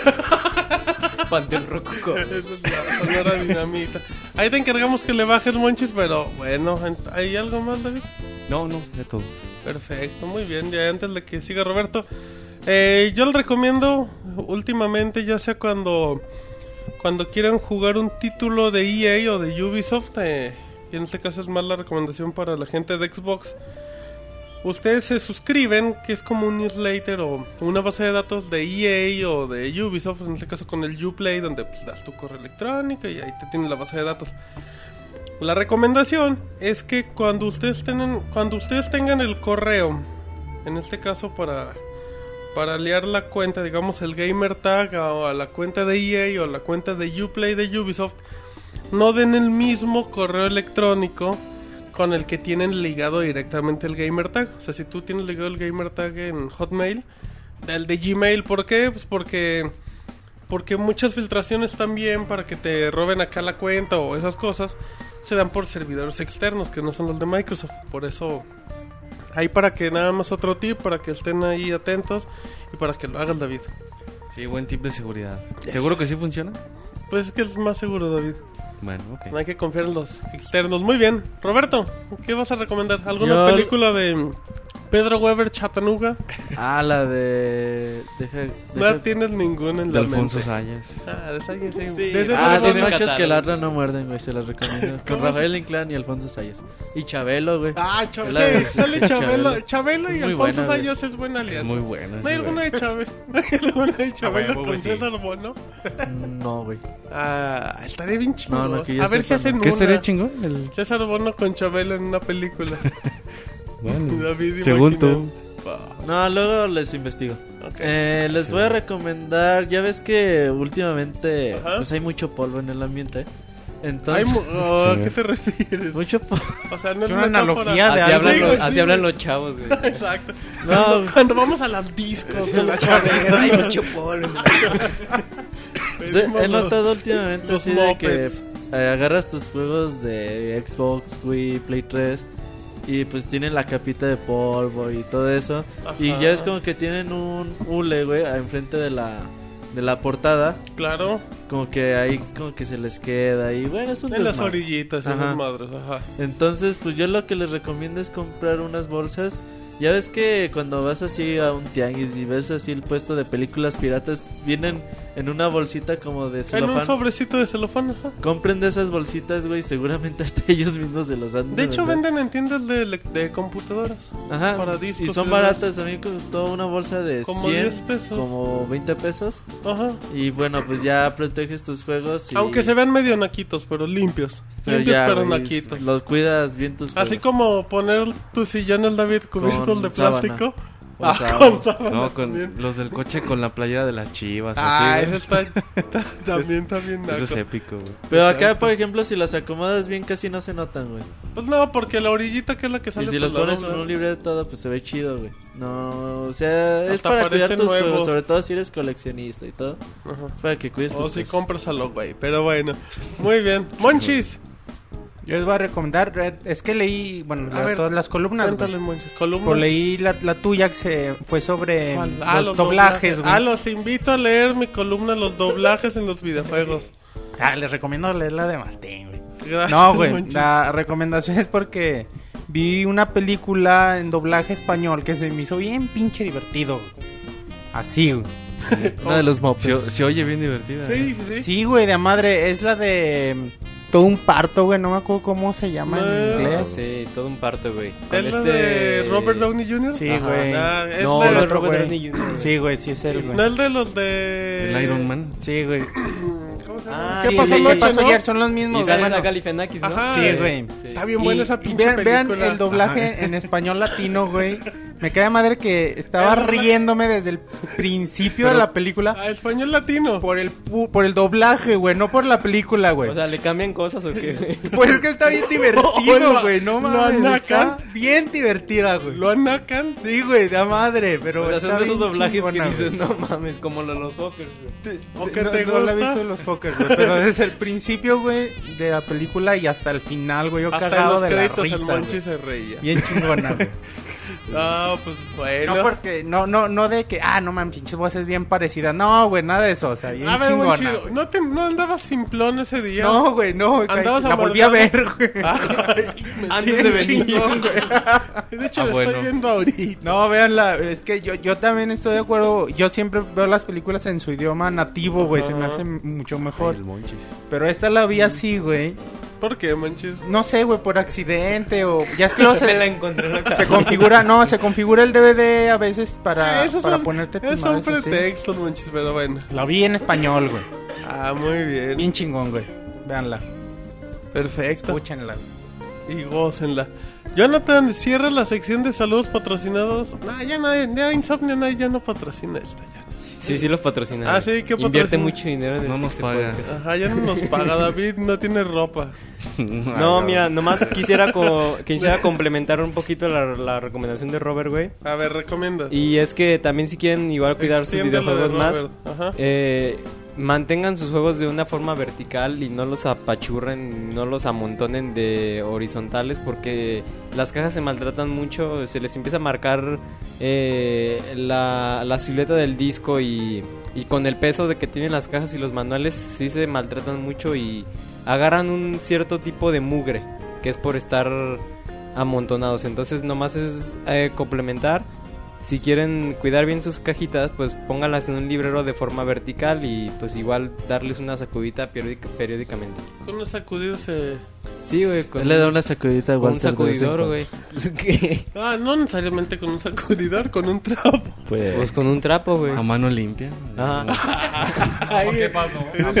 Panteón Rococo. Esa es la sonora dinamita. Ahí te encargamos que le bajes, Monchis, pero bueno, ¿hay algo más, David? No, de todo. Perfecto, muy bien. Ya antes de que siga Roberto, yo le recomiendo últimamente, ya sea cuando quieran jugar un título de EA o de Ubisoft, y en este caso es más la recomendación para la gente de Xbox. Ustedes se suscriben, que es como un newsletter o una base de datos de EA o de Ubisoft, en este caso con el Uplay, donde pues das tu correo electrónico y ahí te tienen la base de datos. La recomendación es que cuando ustedes tengan el correo, en este caso para liar la cuenta, digamos el gamer tag o a la cuenta de EA o a la cuenta de Uplay de Ubisoft, no den el mismo correo electrónico con el que tienen ligado directamente el gamer tag. O sea, si tú tienes ligado el gamer tag en Hotmail, el de Gmail, ¿por qué? Pues porque muchas filtraciones también para que te roben acá la cuenta o esas cosas se dan por servidores externos que no son los de Microsoft. Por eso, ahí para que nada más otro tip, para que estén ahí atentos y para que lo hagan, David. Sí, buen tip de seguridad. Yes. ¿Seguro que sí funciona? Pues es que es más seguro, David. Bueno, ok. No hay que confiar en los externos. Muy bien. Roberto, ¿qué vas a recomendar? ¿Alguna Yo- película de Pedro Weber Chattanooga. Ah, la de... No tienes ninguna en De la Alfonso mente. Sayas. Ah, de Sayas, sí. Sí. De ese Ah, no- dos tiene machos que catálogo. ladran no muerden, güey, se las recomiendo. Con ¿Cómo Rafael Inclán y Alfonso Sayas. Y Chabelo, güey. Ah, Es la de- sale Chabelo. Chabelo y Muy Alfonso buena, güey. Sayas es buena Es alianza. muy buena. ¿No hay sí, alguna güey. de Chabelo? ¿No hay alguna de Chabelo huevo, con güey, sí. César Bono? No, güey. Ah, estaría bien chingón. No, que yo A ver si sepa, hacen no. ¿Qué una. estaría chingón? El... César Bono con Chabelo en una película. Bueno, David, según imagínate. tú. No, luego les investigo. Ok. Les voy a recomendar, ya ves que últimamente Ajá. pues hay mucho polvo en el ambiente. Ay, Entonces, ¿a Sí. qué te refieres? mucho polvo. O sea, no es una metáfora. analogía de Así algo. hablan, Sí, los, güey, así sí, hablan güey. los chavos, güey. Exacto. No. Cuando vamos a las discos con la chavera. Hay mucho polvo. Sí, he notado últimamente los así de que mopeds. agarras tus juegos de Xbox, Wii, Play 3 y pues tienen la capita de polvo y todo eso. Y Ajá. ya es como que tienen un hule, güey, enfrente de la portada. Claro, Como que ahí como que se les queda y bueno, es un en las desmadre. orillitas, en Ajá. las madres. Ajá. Entonces, pues yo lo que les recomiendo es comprar unas bolsas. Ya ves que cuando vas así a un tianguis y ves así el puesto de películas piratas, vienen en una bolsita como de En un celofán. sobrecito de celofán, ajá. Compren de esas bolsitas, güey, seguramente hasta ellos mismos se los han De hecho, vender. venden en tiendas de computadoras. Ajá, para discos y y son demás. baratas. A mí me costó una bolsa de Como 100, 10 pesos. como 20 pesos. Ajá. Y bueno, pues ya proteges tus juegos. Y... Aunque se vean medio naquitos, pero limpios. pero Limpios, ya, pero güey, naquitos. Los cuidas bien tus juegos. Así como poner tus sillones, David, cubiertos Con de sábana. plástico. Con sábana. Con sábana No, también. con los del coche con la playera de las chivas. Ah, así, eso güey. está también naco. Eso es épico, güey. Pero acá, por ejemplo, si los acomodas bien, casi no se notan, güey. Pues no, porque la orillita que es la que sale Y si pues los la pones en doblas. un libre de todo, pues se ve chido, güey. No, o sea, es Hasta para cuidar parecen tus nuevos. juegos, sobre todo si eres coleccionista y todo. Ajá. Es para que cuides O tus si juegos. compras a lo güey, pero bueno. Muy bien. Monchis. Yo les voy a recomendar, es que leí, bueno, A ver, todas las columnas, güey. Cuéntale, Monchis. Columnas. Pero leí la tuya que se fue sobre ¿Cuál? los doblajes, güey. Los invito a leer mi columna Los doblajes en los videojuegos. Les recomiendo leer la de Martín, güey. Gracias, No, güey, Monchis. la recomendación es porque vi una película en doblaje español que se me hizo bien pinche divertido, güey. Así, güey. Uno de los mopeds. Se oye bien divertida. Sí, sí. Sí, güey, de madre, es la de todo un parto, güey, no me acuerdo cómo se llama No. en inglés. Sí, todo un parto, güey. Con ¿Es la de Robert Downey Jr.? Sí, Ajá. güey. Ah, es No, de- no es otro, Robert güey. Downey Jr. Sí, güey, sí es él, ¿No güey. es de los de... El Iron Man. Sí, güey. ¿Cómo se llama? Ah, ¿Qué sí, pasó sí, anoche, ¿Qué pasó no? ayer? Son los mismos, Y sale bueno. a Galifianakis, ¿no? Ajá. Sí, güey. Está bien buena esa pinche vean película. el doblaje en español latino, güey. Me cae de madre que estaba riéndome desde el principio de la película A español latino. por el doblaje, güey, no por la película, güey. O sea, ¿le cambian cosas o qué? Pues es que está bien divertido, güey, no lo mames. anacan. Está bien divertida, güey. Lo anacan. Sí, güey, de madre, pero O sea, está son de esos bien doblajes chingona, que dices, güey. no mames, como los Fockers, güey. ¿O que no, te no la he gusta? visto de los Fockers, güey, pero desde el principio, güey, de la película y hasta el final, güey, yo Hasta en cagado los de la créditos el risa, Monchi güey. se reía. Bien chingona, güey. Ah, pues bueno. No porque, no de que, no mames, pinches voces bien parecidas. No, güey, nada de eso, o sea, bien A ver, chingona. Monchi, güey. ¿no andabas simplón ese día? No, güey, no, Andabas la volví a amargado. ver, güey. Ay, me Antes siento de venir. chingón, güey. De hecho, Ah, lo bueno. estoy viendo ahorita. No, véanla, es que yo también estoy de acuerdo. Yo siempre veo las películas en su idioma nativo, güey, se me Ajá. hace mucho mejor. El Monchis. Pero esta la vi así, güey. ¿Por qué, Monchis? No sé, güey, por accidente o... Ya es que luego Me la se, encontré en la se configura, se configura el DVD a veces para Esos para son- ponerte tus esos son madres así. pretextos, Monchis, pero bueno. La vi en español, güey. Ah, muy bien. Bien chingón, güey. Véanla, Perfecto. escúchenla. Y gócenla. Jonathan, cierra la sección de saludos patrocinados. Nah, ya Insomnia Night ya no patrocina esta ya. Sí, los patrocina. Ah, sí, ¿qué Invierte patrocina? mucho dinero en No el nos Pixel paga. Podcast. Ajá, ya no nos paga David, no tiene ropa. No, mira, nomás quisiera complementar un poquito la recomendación de Robert, güey. A ver, recomienda. Y es que también si quieren igual cuidar sus Extiéndelo de videojuegos más, Robert. Ajá. mantengan sus juegos de una forma vertical y no los apachurren, no los amontonen de horizontales porque las cajas se maltratan mucho, se les empieza a marcar la silueta del disco y con el peso de que tienen las cajas y los manuales sí se maltratan mucho y agarran un cierto tipo de mugre que es por estar amontonados. Entonces nomás es complementar. Si quieren cuidar bien sus cajitas, pues pónganlas en un librero de forma vertical y pues igual darles una sacudita periódicamente. Con unos sacudidos se... Sí, güey. Él le da una sacudita a con un Walter de vez en sacudidor, cuando. güey. ¿Qué? Ah, no necesariamente con un sacudidor, con un trapo. Pues con un trapo, güey. A mano limpia. Ajá. ¿Qué pasó?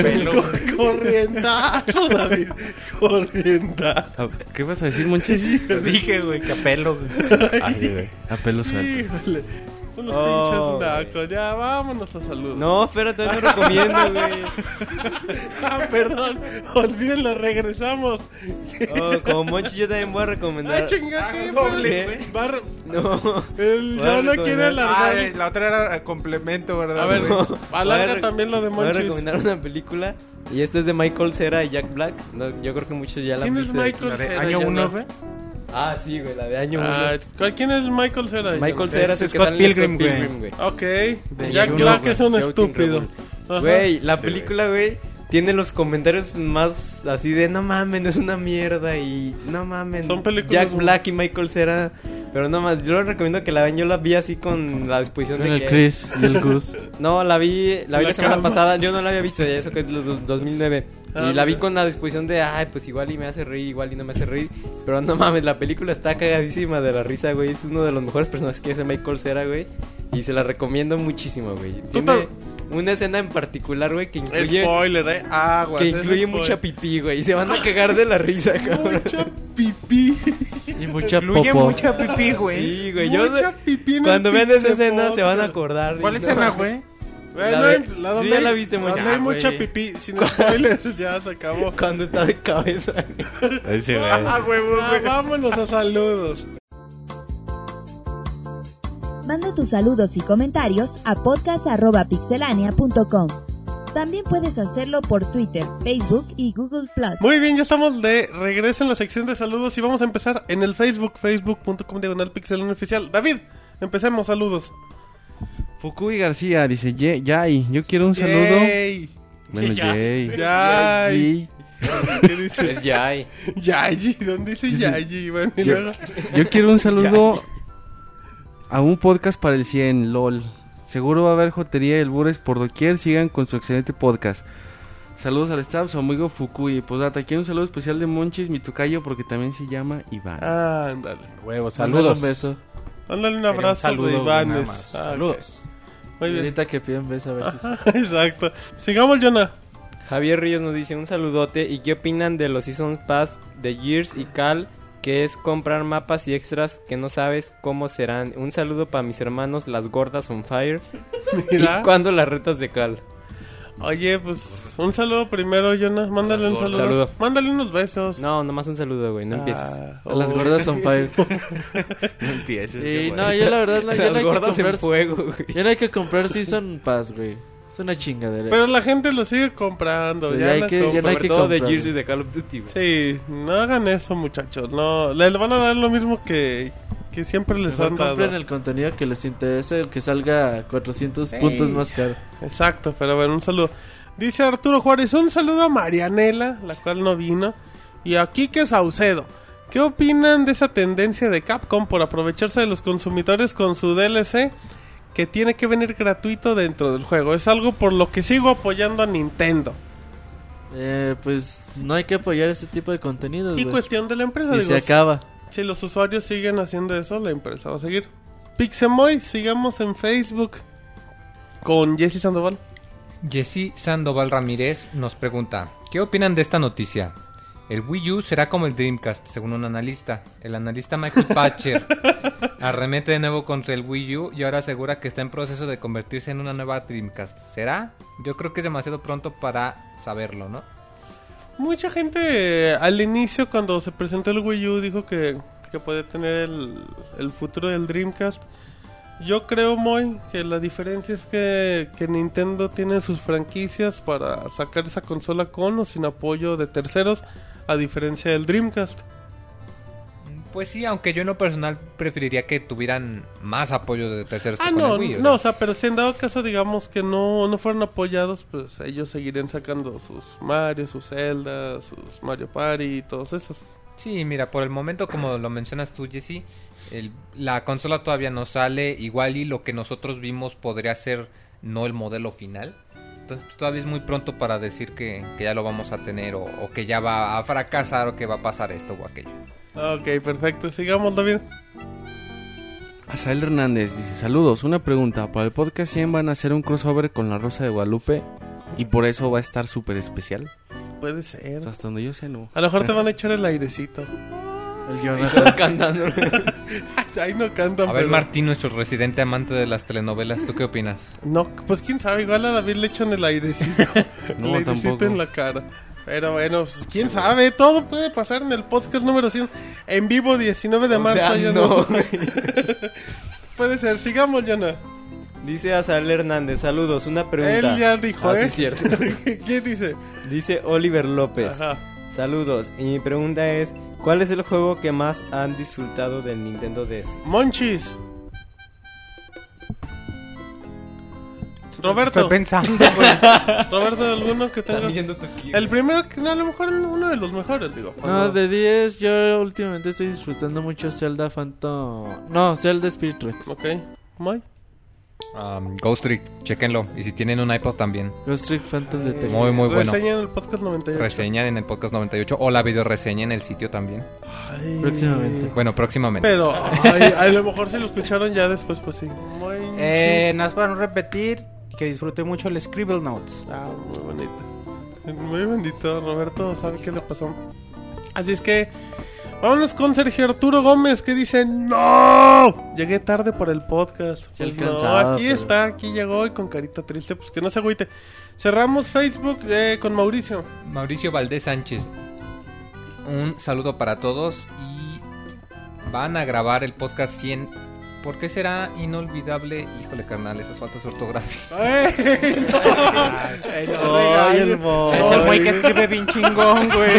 Corrientazo, David. Corrientazo. ¿Qué vas a decir, Monchis? Dije, güey, que a pelo. A pelo suelto. Híjole. Son los Oh, pinches nacos. Ya, vámonos a salud. No, espérate, no recomiendo, güey. Ah, perdón. Olvídenlo, regresamos. Oh, como Monchi yo también voy a recomendar. Ah, chingate, doble, güey. Va a re- No. El Voy a Jonah quiere recomendar- alargar. La otra era complemento, ¿verdad? A ver, güey? alarga Voy a también lo de Voy a Monchis. recomendar una película. Y esta es de Michael Cera y Jack Black. No, yo creo que muchos ya la han ¿Quién es visto. Michael La de Cera? año Jonah? 1, güey. Ah, sí, güey, la de año 1. Ah, ¿quién es Michael Cera? Michael Cera es el que Scott sale en Pilgrim, Scott güey. Pilgrim, güey. Ok. De Jack Young Black Love, es un Young estúpido. King Ajá. Güey, la Sí, película, güey, tiene los comentarios más así de no mames, es una mierda y no mames. Son películas Jack muy- Black y Michael Cera. Pero no más, yo les recomiendo que la vean. Yo la vi así con la disposición Con de el que... Chris y el Gus. No, la vi la semana cama. pasada. Yo no la había visto, ya eso que es 2009. Ah, Y la vi mira. con la disposición de, ay, pues igual y me hace reír, igual y no me hace reír. Pero no mames, la película está cagadísima de la risa, güey. Es uno de los mejores personajes que hace Michael Cera, güey. Y se la recomiendo muchísimo, güey. Tú Tiene una escena en particular, güey, que incluye... Spoiler, Aguas. Que es incluye spoiler. mucha pipí, güey. Y se van a cagar de la risa, cabrón. Mucha pipí. Y mucha Incluye popó. mucha pipí, güey. Sí, güey. Yo, Mucha pipí en cuando el vean esa Pixel escena se van a Podcast. acordar. ¿Cuál Y escena, no, güey? Güey, La no, de- la sí, donde ya hay- la viste mucho. donde hay Ah, mucha güey. pipí. Sin spoilers, ya se acabó. Cuando está de cabeza. Ese, güey. Ya, vámonos a saludos. Manda tus saludos y comentarios a podcast@pixelania.com. También puedes hacerlo por Twitter, Facebook y Google+. Muy bien, ya estamos de regreso en la sección de saludos y vamos a empezar en el Facebook, facebook.com/pixelania oficial. David, empecemos, saludos. Fukui García dice, Yay, yo quiero un saludo. Yay. Bueno, Yay. Yay. ¿Qué dice? Es Jai. Yayi, ¿dónde dice Yayi? Bueno, y Yo, luego... yo quiero un saludo a un podcast para el 100, LOL. Seguro va a haber jotería y albures por doquier. Sigan con su excelente podcast. Saludos al staff, su amigo Fukui. Posdata, quiero un saludo especial de Monchis, mi tocayo, porque también se llama Iván. Ándale. Huevos, Mándale saludos. un beso. Ándale un Quería un abrazo saludo, de güey, nada Ivanes. más. Ah, Saludos. ok. Muy bien. Ahorita que piden beso a ver si... Exacto. Sigamos, Jonah. Javier Ríos nos dice un saludote. ¿Y qué opinan de los Season Pass de Gears y Cal? Que es comprar mapas y extras que no sabes cómo serán. Un saludo para mis hermanos, las gordas on fire. Mira. ¿Y cuándo las retas de Cal? Oye, pues un saludo primero, Jonas. Mándale un saludo. Saludo. Mándale unos besos. No, nomás un saludo, güey. No empieces. Ah, A las oh. gordas on fire. No empieces. Y no, yo la verdad no, ya no Las hay que gordas comprar... en fuego, güey. Ya no hay que comprar Season Pass, güey. Es una chingadera. Pero la gente lo sigue comprando. Pues ya ya hay la que- ya compra. no hay Sobre que todo de comprar, Gears y güey. de Call of Duty, güey. Sí, no hagan eso, muchachos. No, le van a dar lo mismo que siempre les Mejor han dado. compren el contenido que les interese, el que salga a 400 Sí. puntos más caro. Exacto, pero bueno, un saludo. Dice Arturo Juárez, un saludo a Marianela, la cual no vino, y a Quique Saucedo. ¿Qué opinan de esa tendencia de Capcom por aprovecharse de los consumidores con su DLC que tiene que venir gratuito dentro del juego? Es algo por lo que sigo apoyando a Nintendo. Pues no hay que apoyar este tipo de contenidos, Y güey. cuestión de la empresa, Y digo, se acaba. si los usuarios siguen haciendo eso, la empresa va a seguir. Pixemoy, sigamos en Facebook con Jesse Sandoval. Jesse Sandoval Ramírez nos pregunta, ¿qué opinan de esta noticia? El Wii U será como el Dreamcast, según un analista. El analista Michael Patcher arremete de nuevo contra el Wii U y ahora asegura que está en proceso de convertirse en una nueva Dreamcast. ¿Será? Yo creo que es demasiado pronto para saberlo, ¿no? Mucha gente al inicio cuando se presentó el Wii U dijo que puede tener el futuro del Dreamcast. Yo creo, Moy, que la diferencia es que Nintendo tiene sus franquicias para sacar esa consola con o sin apoyo de terceros, a diferencia del Dreamcast. Pues sí, aunque yo en lo personal preferiría que tuvieran más apoyo de terceros que Ah, con no, el Wii. no, o sea, pero si en dado caso digamos que no fueran apoyados, pues ellos seguirían sacando sus Mario, sus Zelda, sus Mario Party y todos esos. Sí, mira, por el momento, como lo mencionas tú, Jesse, la consola todavía no sale. Igual y lo que nosotros vimos podría ser no el modelo final. Entonces pues, todavía es muy pronto para decir que ya lo vamos a tener o que ya va a fracasar o que va a pasar esto o aquello. Ok, perfecto. Sigamos, David. Asael Hernández dice, saludos, una pregunta, para el podcast 100 van a hacer un crossover con La Rosa de Guadalupe y por eso va a estar súper especial. Puede ser. Pues hasta donde yo sé, no. A lo mejor te van a echar el airecito. El Jonathan cantando. Ahí no cantan, A ver, pero... Martín, nuestro residente amante de las telenovelas, ¿tú qué opinas? No, pues quién sabe, igual a David le echan el airecito. No, el airecito tampoco. en la cara. Pero bueno, pues quién sabe, todo puede pasar en el podcast número 100. En vivo, 19 de marzo. Ya no. Puede ser, sigamos, Jonah. Dice Azael Hernández, saludos, una pregunta. Él ya dijo, Ah, sí, es cierto. ¿Quién dice? Dice Oliver López. Ajá. Saludos, y mi pregunta es, ¿cuál es el juego que más han disfrutado del Nintendo DS? Monchis. Roberto. Estoy pensando, güey. Roberto, ¿alguno que tenga? El primero, que a lo mejor uno de los mejores, digo. No, cuando- de 10 yo últimamente estoy disfrutando mucho Zelda Phantom... No, Zelda Spirit Tracks. Ok, Mike. Ghost Trick, chequenlo. Y si tienen un iPod también, Ghost Trick Phantom Detective. muy bueno. Reseña en el podcast 98. Reseña en el podcast 98 o la video reseña en el sitio también. Ay. Próximamente. Bueno, próximamente. Pero ay, a lo mejor si lo escucharon ya después, pues sí. Muy Nada más para no repetir, que disfruté mucho el Scribble Notes. Ah, muy bonito. Muy bonito. Roberto sabe qué le pasó. Así es que vámonos con Sergio Arturo Gómez, que dice: ¡No! Llegué tarde por el podcast. Se Pues no, alcanzaba, aquí pero- está, aquí llegó y con carita triste, pues que no se agüite. Cerramos Facebook con Mauricio. Mauricio Valdés Sánchez, un saludo para todos y van a grabar el podcast 100. ¿Por qué será inolvidable? Híjole, carnal, esas faltas de ortografía. ¡Ey! No, Ay, Ay, el Moy. Es el güey que escribe bien chingón, güey.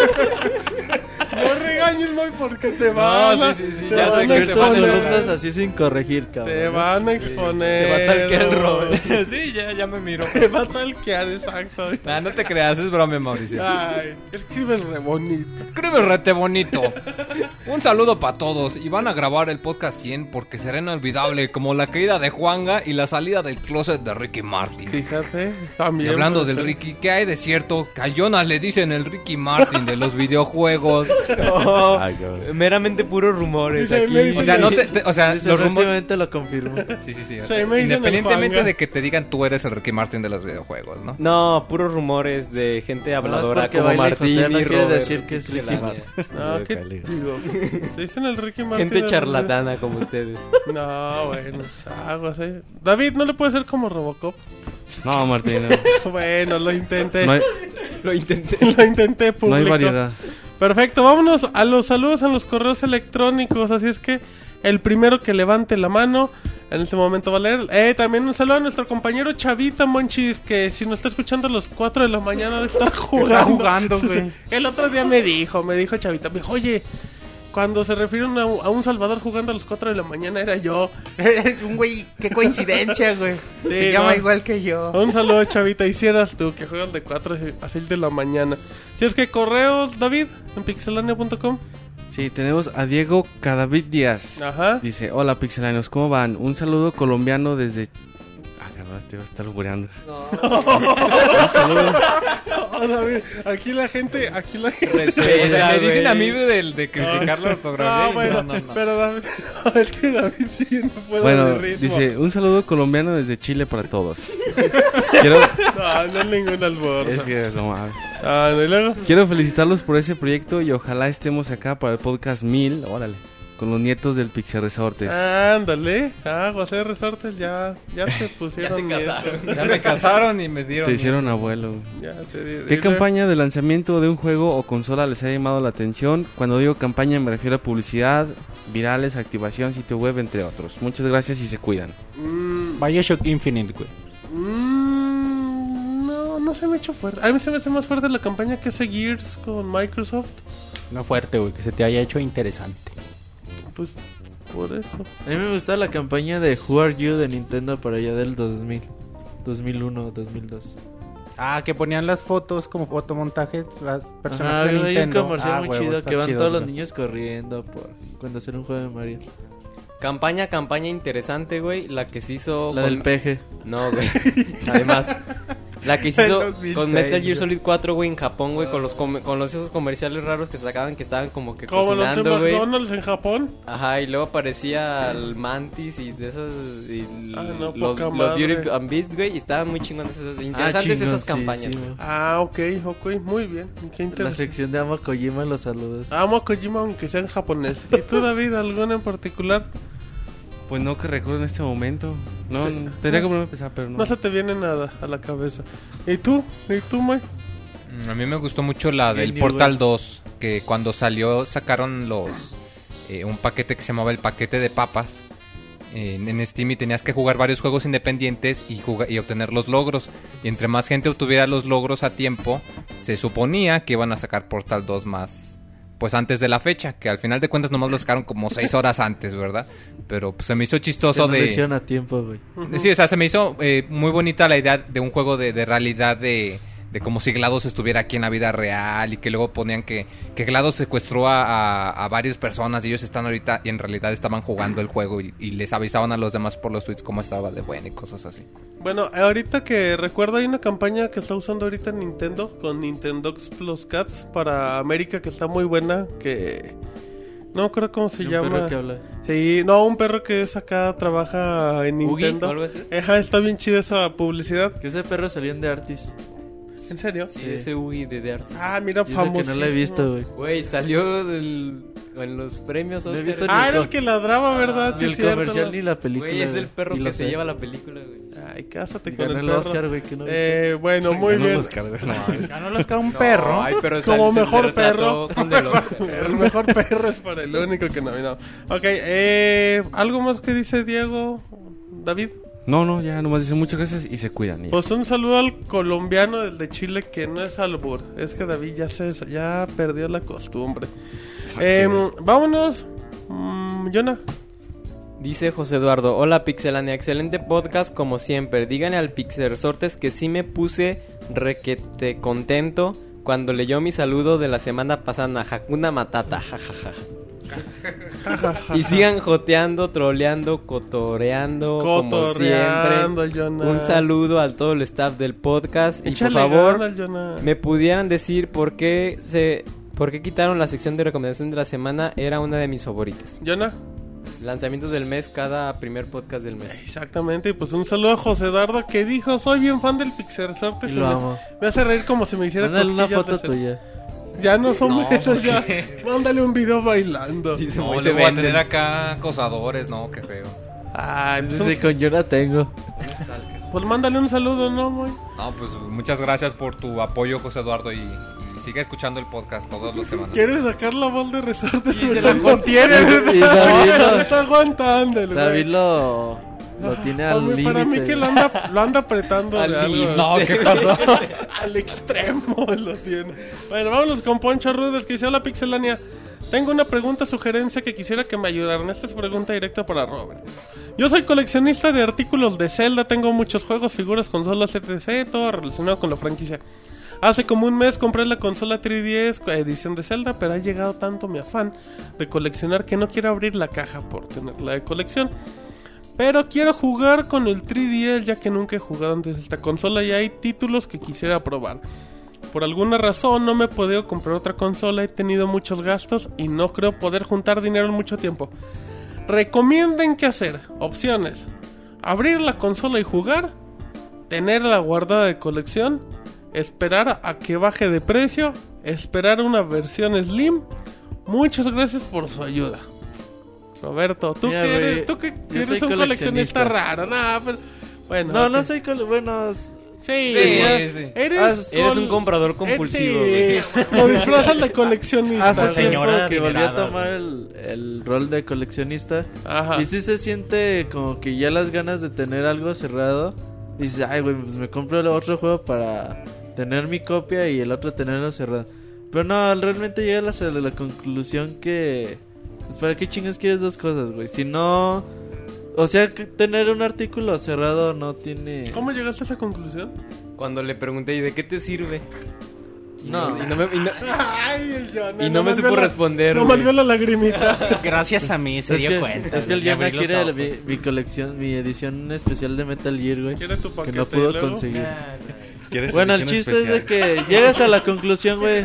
No regañes, Moy, porque te van a... sí, te ya van sé a que Estas exponer. columnas así sin corregir, cabrón. Te van a exponer. Te va a talquear el Robert. Sí, ya me miro. Te va a talquear, exacto. No te creas, es broma, Mauricio. Ay, escribe re bonito. Escribe rete bonito. Un saludo para todos. Y van a grabar el podcast 100 porque será inolvidable, como la caída de Juanga y la salida del closet de Ricky Martin. Fíjate, Y también. hablando puede del ser. Ricky, ¿qué hay de cierto? Que a Jonas le dicen el Ricky Martin de los videojuegos. No, meramente puros rumores Dice, aquí. me dice- O sea, o sea, Dice, los rumores. próximamente lo confirmo. Sí. Sí, me dicen Independientemente el Juanga. de que te digan tú eres el Ricky Martin de los videojuegos, ¿no? No, puros rumores de gente habladora porque como baila y Martín jotea, no y quiere Robert. decir que es Ricky Pixelania. No, ¿qué digo? Te dicen el Ricky Martin. Gente del- charlatana como ustedes. No, bueno, aguas, David, ¿no le puede ser como Robocop? No, Martín, Bueno, lo intenté. no hay, Lo intenté. Lo intenté, no público. hay variedad. Perfecto, vámonos a los saludos en los correos electrónicos. Así es que el primero que levante la mano en este momento va a leer. También un saludo a nuestro compañero Chavita Monchis, que si nos está escuchando a las 4 de la mañana de estar jugando. Está jugando, güey. El otro día me dijo Chavita, me dijo, oye, cuando se refieren a un Salvador jugando a las 4 de la mañana era yo. Un güey, qué coincidencia, güey. Sí, Se llama no. igual que yo. Un saludo, Chavita. Hicieras tú que juegas de 4 a 6 de la mañana. Si es que correos, David, en pixelania.com. Sí, tenemos a Diego Cadavid Díaz. Ajá. Dice, hola pixelanios, ¿cómo van? Un saludo colombiano desde... Ah, cabrón, te va a estar albureando. No, David, aquí la gente... Respeta, Me dicen güey. a mí de criticar la ortografía. No, y bueno, no. pero David... No, es que David sigue no fuera Bueno, de ritmo. dice, un saludo colombiano desde Chile para todos. Quiero... No es ningún albor. Es que no mames. Ah, no, y luego... Quiero felicitarlos por ese proyecto y ojalá estemos acá para el podcast 1000, órale, con los nietos del Pixel Resortes. Ándale. José Resortes, ya te pusieron miedo. Ya me casaron y me dieron. Te hicieron abuelo. Ya te di- ¿Qué y campaña de lanzamiento de un juego o consola les ha llamado la atención? Cuando digo campaña me refiero a publicidad, virales, activación, sitio web, entre otros. Muchas gracias y se cuidan. Bioshock Infinite, güey. No se me echó fuerte. A mí se me hace más fuerte la campaña que hace Gears con Microsoft. No fuerte, güey, que se te haya hecho interesante. Pues por eso. A mí me gusta la campaña de Who Are You de Nintendo para allá del 2000, 2001, 2002. Ah, que ponían las fotos como fotomontajes, las personas Ajá, de hay un Nintendo. comercial muy huevo, chido está que van chido, todos los güey. niños corriendo cuando hacen un juego de Mario. Campaña interesante, güey. La que se hizo... La del peje. No, güey. Además, la que se En hizo 2006, con Metal Gear güey. Solid 4, güey, en Japón, güey, con los esos comerciales raros que sacaban que estaban como que Como los de cocinando, güey. McDonald's en Japón. Ajá, y luego aparecía el Mantis y de esos y no, los poca madre. Beauty and Beast, güey, y estaban muy chingones esos, interesantes esas campañas, güey. Ah, ok, muy bien. Qué La interesante. sección de Amo Kojima, los saludos. Amo a Kojima aunque sea en japonés. ¿Y tú, David, alguna en particular? Pues no que recuerdo en este momento. No, tendría que ponerme a pensar, pero no. No se te viene nada a la cabeza. ¿Y tú, Mike? A mí me gustó mucho la del Bien, Portal 2, que cuando salió sacaron un paquete que se llamaba el paquete de papas en Steam, y tenías que jugar varios juegos independientes y obtener los logros. Y entre más gente obtuviera los logros a tiempo, se suponía que iban a sacar Portal 2 más, pues antes de la fecha, que al final de cuentas nomás lo sacaron como 6 horas antes, ¿verdad? Pero pues se me hizo chistoso Que no lo hicieron a tiempo, güey. Sí, o sea, se me hizo muy bonita la idea de un juego de realidad de como si GLaDOS estuviera aquí en la vida real, y que luego ponían que GLaDOS secuestró a varias personas y ellos están ahorita y en realidad estaban jugando el juego y les avisaban a los demás por los tweets cómo estaba de bueno y cosas así. Bueno, ahorita que recuerdo hay una campaña que está usando ahorita Nintendo con Nintendox Plus Cats para América que está muy buena, que no me acuerdo cómo se Un llama. perro que habla. Sí, no, un perro que es acá, trabaja en ¿Ugi Nintendo. o algo así? Ajá, está bien chida esa publicidad. Que ese perro salió en The Artist. ¿En serio? Sí, ese Ugi de The Artist. Ah, mira, Y eso que famoso. no lo he visto, güey. Güey, salió en los premios No he Oscar. visto Ah, era el que ladraba, ¿verdad? Ni Sí, el es cierto, comercial ¿no? ni la película. Güey, es el güey. perro Y que lo se sé. lleva la película, güey. Ay, cásate Y con ganó el el perro. Oscar, güey, que no he visto. Bueno, muy bien. Ganó el Oscar un perro. Ay, pero Como se mejor retrató perro. con de los- El mejor perro es para el único que nominado. Ok, ¿algo más que dice Diego? David. No, ya nomás dicen muchas gracias y se cuidan. y ya. Pues un saludo al colombiano del de Chile, que no es albur. Es que David ya perdió la costumbre. Vámonos. Jonah. Dice José Eduardo, hola Pixelania, excelente podcast como siempre. Díganle al Pixelsortes que sí me puse requete contento cuando leyó mi saludo de la semana pasada, Hakuna Matata, jajaja. Y sigan joteando, troleando, cotoreando como Cotorreando, siempre. Jonah. Un saludo a todo el staff del podcast. Échale y por favor, ganas, Jonah. me pudieran decir por qué quitaron la sección de recomendación de la semana. Era una de mis favoritas. Jonah. Lanzamientos del mes, cada primer podcast del mes. Exactamente, y pues un saludo a José Eduardo que dijo, soy bien fan del Pixel Sorte. Y lo amo. Me hace reír como si me hiciera Mándale una cosquillas foto de ser- tuya. Ya no son No, esas, ya. ¿por qué? Mándale un video bailando. Dice, No, muy le se voy a venden. tener acá acosadores, no, qué feo. Ay, pues, Dice, con yo la tengo. pues mándale un saludo, ¿no, Moy? No, pues muchas gracias por tu apoyo, José Eduardo, y sigue escuchando el podcast todas las semanas. ¿Quieres sacar la voz de resorte? Y se la contiene. Y David lo- Está aguantando el güey. David lo tiene al límite. Para mí que lo anda apretando Al de algo. límite. No, ¿qué pasó? Al extremo lo tiene. Bueno, vámonos con Poncho Rudes que dice, hola Pixelania. Tengo una pregunta, sugerencia que quisiera que me ayudaran. Esta es pregunta directa para Robert. Yo soy coleccionista de artículos de Zelda. Tengo muchos juegos, figuras, consolas, etc. Todo relacionado con la franquicia. Hace como un mes compré la consola 3DS edición de Zelda, pero ha llegado tanto mi afán de coleccionar que no quiero abrir la caja por tenerla de colección. Pero quiero jugar con el 3DS ya que nunca he jugado antes esta consola y hay títulos que quisiera probar. Por alguna razón no me he podido comprar otra consola, he tenido muchos gastos y no creo poder juntar dinero en mucho tiempo. Recomienden qué hacer. Opciones: abrir la consola y jugar, tenerla guardada de colección, esperar a que baje de precio, esperar una versión Slim. Muchas gracias por su ayuda. Roberto, tú Mira, que güey, eres, tú que yo eres soy un coleccionista coleccionista. raro, nah, pero bueno. No, ok. no soy bueno. Sí, Sí. eres Eres un comprador compulsivo, sí, lo disfrazas de coleccionista. Hace tiempo señora que volví a adinerada, tomar el rol de coleccionista. Ajá. Y sí se siente como que ya las ganas de tener algo cerrado. Dices, ay, güey, pues me compro el otro juego para tener mi copia y el otro tenerlo cerrado. Pero no, realmente llegas a la conclusión que... Pues para qué chingas quieres dos cosas, güey. Si no... O sea, que tener un artículo cerrado no tiene... ¿Cómo llegaste a esa conclusión? Cuando le pregunté, ¿y de qué te sirve? Y No. Ay, el Jonah. y no me supo responder, No más güey. vio la lagrimita. Gracias a mí se Es dio que, cuenta. es que el Ya Jonah abrí los quiere ojos. mi colección, mi edición especial de Metal Gear, güey. Quiere tu Que paquete no y pudo luego- conseguir. ¿Quieres Bueno, el edición chiste es de especial? que llegas a la conclusión, güey,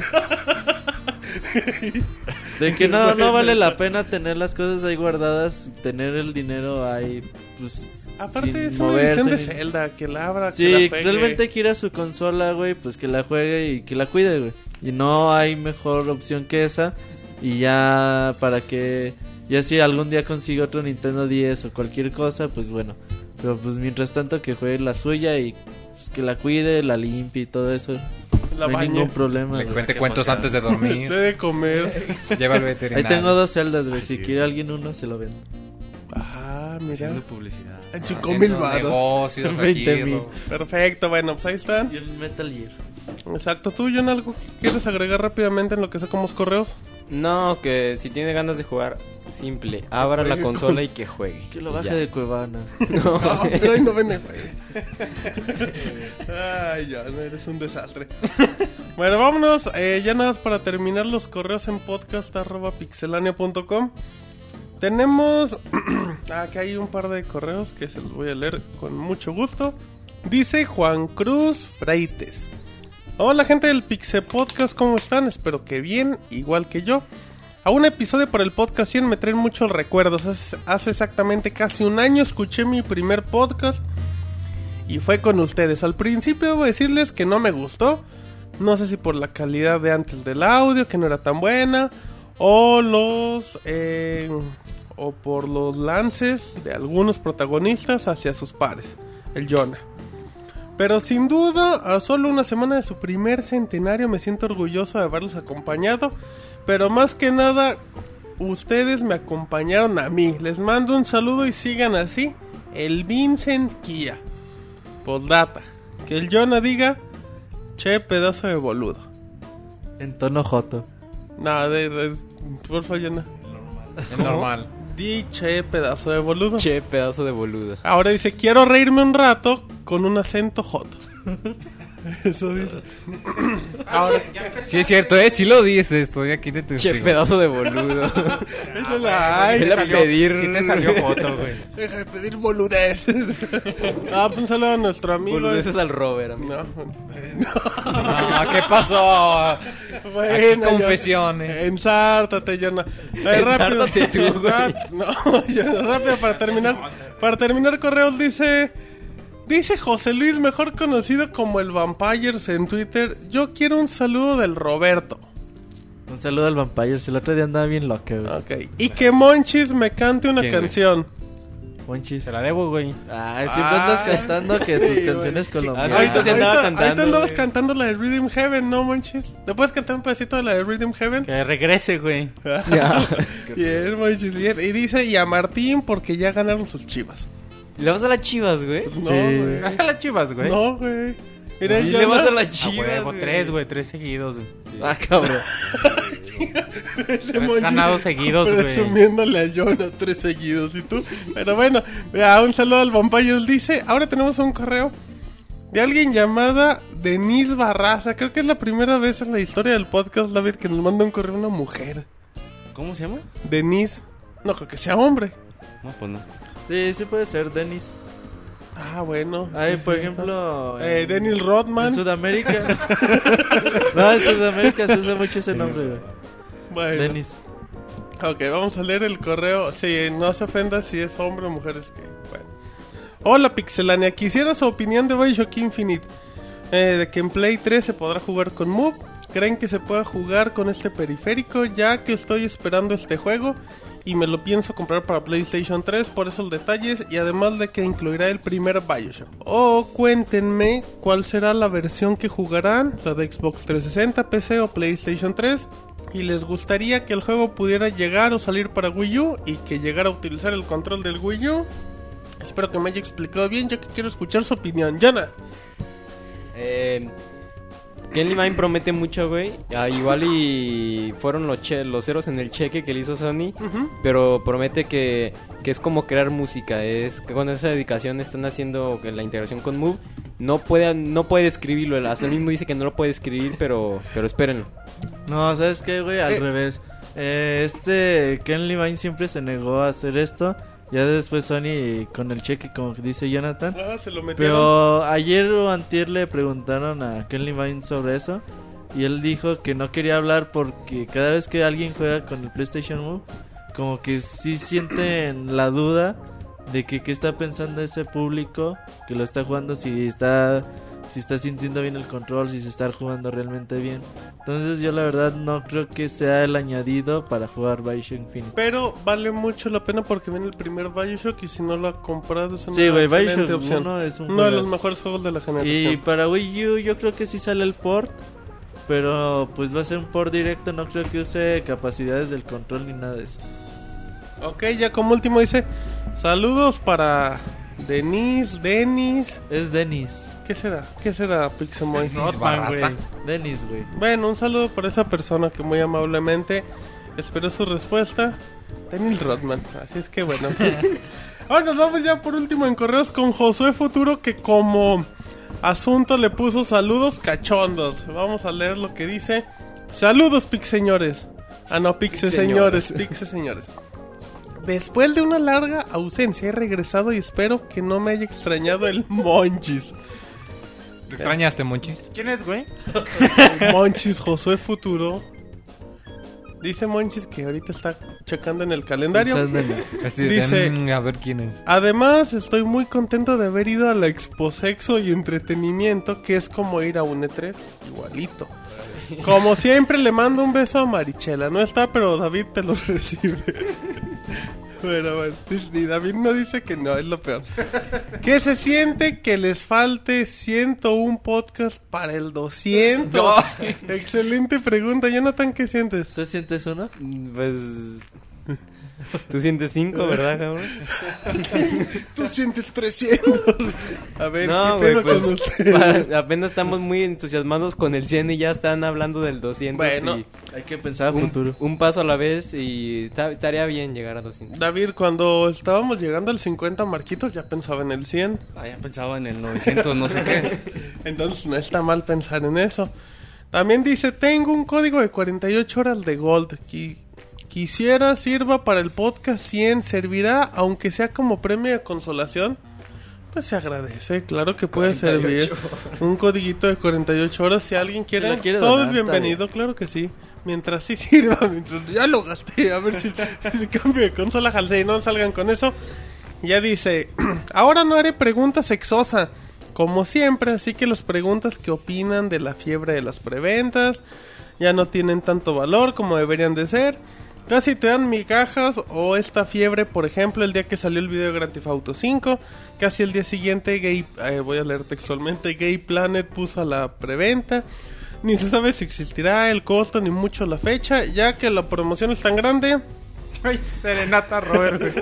de que no vale la pena tener las cosas ahí guardadas, tener el dinero ahí, pues, Aparte sin es una edición de ni- Zelda, que la abra, que Sí, la pegue. realmente quiere a su consola, güey, pues que la juegue y que la cuide, güey. Y no hay mejor opción que esa. Y ya para que, ya si algún día consigue otro Nintendo 10 o cualquier cosa, pues bueno. Pero pues mientras tanto que juegue la suya y pues, que la cuide, la limpie y todo eso. La no hay bañe. ningún problema. Le güey. cuente cuentos antes de dormir. Debe comer. Lleva al Ahí veterinario. tengo 2 celdas, güey. Si quiere alguien uno, se lo vendo. Ah, mira. Haciendo publicidad. En 5,000 baros. Negocios aquí, 20,000. Ro. Perfecto, bueno, pues ahí están. Y el Metal Gear. Exacto. ¿Tú, John, algo que quieres agregar rápidamente en lo que sacamos correos? No, que si tiene ganas de jugar, simple. Abra la consola y que juegue. Que lo Y baje ya. de Cuevana. No. No, pero ahí no vende, güey. Ay, John, eres un desastre. Bueno, vámonos. Ya nada más para terminar los correos en podcast@pixelania.com. Tenemos... Aquí hay un par de correos que se los voy a leer con mucho gusto. Dice Juan Cruz Freites. Hola gente del Pixel Podcast, ¿cómo están? Espero que bien, igual que yo. A un episodio para el podcast 100 me traen muchos recuerdos. Hace exactamente casi un año escuché mi primer podcast y fue con ustedes. Al principio debo decirles que no me gustó. No sé si por la calidad de antes del audio, que no era tan buena, o por los lances de algunos protagonistas hacia sus pares, el Jonah. Pero sin duda, a solo una semana de su primer centenario me siento orgulloso de haberlos acompañado. Pero más que nada, ustedes me acompañaron a mí. Les mando un saludo y sigan así. El Vincent Kia. Postdata. Que el Jonah diga, che, pedazo de boludo. En tono joto. Nada, por favor, Jonah. Es normal. Di, che, pedazo de boludo. Che, pedazo de boludo. Ahora dice, quiero reírme un rato con un acento joto. Eso dice. Ahora, Sí es cierto, sí lo dices, estoy aquí de tu Che, pedazo de boludo. esa es la... Ay, Vele a pedir. Sí te salió foto, güey. deja de pedir boludez. Pues un saludo a nuestro amigo. Boludeces al Robert, amigo. No, No, ¿qué pasó? bueno, Aquí confesiones. Ensártate, Jonah. Rápido. Ensártate tú, güey. No, Jonah, rápido para terminar. Para terminar, correos dice José Luis, mejor conocido como el Vampires en Twitter. Yo quiero un saludo del Roberto. Un saludo al Vampires. El otro día andaba bien loca, güey. Ok. Y que Monchis me cante una ¿Quién, güey? canción. Monchis. Te la debo, güey. Ay, siempre andas cantando que tus sí, canciones güey. colombianas. Ahorita se andaba cantando, Ahorita andabas güey. cantando la de Rhythm Heaven, ¿no, Monchis? ¿Le puedes cantar un pedacito de la de Rhythm Heaven? Que regrese, güey. Bien, Monchis, bien. Y dice, y a Martín porque ya ganaron sus chivas. ¿Le vas a las Chivas, güey? No, Sí. güey. Haz a las Chivas, güey. No, güey. Mira, Y ya le vas no- a las A Chivas, huevo, güey. 3, güey. 3 seguidos, güey. Ah, cabrón. Ese 3 Monchis ganados seguidos, güey. presumiéndole a Jonah 3 seguidos. ¿Y tú? Pero bueno, vea, un saludo al Vampires. Dice, ahora tenemos un correo de alguien llamada Denise Barraza. Creo que es la primera vez en la historia del podcast, David, que nos manda un correo una mujer. ¿Cómo se llama? Denise. No creo que sea hombre. No, pues no. Sí, sí puede ser, Dennis. Ah, bueno. Ay, sí, por sí, ejemplo... Daniel Rodman. En Sudamérica. No, en Sudamérica se usa mucho ese nombre, güey. Bueno. Dennis. Ok, vamos a leer el correo. Sí, no se ofenda si es hombre o mujer, es que... Bueno. Hola, Pixelania. Quisiera su opinión de Bioshock Infinite. De que en Play 3 se podrá jugar con Move. ¿Creen que se pueda jugar con este periférico? Ya que estoy esperando este juego y me lo pienso comprar para PlayStation 3, por esos detalles, y además de que incluirá el primer Bioshock. O cuéntenme cuál será la versión que jugarán, la de Xbox 360, PC o PlayStation 3. Y les gustaría que el juego pudiera llegar o salir para Wii U y que llegara a utilizar el control del Wii U. Espero que me haya explicado bien, ya que quiero escuchar su opinión. Yana. Ken Levine promete mucho, güey. Igual y fueron los ceros en el cheque que le hizo Sony. Pero promete que es como crear música. Es que con esa dedicación están haciendo la integración con Move. no puede escribirlo. Hasta él mismo dice que no lo puede escribir, pero espérenlo. No, ¿sabes qué, güey? Al revés. Ken Levine siempre se negó a hacer esto. Ya después Sony con el cheque, como dice Jonathan. Se lo metieron. Pero ayer o antier le preguntaron a Ken Levine sobre eso. Y él dijo que no quería hablar porque cada vez que alguien juega con el PlayStation Move, como que sí sienten la duda de que qué está pensando ese público que lo está jugando, si está sintiendo bien el control, si se está jugando realmente bien. Entonces yo la verdad no creo que sea el añadido para jugar Bioshock Infinite. Pero vale mucho la pena porque viene el primer Bioshock y si no lo ha comprado es una Sí, güey, excelente Bioshock opción. 1 es uno de los juegazo. mejores juegos de la generación. Y para Wii U yo creo que sí sale el port, pero pues va a ser un port directo, no creo que use capacidades del control ni nada de eso. Ok, ya como último dice, saludos para Denis. Es Dennis. ¿Qué será Pixemoy? Rodman, güey. Dennis, güey. Bueno, un saludo para esa persona que muy amablemente esperó su respuesta. Daniel Rodman, así es que bueno. Ahora nos vamos ya por último en correos con Josué Futuro, que como asunto le puso saludos cachondos. Vamos a leer lo que dice. Saludos Pixeñores. Ah no, Pixeseñores. Después de una larga ausencia he regresado y espero que no me haya extrañado el Monchis. ¿Te extrañaste, Monchis? ¿Quién es, güey? Monchis, Josué Futuro. Dice Monchis que ahorita está checando en el calendario. Así, Dice, a ver quién es. además estoy muy contento de haber ido a la Expo Sexo y Entretenimiento, que es como ir a un E3, igualito. Como siempre le mando un beso a Marichela. No está, pero David te lo recibe. Bueno, y David no dice que no, es lo peor. ¿Qué se siente que les falte 101 podcast para el 200? No. Excelente pregunta. Jonathan, ¿qué sientes? ¿Tú sientes uno? Pues... Tú sientes 5, ¿verdad, cabrón? Tú sientes 300. A ver, No, ¿qué güey, pedo pues con usted? apenas estamos muy entusiasmados con el 100 y ya están hablando del 200. Bueno, y Hay que pensar a futuro. un paso a la vez y estaría bien llegar a 200. David, cuando estábamos llegando al 50 Marquitos ya pensaba en el 100. Ya pensaba en el 900, no sé qué. Entonces no está mal pensar en eso. También dice, tengo un código de 48 horas de Gold. Quisiera sirva para el podcast 100. ¿Servirá aunque sea como premio de consolación? Pues se agradece, claro que puede 48. Servir. Un codiguito de 48 horas si alguien quiere. Si quiere todo donar, es bienvenido, claro que sí. Mientras sí sirva, mientras ya lo gasté. A ver si cambio de consola, Halsey, y no salgan con eso. Ya dice, ahora no haré preguntas sexosa, como siempre, así que las preguntas que opinan de la fiebre de las preventas ya no tienen tanto valor como deberían de ser. Casi te dan migajas o esta fiebre, por ejemplo, el día que salió el video de Grand Theft Auto 5, casi el día siguiente, voy a leer textualmente, Gay Planet puso la preventa. Ni se sabe si existirá el costo ni mucho la fecha, ya que la promoción es tan grande. Ay, Serenata Robert, güey.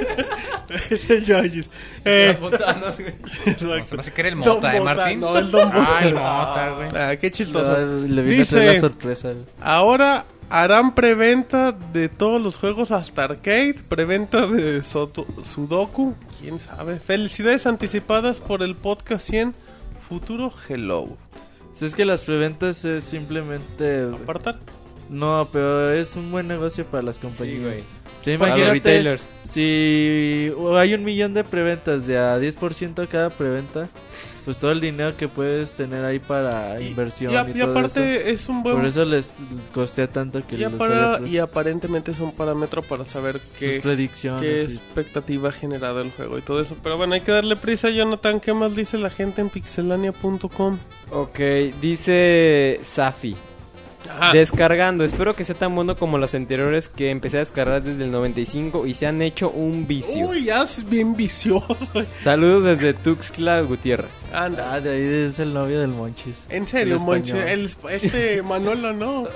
Es el Yoyis. Las botanas, güey. No, se me hace que era el Mota, Martín. No, el Don Mota. Ay, Mota, güey. Ah, qué chistoso. Le vine a traer la sorpresa. güey. Ahora harán preventa de todos los juegos hasta arcade, preventa de Sudoku, quién sabe. Felicidades anticipadas por el podcast 100. Futuro hello. Si es que las preventas es simplemente... Apartar. No, pero es un buen negocio para las compañías. Sí, güey. Sí, Para los imagínate, retailers. si hay 1 millón de preventas de a 10% cada preventa, pues todo el dinero que puedes tener ahí para inversión y Y todo aparte eso. es un buen... Por eso les costea tanto que y aparentemente es un parámetro para saber sus qué predicciones. y- expectativa ha generado el juego y todo eso. Pero bueno, hay que darle prisa, Jonathan. ¿Qué más dice la gente en pixelania.com? Ok, dice Safi. Descargando, espero que sea tan bueno como los anteriores que empecé a descargar desde el 95 y se han hecho un vicio. Uy, ya es bien vicioso. Saludos desde Tuxtla Gutiérrez. Anda. Ah, de ahí es el novio del Monchis. En serio, El Monchi, español. Manolo, ¿no?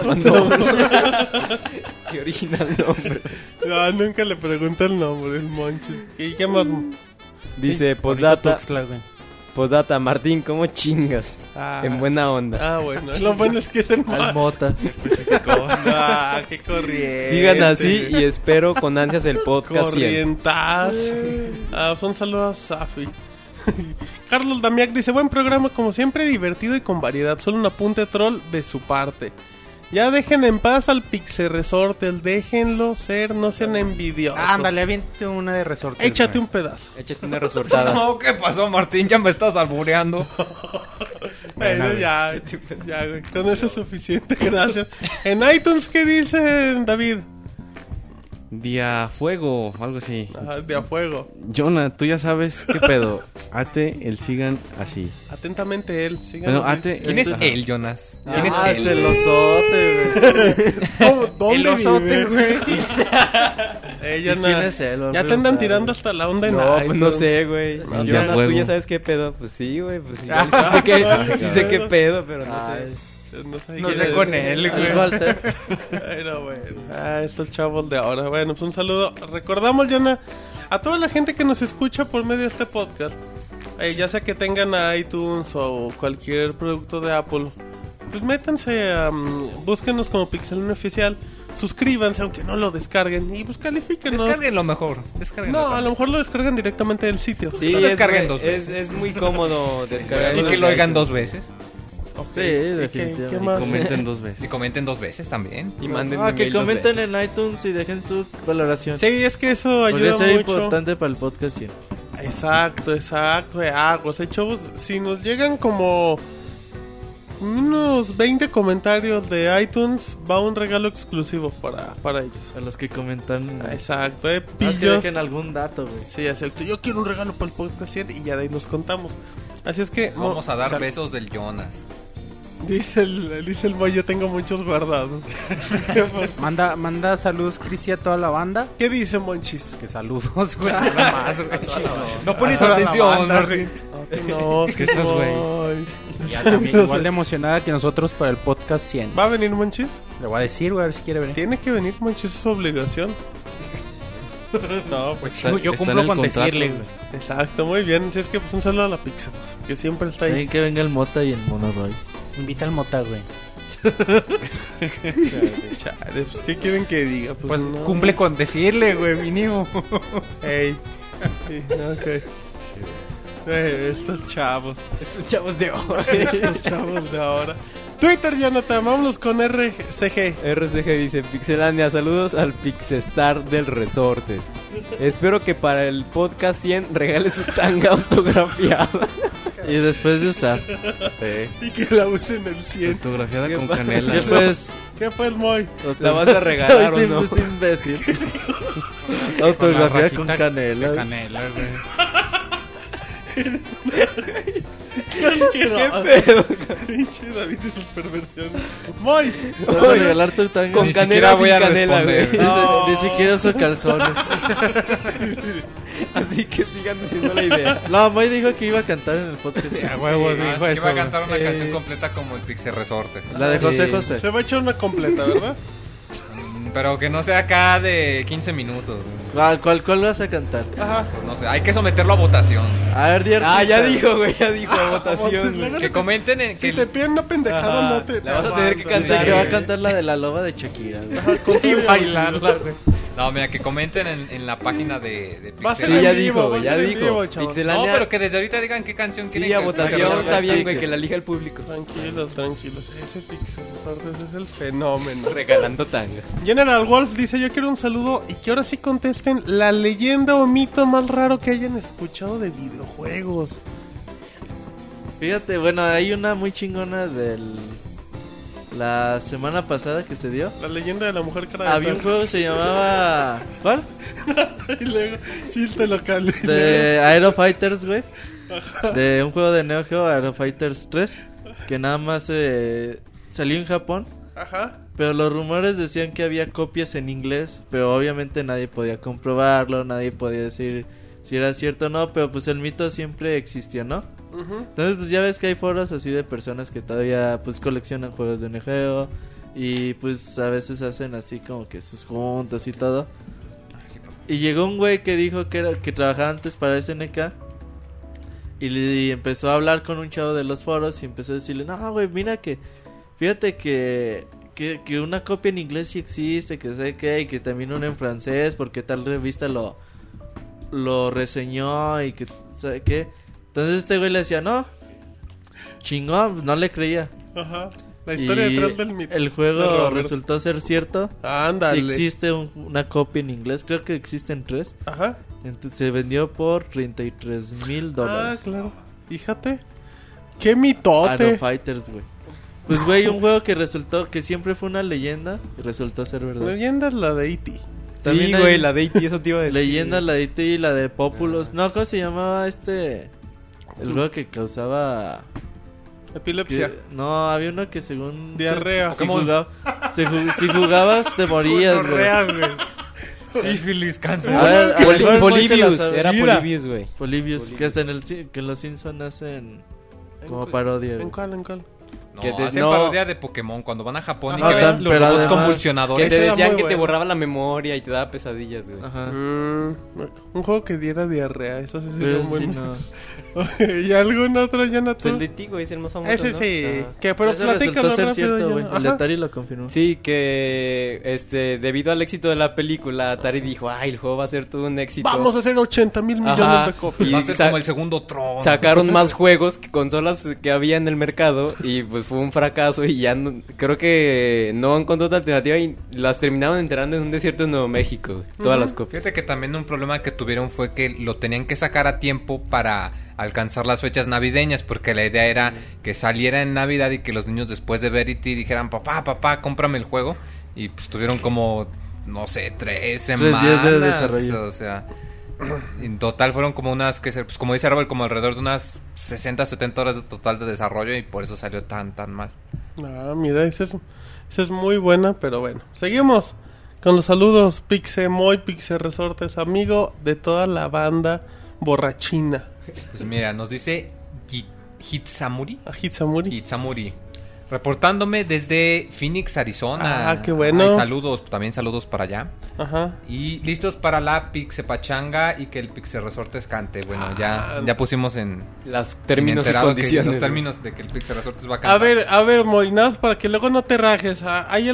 Qué original nombre. No, nunca le pregunté el nombre, el Monchi. ¿Y qué más? Dice, postdata, Martín, ¿cómo chingas? Ah. En buena onda. Ah, bueno. Lo bueno es que es el Al Mota. Ah, qué corriente. Sigan así y espero con ansias el podcast 100. Corrientas. Un saludo a Safi. Carlos Damiac dice, buen programa como siempre, divertido y con variedad. Solo un apunte troll de su parte. Ya dejen en paz al Pixel Resorte, déjenlo ser, no sean envidiosos. Ándale, aviente una de resortes. Échate güey. un pedazo. Échate una resortada. No, ¿qué pasó, Martín? Ya me estás albureando. Bueno, güey. ya, güey, con eso es suficiente, gracias. En iTunes, ¿qué dice David? Día fuego, algo así. Ajá, de a fuego. Jonah, tú ya sabes qué pedo. Ate el sigan así. Atentamente él. síganos. Bueno, ate. ¿Quién es Ajá. él, Jonas? ¿Quién es Ah, él? es el osote, güey. ¿Cómo? ¿Dónde El osote, vive? güey. Ella ¿Y quién es él? ya te andan tirando hasta la onda en No, pues iTunes. no sé, güey. No, Yo, ya ¿tú fuego. ya sabes qué pedo? Pues sí, güey. Pues sí, Ah, sí sé qué pedo, pero no Ay, sé. No sé, No quién sé es. con él, el güey. Walter. Bueno, bueno. Ah, estos chavos de ahora. Bueno, pues un saludo. Recordamos, Jonah, a toda la gente que nos escucha por medio de este podcast. Ya sea que tengan iTunes o cualquier producto de Apple, pues métanse a... búsquenos como Pixelania Oficial. Suscríbanse, aunque no lo descarguen. Y pues califíquenos. Descarguen lo mejor. Descarguen No, a lo mejor lo descargan directamente del sitio. Sí, Lo descarguen dos es veces. muy cómodo descargarlo. Y que desde lo oigan iTunes. 2 veces. Sí, ¿Y qué definitivamente. más? Comenten 2 veces. Y comenten 2 veces también. Y manden Ah, que mail 2 comenten veces. en iTunes y dejen su valoración. Sí, es que eso Podría ayuda ser mucho. importante para el podcast siempre. Exacto. Aguas, chavos. Si nos llegan como unos 20 comentarios de iTunes, va un regalo exclusivo para ellos. A los que comentan. Exacto, Más que pillos. dejen algún dato, güey. Sí, acepto. Yo quiero un regalo para el podcast 100 y ya de ahí nos contamos. Así es que... Vamos a dar sal- besos del Jonas. Dice el Moy, yo tengo muchos guardados. Manda saludos, Cristi, a toda la banda. ¿Qué dice Monchis? Que saludos, güey. Nada más, güey. No pones A toda la atención, banda, Martín. No, ¿Qué estás, güey? Moy. Ya también, igual de emocionada que nosotros para el podcast 100. ¿Va a venir Monchis? Le voy a decir, güey, a ver si quiere venir. Tiene que venir Monchis, es su obligación. No, pues Está- Yo está en cumplo el con contrato, decirle, güey. güey. exacto, muy bien. Si es que pues un saludo a la Pixel, que siempre está ahí. También que venga el Mota y el Monoroy. Invita al Mota, güey. Chale, pues, ¿qué quieren que diga? Pues no. cumple con decirle, güey, mínimo. Ey. Sí, ok. Estos chavos. Estos chavos de hoy. Estos chavos de ahora. Twitter, Jonathan, vámonos con RCG. RCG dice, Pixelania, saludos al Pixestar del Resortes. Espero que para el podcast 100 regale su tanga autografiada. Y después de usar. Y que la usen el 100. Fotografiada con pasa? canela. Después. ¿Qué fue el Moy? ¿La vas a regalar o Este no? este imbécil. Autografía con la rajita canela. de canela, güey. ¿Qué pedo? Pinche David de sus perversiones. Moy. Vas a regalar tu tanga. Con Ni canela siquiera o sin voy a canela, güey. responder. Ni siquiera uso calzones. Así que sigan diciendo la idea. No, Moy dijo que iba a cantar en el podcast. A huevo, Ah, dijo es que eso. va a cantar una Eh. canción completa como el Pixel Resorte. La de José Sí. José. Se va a echar una completa, ¿verdad? Pero que no sea acá de 15 minutos. ¿Cuál vas a cantar? Ajá. Pues no sé, hay que someterlo a votación. A ver, di Ah, artista. ya dijo, güey, ya dijo votación. güey. Que comenten en Si que te piden una pendejada, Ajá, no te... la vas a tener que Dice cantar. que va a güey. cantar la de la loba de Shakira. güey. Y bailarla, güey. no, mira, que comenten en la página de Va a ser Sí, Pixelania. ya en vivo, dijo, va a güey, ya ser en dijo. vivo, chavos. No, Pixelania. pero que desde ahorita digan qué canción quieren Sí, a que votación escuchemos. está bien, güey, sticker. que la elija el público. Tranquilos, tranquilos. Ese Pixel Resortes es el fenómeno. Regalando tangas. General Wolf dice, yo quiero un saludo y que ahora sí contesten la leyenda o mito más raro que hayan escuchado de videojuegos. Fíjate, bueno, hay una muy chingona del... La semana pasada que se dio. La leyenda de la mujer cara de Había un perro. juego que se llamaba... ¿Cuál? Y luego, chiste local. Y De Aero Fighters, güey. De un juego de Neo Geo, Aero Fighters 3. Que nada más salió en Japón. luego- Ajá. Pero los rumores decían que había copias en inglés. Pero obviamente nadie podía comprobarlo. Nadie podía decir si era cierto o no. Pero pues el mito siempre existió, ¿no? Ujú. Entonces pues ya ves que hay foros así de personas que todavía pues coleccionan juegos de Neo Geo. Y pues a veces hacen así como que sus juntas y todo. Y llegó un güey que dijo que trabajaba antes para SNK. Y empezó a hablar con un chavo de los foros y empezó a decirle, no, güey, mira que... Fíjate que una copia en inglés sí existe, que sé que, y que también una en francés, porque tal revista lo reseñó y que, ¿sabe qué? Entonces este güey le decía, no, chingón, pues no le creía. Ajá. La historia Y detrás del mito. el de juego Robert. resultó ser cierto. Ándale. Sí existe una copia en inglés, creo que existen 3. Ajá. Entonces se vendió por $33,000. Ah, claro. Fíjate. ¡Qué Aro mitote! Fighters, güey. Pues, güey, un juego que resultó que siempre fue una leyenda y resultó ser verdad. Leyenda es la de E.T. También Sí, hay güey, la de E.T., eso te iba a decir. Leyenda, la de E.T. y la de Populous. No, ¿cómo se llamaba este? El juego que causaba... Epilepsia. No, había uno que según... Diarrea. Si jugabas te morías, güey. Sífilis, cáncer. A ver, a ver, ¿cuál se la Polybius, sabe? era Sida. Polybius, güey. Polybius, que hasta en que en los Simpsons hacen como parodia. ¿En güey. cuál? ¿En cuál? No, Que te- hacen no. parodia de Pokémon cuando van a Japón y Ajá, que ven los pero robots además- convulsionadores. Que te Ese era decían muy que te bueno. borraba la memoria y te daba pesadillas, güey. Ajá. Un juego que diera diarrea. Eso sí sería Pero un buen. sí, no. ¿Y algún otro, Pues Jonathan? el de ti, güey, es el más famoso, Ese ¿no? sí. Ajá. Que, pero Ese resultó platícalo ser rápido. cierto, ya. güey. El de Ajá. Atari lo confirmó. Sí, que debido al éxito de la película, Atari dijo, ay, el juego va a ser todo un éxito. Vamos a hacer 80,000 millones Ajá. de copias. Y Va a ser sa- como el segundo Tron. Sacaron más juegos que consolas que había en el mercado y pues fue un fracaso y ya creo que no encontró otra alternativa y las terminaron enterrando en un desierto de Nuevo México, güey, todas las copias. Fíjate que también un problema que tuvieron fue que lo tenían que sacar a tiempo para alcanzar las fechas navideñas, porque la idea era que saliera en Navidad y que los niños después de ver E.T. dijeran, papá, cómprame el juego. Y pues tuvieron como, no sé, 3 semanas. días de desarrollo. O sea, en total fueron como unas, que pues como dice Robert, como alrededor de unas 60, 70 horas de total de desarrollo y por eso salió tan mal. Ah, mira, esa es muy buena, pero bueno. Seguimos con los saludos. Pixemoy, Pixe Resortes, amigo de toda la banda borrachina. Pues mira, nos dice Hitsamuri. A Hitsamuri. Hitsamuri. Reportándome desde Phoenix, Arizona. Ah, qué bueno. Ay, saludos, también saludos para allá. Ajá. Y listos para la Pixe Pachanga y que el Pixe Resortes cante. Bueno, ya pusimos en Las términos y enterado que condiciones. los güey. términos de que el Pixe Resortes va a cantar. A ver, Moy, nada más para que luego no te rajes. ¿Hay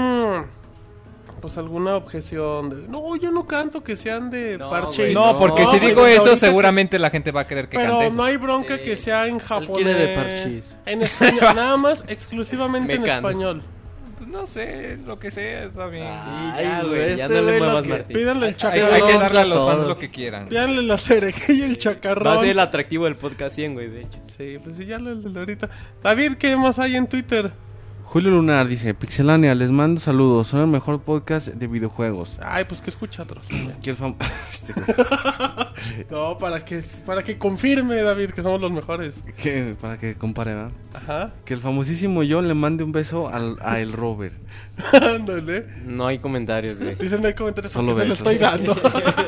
alguna objeción? No, yo no canto, que sean de No, parche. güey, No, porque No, si güey, digo pues eso, ahorita seguramente la gente va a querer que Pero cante eso. no hay bronca Sí. que sea en japonés. quiere de parchís. En español, nada más, exclusivamente en Mecano. español. Pues no sé, lo que sea, está bien. Sí, ya, Ay, güey, güey, ya este no le güey lo muevas, que- Martín. Pídanle el Hay chacarrón. que darle a los fans todo. lo que quieran. Pídanle la cereje y el chacarrón. Va a ser el atractivo del podcast 100, güey, de hecho. Sí, pues sí, ya lo de ahorita. David, ¿qué más hay en Twitter? Julio Lunar dice, Pixelania, les mando saludos, son el mejor podcast de videojuegos. Ay, pues que escucha otros. Que el No, para que confirme, David, que somos los mejores. para que compare, ¿verdad? Ajá. Que el famosísimo John le mande un beso a el Robert. Ándale. No hay comentarios, güey. Dicen no hay comentarios Solo porque se lo besos. estoy dando.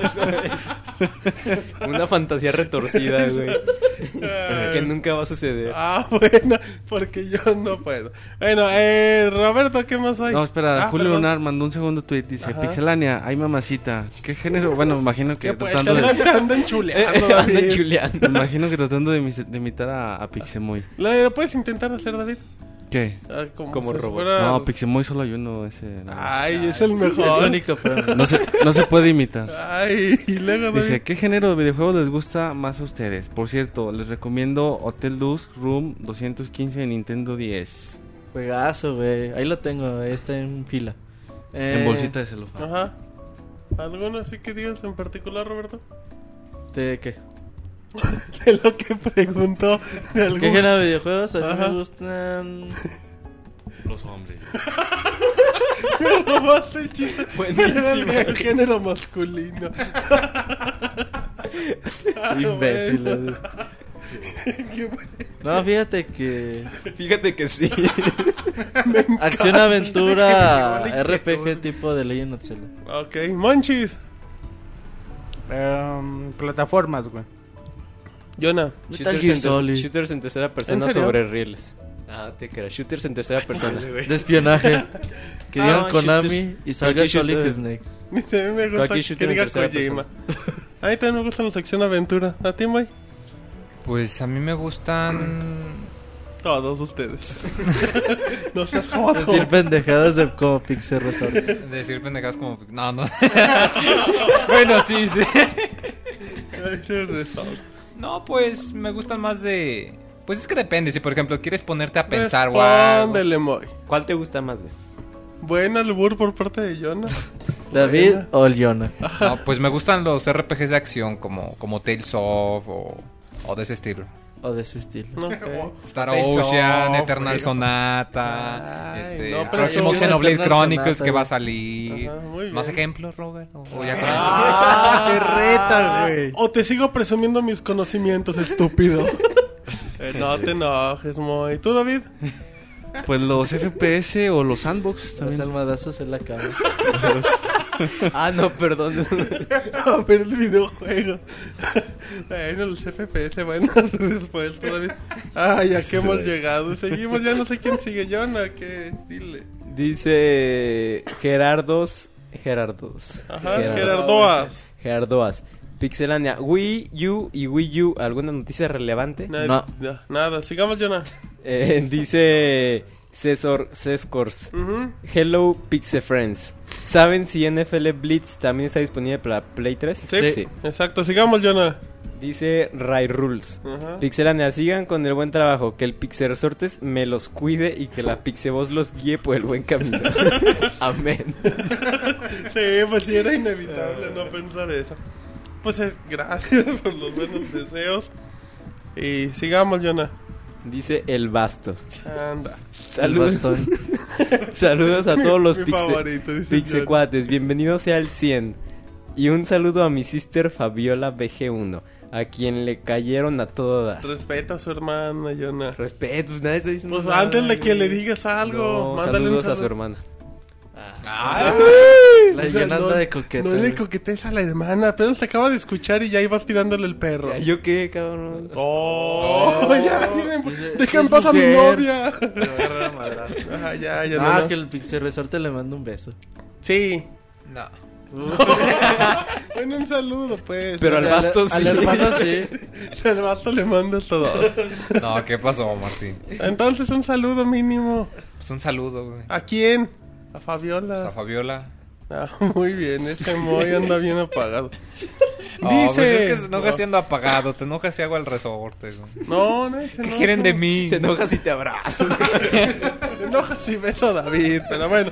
Una fantasía retorcida, güey. Que nunca va a suceder. Ah, bueno, porque yo no puedo. Bueno, Roberto, ¿qué más hay? No, espera, Ah, Julio perdón. Lunar mandó un segundo tweet, dice, Ajá. Pixelania, ay mamacita, ¿qué género? Bueno, me imagino que ¿Qué pues? tratando de... Andan chuleando, Andan David. chuleando. Me imagino que tratando de imitar a Pixemoy. ¿Lo puedes intentar hacer, David? ¿Qué? Ah, Como si robot. fuera- No, Pixemoy solo hay uno, ese... no. Ay, es el Es mejor. único para mí. No se puede imitar. Ay, y luego David. Dice, ¿qué género de videojuegos les gusta más a ustedes? Por cierto, les recomiendo Hotel Dusk Room 215 en Nintendo 10. Juegazo, güey. Ahí lo tengo, está en fila. En bolsita de celofán. Ajá. ¿Alguno así que digas en particular, Roberto? ¿De qué? De lo que preguntó. De algún... ¿Qué género de videojuegos? A mí Ajá. me gustan... Los hombres. Robaste el chiste. Buenísimo. Era el género masculino. Imbéciles. bueno. Qué bueno. No, fíjate que... Fíjate que sí. Acción aventura RPG tipo de Legend of Zelda. Ok, Monchis. Plataformas, güey. Jonah. Metal Gear Solid. Shooters en tercera ¿En persona serio? sobre rieles. Ah, te creas. Shooters en tercera persona. De espionaje. Que digan Ah, Konami shooters. y salga Cualquier Solid shooter. Snake. Dice, a mí me gusta Cualquier que shooter en diga tercera Kojima. A mí también me gusta la sección aventura. ¿A ti, Moy? Pues a mí me gustan... Todos ustedes. No seas jodo. Decir pendejadas de como Pixel Resort. Decir pendejadas como... No. Bueno, sí. Ay, qué rezón. No, pues me gustan más de... Pues es que depende, si por ejemplo quieres ponerte a pensar o algo. Respóndele, Moy. ¿Cuál te gusta más, güey? Buen albur por parte de Jonah. David o el Yona. No, pues me gustan los RPGs de acción como Tales of o de ese estilo. O de ese estilo. Ok. Star Tales Ocean, of, Eternal güey. Sonata, Ay, este, no, pero próximo sí, Xenoblade Eternal Chronicles Sonata, que va a güey. salir. Ajá, muy ¿Más bien. ejemplos, Robert? ¿O ya con ¡Qué reta, güey! O te sigo presumiendo mis conocimientos, estúpido. No te enojes, Moy. ¿Tú, David? Pues los FPS o los sandbox Los también. almadazos en la cama. Ah, no, perdón. A ver el videojuego. Bueno, los FPS, bueno, después, ¿tú, David? Ay, ¿a qué hemos llegado? Seguimos, ya no sé quién sigue, Jonah, qué estilo. Dice Gerardos. Ajá, Gerardoas. Gerardoas. Pixelania. Wii U y Wii U. ¿Alguna noticia relevante? No. Nada, sigamos, Jonah. Dice Cescors. Ujú. Hello Pixel Friends. ¿Saben si NFL Blitz también está disponible para Play 3? Sí, exacto, sigamos, Jonah. Dice Ray Rules. Ajá. Pixelania, sigan con el buen trabajo. Que el Pixel Resortes me los cuide y que la Pixevoz los guíe por el buen camino. Amén. Sí, pues sí, era inevitable no pensar eso. Pues gracias por los buenos deseos. Y sigamos, Jonah. Dice el Basto. Anda. Saludos. El bastón. Saludos a todos los Mi favorito, dice Pixecuates. Bienvenidos sea al 100. Y un saludo a mi sister Fabiola BG1, a quien le cayeron a todo dar. Respeta a su hermana, Jonah. Respeto, nadie está diciendo Pues nada, antes de que güey. le digas algo, No, mándale saludos un saludo a su hermana. La O sea, llenando de coqueta. No le güey. coquetes a la hermana, pero se acaba de escuchar y ya ibas tirándole el perro. Ya, ¿yo qué, cabrón? Oh, ya, miren, Dice, deja en "Es paz a mi mujer". novia. Te va a agarrar a madrazo. Ah, ya, Ah, no. que el Pixel Resorte le manda un beso. Sí. No. Bueno, un saludo, pues. Pero O al sea, Basto Al sí. hermano sí. al vato le manda todo. No, ¿qué pasó, Martín? Entonces, un saludo mínimo. Pues un saludo, güey. ¿A quién? A Pues Fabiola. a Fabiola. Ah, muy bien, ese Moy anda bien apagado. Oh, Dice. pues es que se enoja siendo apagado. Te enojas si hago el resorte, güey. No, no, ese ¿Qué no. quieren de mí? Te enojas y te abrazo. Te enojas y beso a David, pero bueno.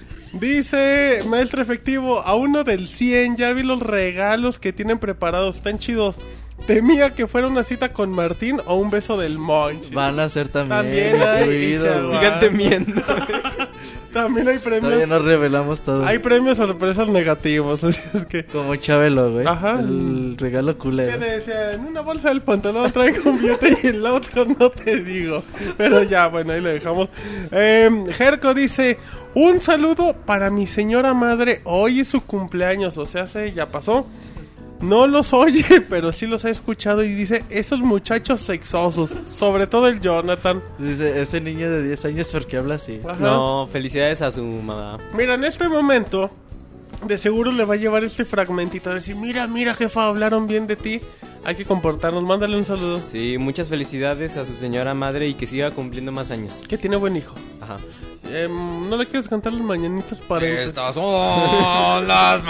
Dice Maestro Efectivo, a uno del 100 ya vi los regalos que tienen preparados, están chidos. Temía que fuera una cita con Martín o un beso del Monch. Van a ser también. También hay, incluidos, se güey. Sigan temiendo. También hay Todavía premios. no revelamos todo. Hay premios sorpresas negativos, así es que... Como Chabelo, güey. Ajá. El regalo ¿Qué culero. decía? En una bolsa del pantalón trae un billete y en la otra no te digo. Pero ya, bueno, ahí le dejamos. Jerko dice, un saludo para mi señora madre. Hoy es su cumpleaños, o sea, ya pasó. No los oye, pero sí los ha escuchado y dice, esos muchachos sexosos, sobre todo el Jonathan. Dice, ese niño de 10 años, ¿por qué habla así? Ajá. No, felicidades a su mamá. Mira, en este momento, de seguro le va a llevar este fragmentito a decir, mira, jefa, hablaron bien de ti. Hay que comportarnos, mándale un saludo. Sí, muchas felicidades a su señora madre y que siga cumpliendo más años. Que tiene buen hijo. Ajá. ¿No le quieres cantar las mañanitas para Estas son las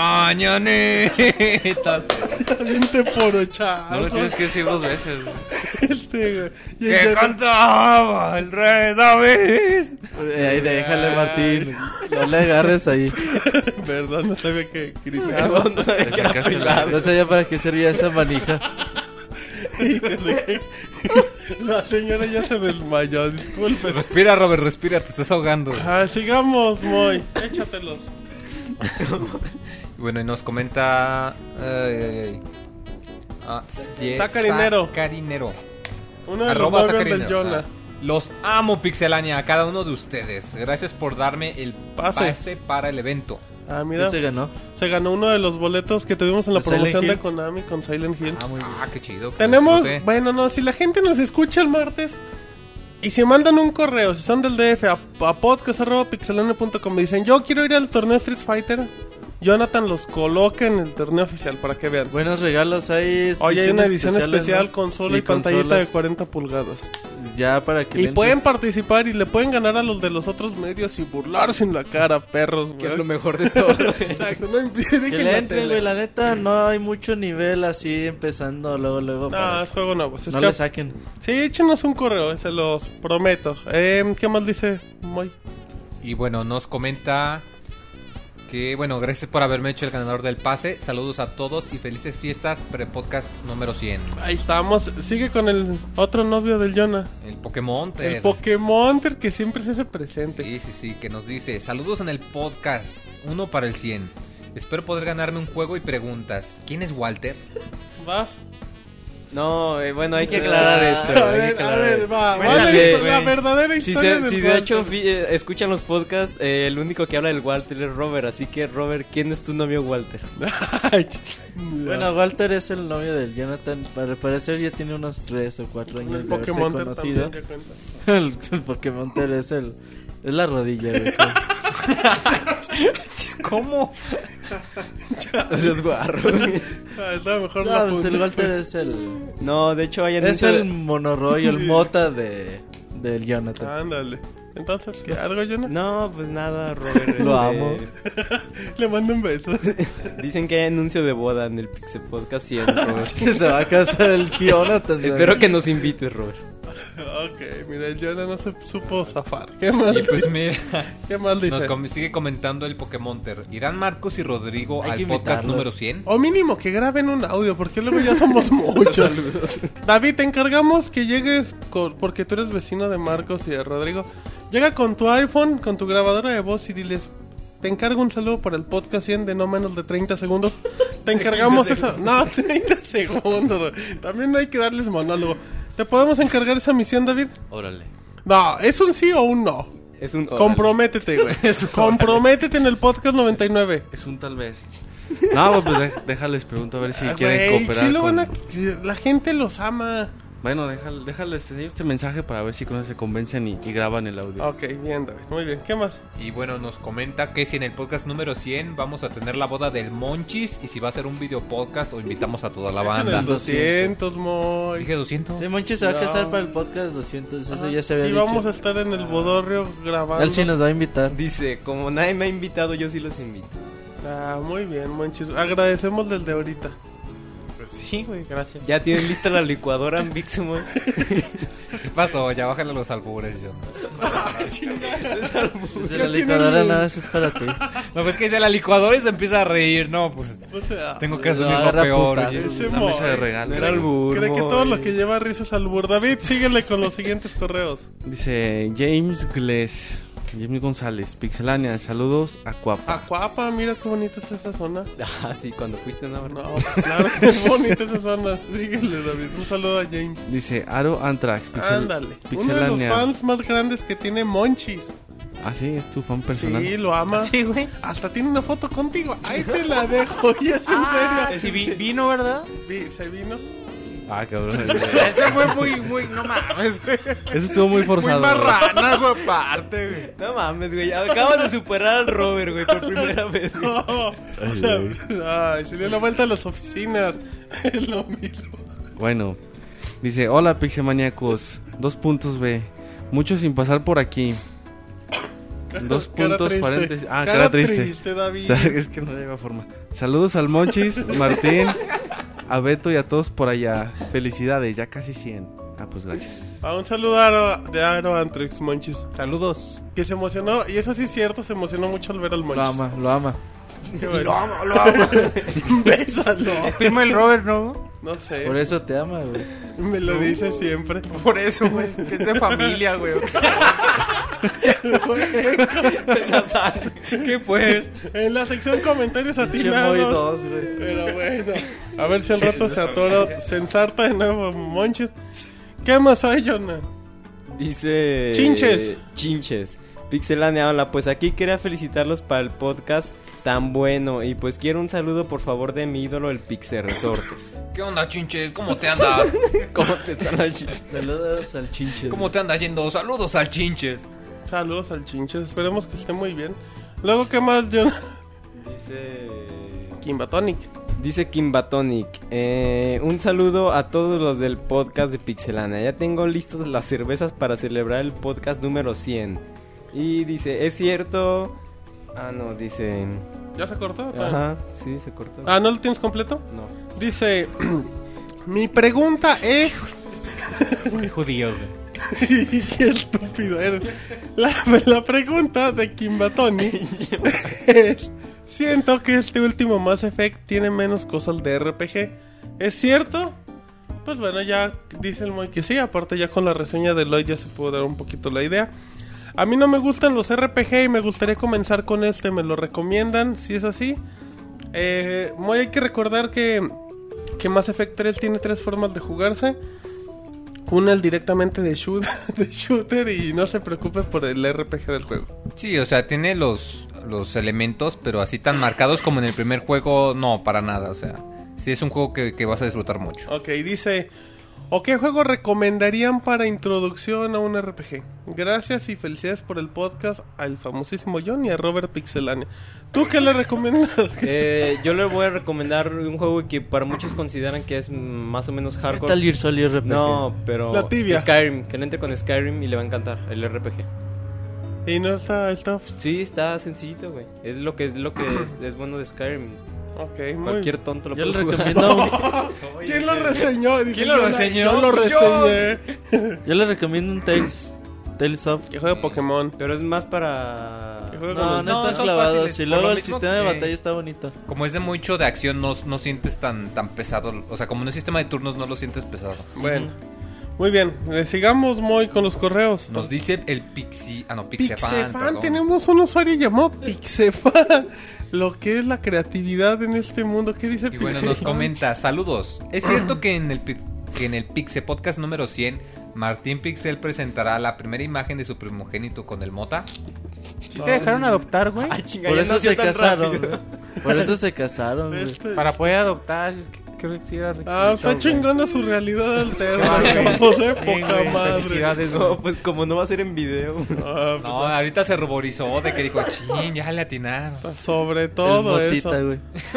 mañanitas. Vente por ochazo. No lo tienes que decir 2 veces. Güey. Y Que el- cantaba el rey David. Ahí déjale, Martín. No le agarres ahí. Perdón, no sabía que gritaba. No sabía que era acercaste privado. No sabía para qué servía esa manija. La señora ya se desmayó, disculpe. Respira, Robert, respira, te estás ahogando. Sigamos, Moy. Échatelos. Bueno, y nos comenta... Sacarinero. Sacarinero. Uno de los Arroba novios Sacarinero. del Jonah. Los amo, Pixelania, a cada uno de ustedes. Gracias por darme el pase para el evento. Ah, mira. ¿Quién se ganó? Se ganó uno de los boletos que tuvimos en la ¿De Silent promoción de Hill? Konami con Silent Hill. Ah, muy bien. Ah, qué chido. que Tenemos, disfruté. bueno, no, si la gente nos escucha el martes y si mandan un correo, si son del DF, a podcast@pixelania.com y dicen, yo quiero ir al torneo Street Fighter, Jonathan los coloca en el torneo oficial para que vean. Buenos regalos hay. Hoy hay una edición especiales, especial, ¿no? consola y consolas. pantallita de 40 pulgadas. Ya para que Y le pueden participar y le pueden ganar a los de los otros medios y burlarse en la cara, perros. Que es güey. lo mejor de todo. Exacto, no impide Que que le la entren, tele. güey. La neta, no hay mucho nivel así empezando luego. No, para es juego nuevo. Es no que- le saquen. Sí, échenos un correo, se los prometo. ¿Qué más dice Moy? Y bueno, nos comenta que, bueno, gracias por haberme hecho el ganador del pase. Saludos a todos y felices fiestas pre-podcast número 100. Ahí estamos. Sigue con el otro novio del Jonah. El Pokémon. El Pokémonter que siempre se hace presente. Sí, que nos dice: saludos en el podcast, uno para el 100. Espero poder ganarme un juego y preguntas. ¿Quién es Walter? ¿Vas? No, bueno, hay que aclarar esto. A hay que ver, aclarar. va. Bueno, Vale, que, la güey, verdadera Si, historia del de Walter. hecho escuchan los podcasts, el único que habla del Walter es Robert. Así que, Robert, ¿quién es tu novio Walter? Ay, Bueno, Walter es el novio del Jonathan. Para parecer ya tiene unos 3 o 4 el años de haberse Pokémonter conocido. también ya cuenta. El Pokémonter es la rodilla, güey. ¿Cómo? Es guarro. Ah, está mejor la No, pues el punta. Walter es el... No, de hecho hay Es anuncio el monorroyo, el mota del Jonathan. Ándale. Entonces, ¿qué? ¿Algo, Jonah? No, pues nada, Robert. Lo amo. Le mando un beso. Dicen que hay anuncio de boda en el Pixel Podcast 100, Robert. Que se va a casar el Jonathan. güey. Espero que nos invites, Robert. Ok, mira, el Jonah no se supo zafar. ¿Qué más? Y pues mira, ¿Qué más dice? sigue comentando el Pokémonter. ¿Irán Marcos y Rodrigo Hay al que podcast invitarlos. número 100? O mínimo que graben un audio, porque luego ya somos muchos. David, te encargamos que llegues, porque tú eres vecino de Marcos y de Rodrigo. Llega con tu iPhone, con tu grabadora de voz y diles: te encargo un saludo para el podcast 100 de no menos de 30 segundos. Te encargamos eso. No, 30 segundos. También no hay que darles monólogo. ¿Te podemos encargar esa misión, David? Órale. No, ¿es un sí o un no? Es un Comprométete, güey. Comprométete en el podcast 99. Es un tal vez. No, pues déjales pregunto a ver si quieren Güey, cooperar. sí lo con- van la gente los ama. Bueno, déjales este mensaje para ver si con eso se convencen y graban el audio. Ok, bien, David. Muy bien. ¿Qué más? Y bueno, nos comenta que si en el podcast número 100 vamos a tener la boda del Monchis y si va a ser un video podcast o invitamos a toda la Es en banda. el 200, Moy. Dije 200. Sí, Monchi se va a casar No. para el podcast 200. Eso Ajá. ya se había Y dicho. vamos a estar en el Bodorrio grabando. Él sí nos va a invitar. Dice, como nadie me ha invitado, yo sí los invito. Ah, muy bien, Monchis. Agradecemos desde ahorita. Sí, güey, gracias. Ya tienen lista la licuadora en Biximo. ¿Qué pasó? Ya bájale los albures yo. Desde la licuadora nada más es para ti. No, pues que dice la licuadora y se empieza a reír. No, pues O sea, tengo que Lo asumir lo agarra peor. putazos. oye. ese Una Moy mesa de regalos. Era albur, cree que Moy. todo lo que lleva risa es albur. David, síguele con los siguientes correos. Dice James González, Pixelania, saludos a Cuapa. Acuapa, mira qué bonita es esa zona. Ah, sí, cuando fuiste a No, pues claro que es bonita esa zona. Síguele, David. Un saludo a James. Dice Aro Antrax, Ándale. Uno de los Pixelania. fans más grandes que tiene Monchis. Ah, sí, es tu fan personal. Sí, lo ama. Sí, güey. Hasta tiene una foto contigo. Ahí te la dejo. Y es en serio. Sí, vino, ¿verdad? Se vino. Ah, cabrón. Ese fue muy, no mames, güey. Eso estuvo muy Muy forzado. marrana, güey, aparte, güey. No mames, güey. Acabas de superar al Robert, güey, por primera vez. güey. No, o sea, ay, se dio la vuelta a las oficinas. Es lo mismo. Bueno, dice, hola Pixemaniacos, 2 puntos B, muchos sin pasar por aquí. 2 Cara puntos triste. paréntesis. Ah, Cara cara triste. triste, David. O sea, es que no lleva forma. Saludos al Monchis, Martín, a Beto y a todos por allá. Felicidades, ya casi 100. Ah, pues gracias. Un saludo de Aro Antrix, Monchis. Saludos. Que se emocionó, y eso sí es cierto, se emocionó mucho al ver al Monchis. Lo ama. Qué bueno. Lo amo. Bésalo. Es primo del Robert, ¿no? No sé, Por eso te ama, güey. me lo dice siempre. Por eso, güey. Que es de familia, güey. ¿Qué pues? En la sección comentarios Pinche Moy atinados. 2, güey. Pero bueno, a ver si al rato se atora, se ensarta de nuevo Monchis. ¿Qué más hay, Jonah? Dice... Chinches. Pixelania, hola, pues aquí quería felicitarlos para el podcast tan bueno. Y pues quiero un saludo, por favor, de mi ídolo, el Pixel Resortes. ¿Qué onda, chinches? ¿Cómo te andas? ¿Cómo te están las chinches? Saludos al chinche. ¿Cómo te andas yendo? Saludos al chinches. Saludos al Chinches, esperemos que esté muy bien. Luego, ¿qué más, Jonah? Kimbatonic. Dice Kimbatonic, un saludo a todos los del podcast de Pixelania. Ya tengo listas las cervezas para celebrar el podcast número 100. Y dice, es cierto... Ah, no, dice... ¿Ya se cortó? Ajá, sí, se cortó. Ah, ¿no lo tienes completo? No. Dice, mi pregunta es... Muy judío, güey. Qué estúpido eres. La pregunta de Kimbatoni es... Siento que este último Mass Effect tiene menos cosas de RPG. ¿Es cierto? Pues bueno, ya dice el Moy que sí. Aparte ya con la reseña de Lloyd ya se pudo dar un poquito la idea. A mí no me gustan los RPG y me gustaría comenzar con este. ¿Me lo recomiendan? Si es así. Moy, hay que recordar que Mass Effect 3 tiene 3 formas de jugarse. Una el directamente de shooter y no se preocupe por el RPG del juego. Sí, o sea, tiene los elementos, pero así tan marcados como en el primer juego, no, para nada, o sea, sí es un juego que vas a disfrutar mucho. Ok, dice, ¿o qué juego recomendarían para introducción a un RPG? Gracias y felicidades por el podcast al famosísimo John y a Robert Pixelania. ¿Tú qué le recomiendas? Yo le voy a recomendar un juego que para muchos consideran que es más o menos hardcore. Metal Gear Solid RPG. No, pero La tibia. Skyrim, que le entre con Skyrim y le va a encantar el RPG. Y no está... Sí, está sencillito, güey. Es lo que es bueno de Skyrim. Ok, muy... Cualquier tonto lo Yo puede le jugar. recomiendo ¿Quién lo reseñó? Dice, ¿Quién lo reseñó? Yo lo reseñé. yo le recomiendo un Tales of. Que juega Pokémon. Pero es más para... Que juega No, con- no está son clavado. fáciles. Si Por luego lo el mismo sistema de que- batalla está bonito. Como es de mucho de acción, no sientes tan pesado, o sea, como en un sistema de turnos no lo sientes pesado. Bueno, muy bien. Sigamos, Moy, con los correos. Nos dice el Pixefan, Pixefan, perdón. tenemos un usuario llamado Pixefan. Lo que es la creatividad en este mundo. ¿Qué dice Y bueno, Pixefan? nos comenta, saludos. ¿Es cierto que en el Pixe Podcast número 100, Martín Pixel presentará la primera imagen de su primogénito con el Mota? ¿Sí te dejaron adoptar, güey? Ay, chinga, Por ya eso nació se tan casaron, rápido. güey. Por eso se casaron, güey. Este- Para poder adoptar, es que creo que sí era requisito, Ah, está güey. chingona su realidad alterna. Ay, José, bien, poca güey, madre. felicidades, güey. No, pues como no va a ser en video. Ah, pues, No, ahorita se ruborizó de que dijo, ching, ya le atinaron. sobre todo El eso. motita, güey.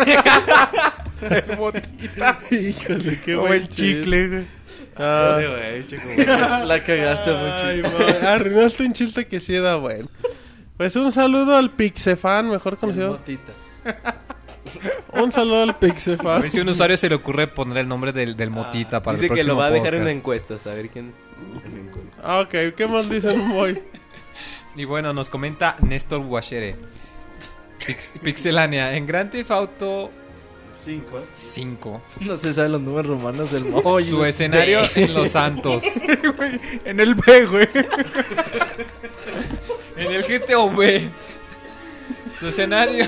Híjole, qué O buen el chicle, güey. Ah, La cagaste ay, mucho. ma, arruinaste un chiste que sí era bueno. Pues un saludo al Pixefan, mejor El conocido. motita. Un saludo al A Pixefan. ver si a un usuario se le ocurre poner el nombre del Motita para Dice el que próximo lo va a dejar en podcast. encuestas. A ver quién... Ah, ok, ¿qué más dicen, Moy? Y bueno, nos comenta Néstor Guachere. Pixelania, en Grand Theft Auto 5, No se saben los números romanos del modo. su escenario en Los Santos. En el B, güey. En el GTV. Su escenario.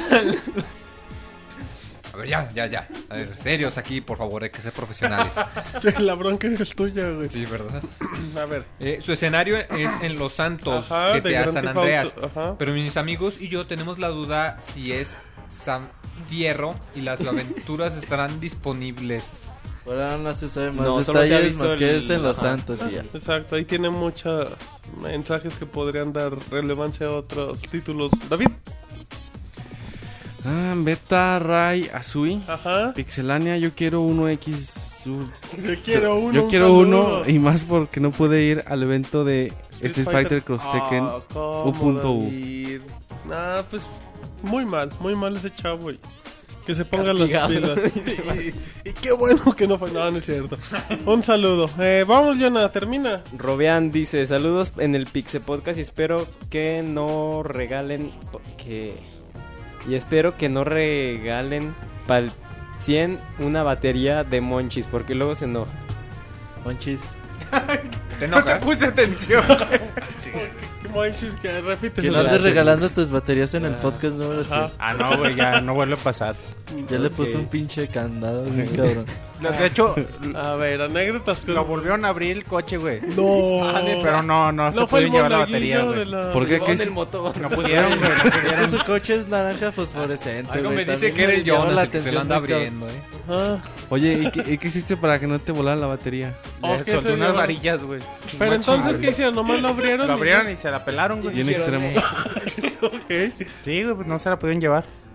A ver, ya. A ver, serios aquí, por favor, hay que ser profesionales. La bronca es tuya, güey. Sí, ¿verdad? A ver. Su escenario es en Los Santos, Ajá, de GTA Grand San Theft Andreas. Auto, ajá. Pero mis amigos y yo tenemos la duda si es San Fierro y las aventuras estarán disponibles. Ahora no se sabe más No, solo se ha detalles visto más que el- es en Los ajá. Santos y ya. Exacto, ahí tiene muchos mensajes que podrían dar relevancia a otros títulos. David. Beta Ray Azui. Ajá. Pixelania, yo quiero 1X. Yo quiero uno. Yo un quiero saludo. uno y más porque no pude ir al evento de Street Fighter Cross Tekken ¿cómo, U.U. David? Nah, pues muy mal ese chavo, güey. Que se ponga las Castigado. pilas. y qué bueno que no fue. No, no es cierto. Un saludo. Vamos, Jonah, termina. Robean dice, saludos en el Pixe Podcast y espero que no regalen para el 100 una batería de Monchis porque luego se enoja. Monchis. ¿Te enojas? Puse atención. Monchis, que repite. Que no andes regalando tus baterías en el podcast número 100. Ajá. Ah, no, güey, ya no vuelve a pasar. Ya le puse un pinche candado, bien cabrón. De hecho, A ver, anécdotas con... lo volvieron a abrir el coche, güey. No. Pero no se fue el pudieron llevar la monaguillo batería, de güey. la... ¿Por qué? ¿Qué el motor. No pudieron, güey. No Es pudieron. que su coche es naranja fosforescente. Algo güey. me dice También que era el me llamó Jonas la el que te lo atención anda muy cabrón. abriendo, Ah. Oye, ¿y qué hiciste para que no te volara la batería? Oh, Le ¿qué solté se unas dio? varillas, güey. Pero entonces, ¿qué hicieron? Nomás lo abrieron. Lo abrieron y se la pelaron, güey. Bien extremo. Ok. Sí, güey, pues no se la pudieron llevar.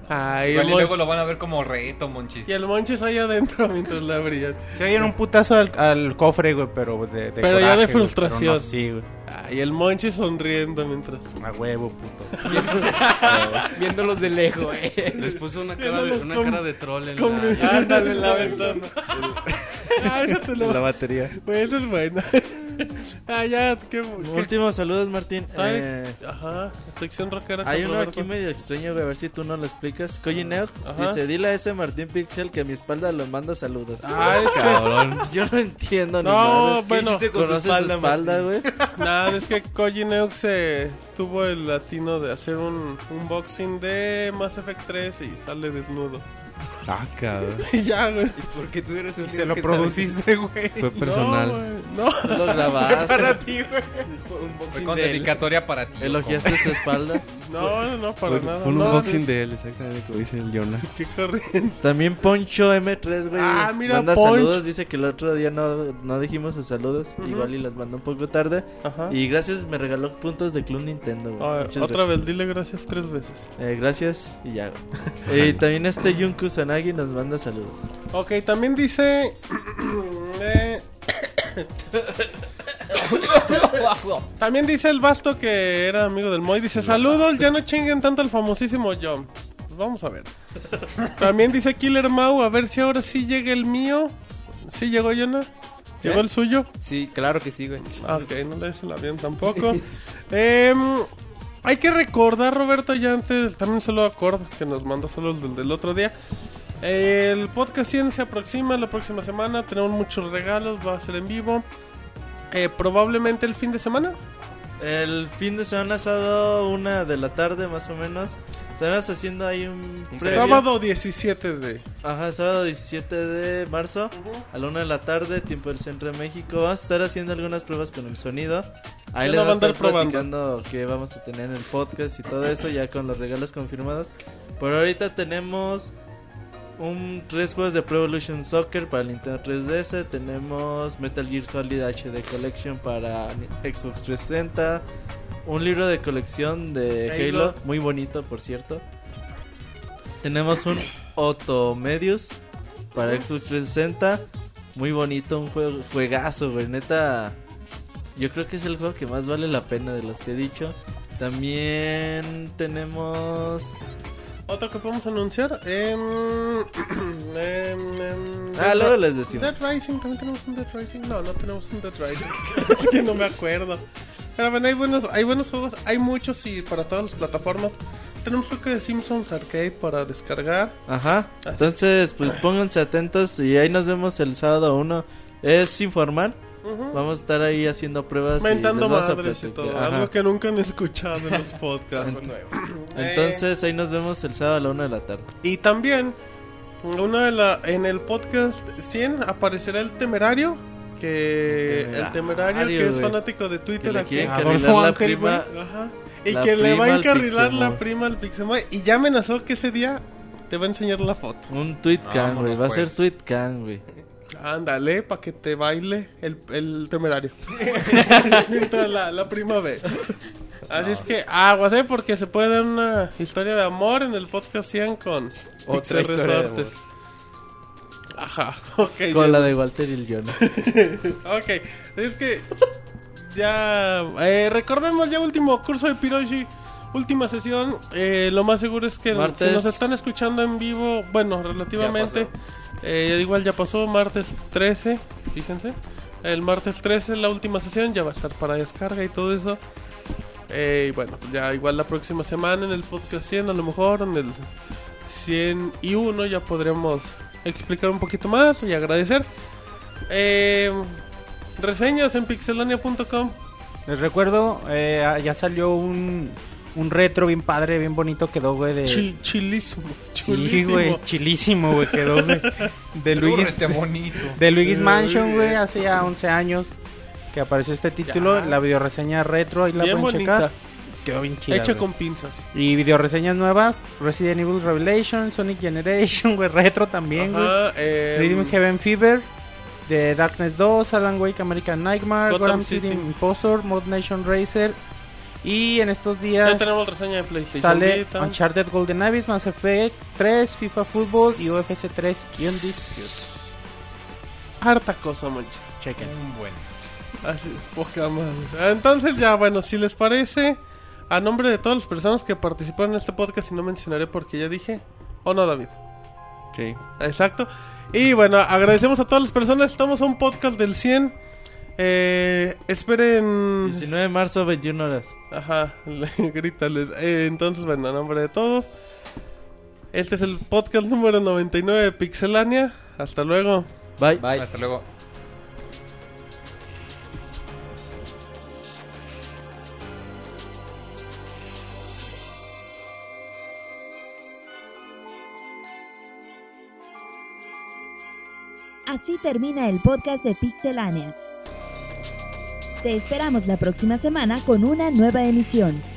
Ay, Igual y Mon- luego lo van a ver como reto, Monchis. Y el Monchis ahí adentro mientras la abrías. Se oyen un putazo al cofre, güey, pero de Pero ya de coraje, güey, frustración. pero no, sí, güey. Ay, el Monchis sonriendo mientras... A huevo, puto. Viéndolos de lejos, güey. Les puso una Viéndolos cara de troll en con- la... Ándale en la ventana. Ah, déjatelo. La batería. Güey, eso es buena. Ah, ya, qué... Últimos saludos, Martín. Ajá, sección rockera. Hay con uno Roberto. aquí medio extraño, güey, a ver si tú no lo explicas. Koji Neux Ajá. dice, dile a ese Martín Pixel que a mi espalda lo manda saludos. Ah, es que... Cabrón. Yo no entiendo ni No, nada. bueno. ¿Conoces su espalda, güey? Nada, es que Koji Neux tuvo el latino de hacer un unboxing de Mass Effect 3 y sale desnudo. Ah, cabrón. Y ya, güey. Porque tú eres un Y se lo produciste, güey. Fue personal. No, güey, Lo grabaste. Para ti, güey. Fue con dedicatoria para ti. Elogiaste su espalda. no, para Fue nada. un No, unboxing de él, exactamente como dice el Jonah. Qué corriente. También Poncho M3, güey. Ah, mira, manda Poncho. saludos. Dice que el otro día no dijimos sus saludos. Ujú. Igual y los mandó un poco tarde. Ajá. Y gracias, me regaló puntos de Club Nintendo, güey. Ah, Muchas otra gracias. vez, dile gracias 3 veces. Gracias y ya, güey. Y también Jun Kusanagi nos manda saludos. Ok, también dice... También dice el Basto que era amigo del Moy. Dice, saludos, ya no chinguen tanto al famosísimo John. Pues vamos a ver. También dice Killer Mau, a ver si ahora sí llega el mío. ¿Sí llegó, Jonah? ¿Llegó el suyo? Sí, claro que sí, güey. Ah, ok, no le des el avión tampoco. Hay que recordar, Roberto, ya antes, también solo acuerdo que nos mandó solo el del otro día. El podcast 100 se aproxima la próxima semana. Tenemos muchos regalos, va a ser en vivo. Probablemente el fin de semana. El fin de semana, sábado, 1 de la tarde más o menos. Estaremos haciendo ahí un previo. Sábado 17 de... Ajá, sábado 17 de marzo a la 1 de la tarde, tiempo del centro de México. Vamos a estar haciendo algunas pruebas con el sonido. Ahí Ya les lo vamos a van a andar estar probando. platicando qué vamos a tener en el podcast y todo eso, ya con los regalos confirmados. Por ahorita tenemos 3 juegos de Pro Evolution Soccer para el Nintendo 3DS. Tenemos Metal Gear Solid HD Collection para Xbox 360. Un libro de colección de Halo, muy bonito por cierto. Tenemos un Otomedius para Xbox 360, muy bonito, un juegazo, güey, neta. Yo creo que es el juego que más vale la pena de los que he dicho. También tenemos... Otro que podemos anunciar. luego les decimos. Dead Rising, también tenemos un Dead Rising. No tenemos un Dead Rising. Que no me acuerdo. Pero bueno, hay buenos juegos, hay muchos y para todas las plataformas. Tenemos creo que de Simpsons Arcade para descargar. Ajá, entonces pues pónganse atentos y ahí nos vemos el sábado 1. Es informal. Vamos a estar ahí haciendo pruebas. Mentando y les vamos a madres y platicar. todo. Ajá. Algo que nunca han escuchado en los podcasts. Entonces ahí nos vemos el sábado a la 1 de la tarde. Y también en el podcast 100 aparecerá el Temerario. El Temerario que es güey. fanático de Twitter Que le aquí. quieren Adolfo encarrilar la Ángel, prima. Ajá. Y La que le va a prima al encarrilar Pixemoy. la prima al Pixemoy. Y ya amenazó que ese día te va a enseñar la foto. Un tweet can, güey. Vámonos, Va a ser pues. tweet can, güey. Ándale, para que te baile el Temerario. Mientras la prima ve. Así es que aguas, porque se puede dar una historia de amor en el podcast 100 con Otra Pixel historia de Resortes. Ajá, ok. Con la de Walter y el Jonah. Ok, es que ya recordemos ya último curso de Piroshi, última sesión. Lo más seguro es que Martes. si nos están escuchando en vivo, bueno, relativamente, igual ya pasó, martes 13, fíjense. El martes 13 la última sesión, ya va a estar para descarga y todo eso. Y bueno, ya igual la próxima semana en el podcast 100, a lo mejor en el 101 ya podremos explicar un poquito más y agradecer. Reseñas en pixelania.com. Les recuerdo, ya salió un retro bien padre, bien bonito quedó, güey, de... Chilísimo. Sí, güey, chilísimo, güey, quedó, güey. De Qué bonito. de Luigi's Mansion, güey, hace ya 11 años que apareció este título. Ya. La videoreseña retro, ahí la Bien pueden bonita. checar. Quedó bien chida, Hecha güey. con pinzas. Y videoreseñas nuevas, Resident Evil Revelation, Sonic Generation, güey, retro también, güey. Ajá, Rhythm Heaven Fever, The Darkness 2, Alan Wake American Nightmare, Gotham Gotham City. City Impostor, Mod Nation Racer Y en estos Ya días tenemos reseña de PlayStation sale Vita. Uncharted Golden Abyss, Mass Effect 3, FIFA Football y UFC 3 y un Dispute. Harta cosa, manches. Chequen. Bueno. Así, poca madre. Entonces ya, bueno, si les parece, a nombre de todas las personas que participaron en este podcast, y no mencionaré porque ya dije, ¿o no, David? Sí. Exacto. Y bueno, agradecemos a todas las personas. Estamos a un podcast del 100. Esperen. 19 de marzo, 21 horas. Ajá, grítales. Entonces, bueno, a nombre de todos, este es el podcast número 99 de Pixelania. Hasta luego. Bye. Bye. Hasta luego. Así termina el podcast de Pixelania. Te esperamos la próxima semana con una nueva emisión.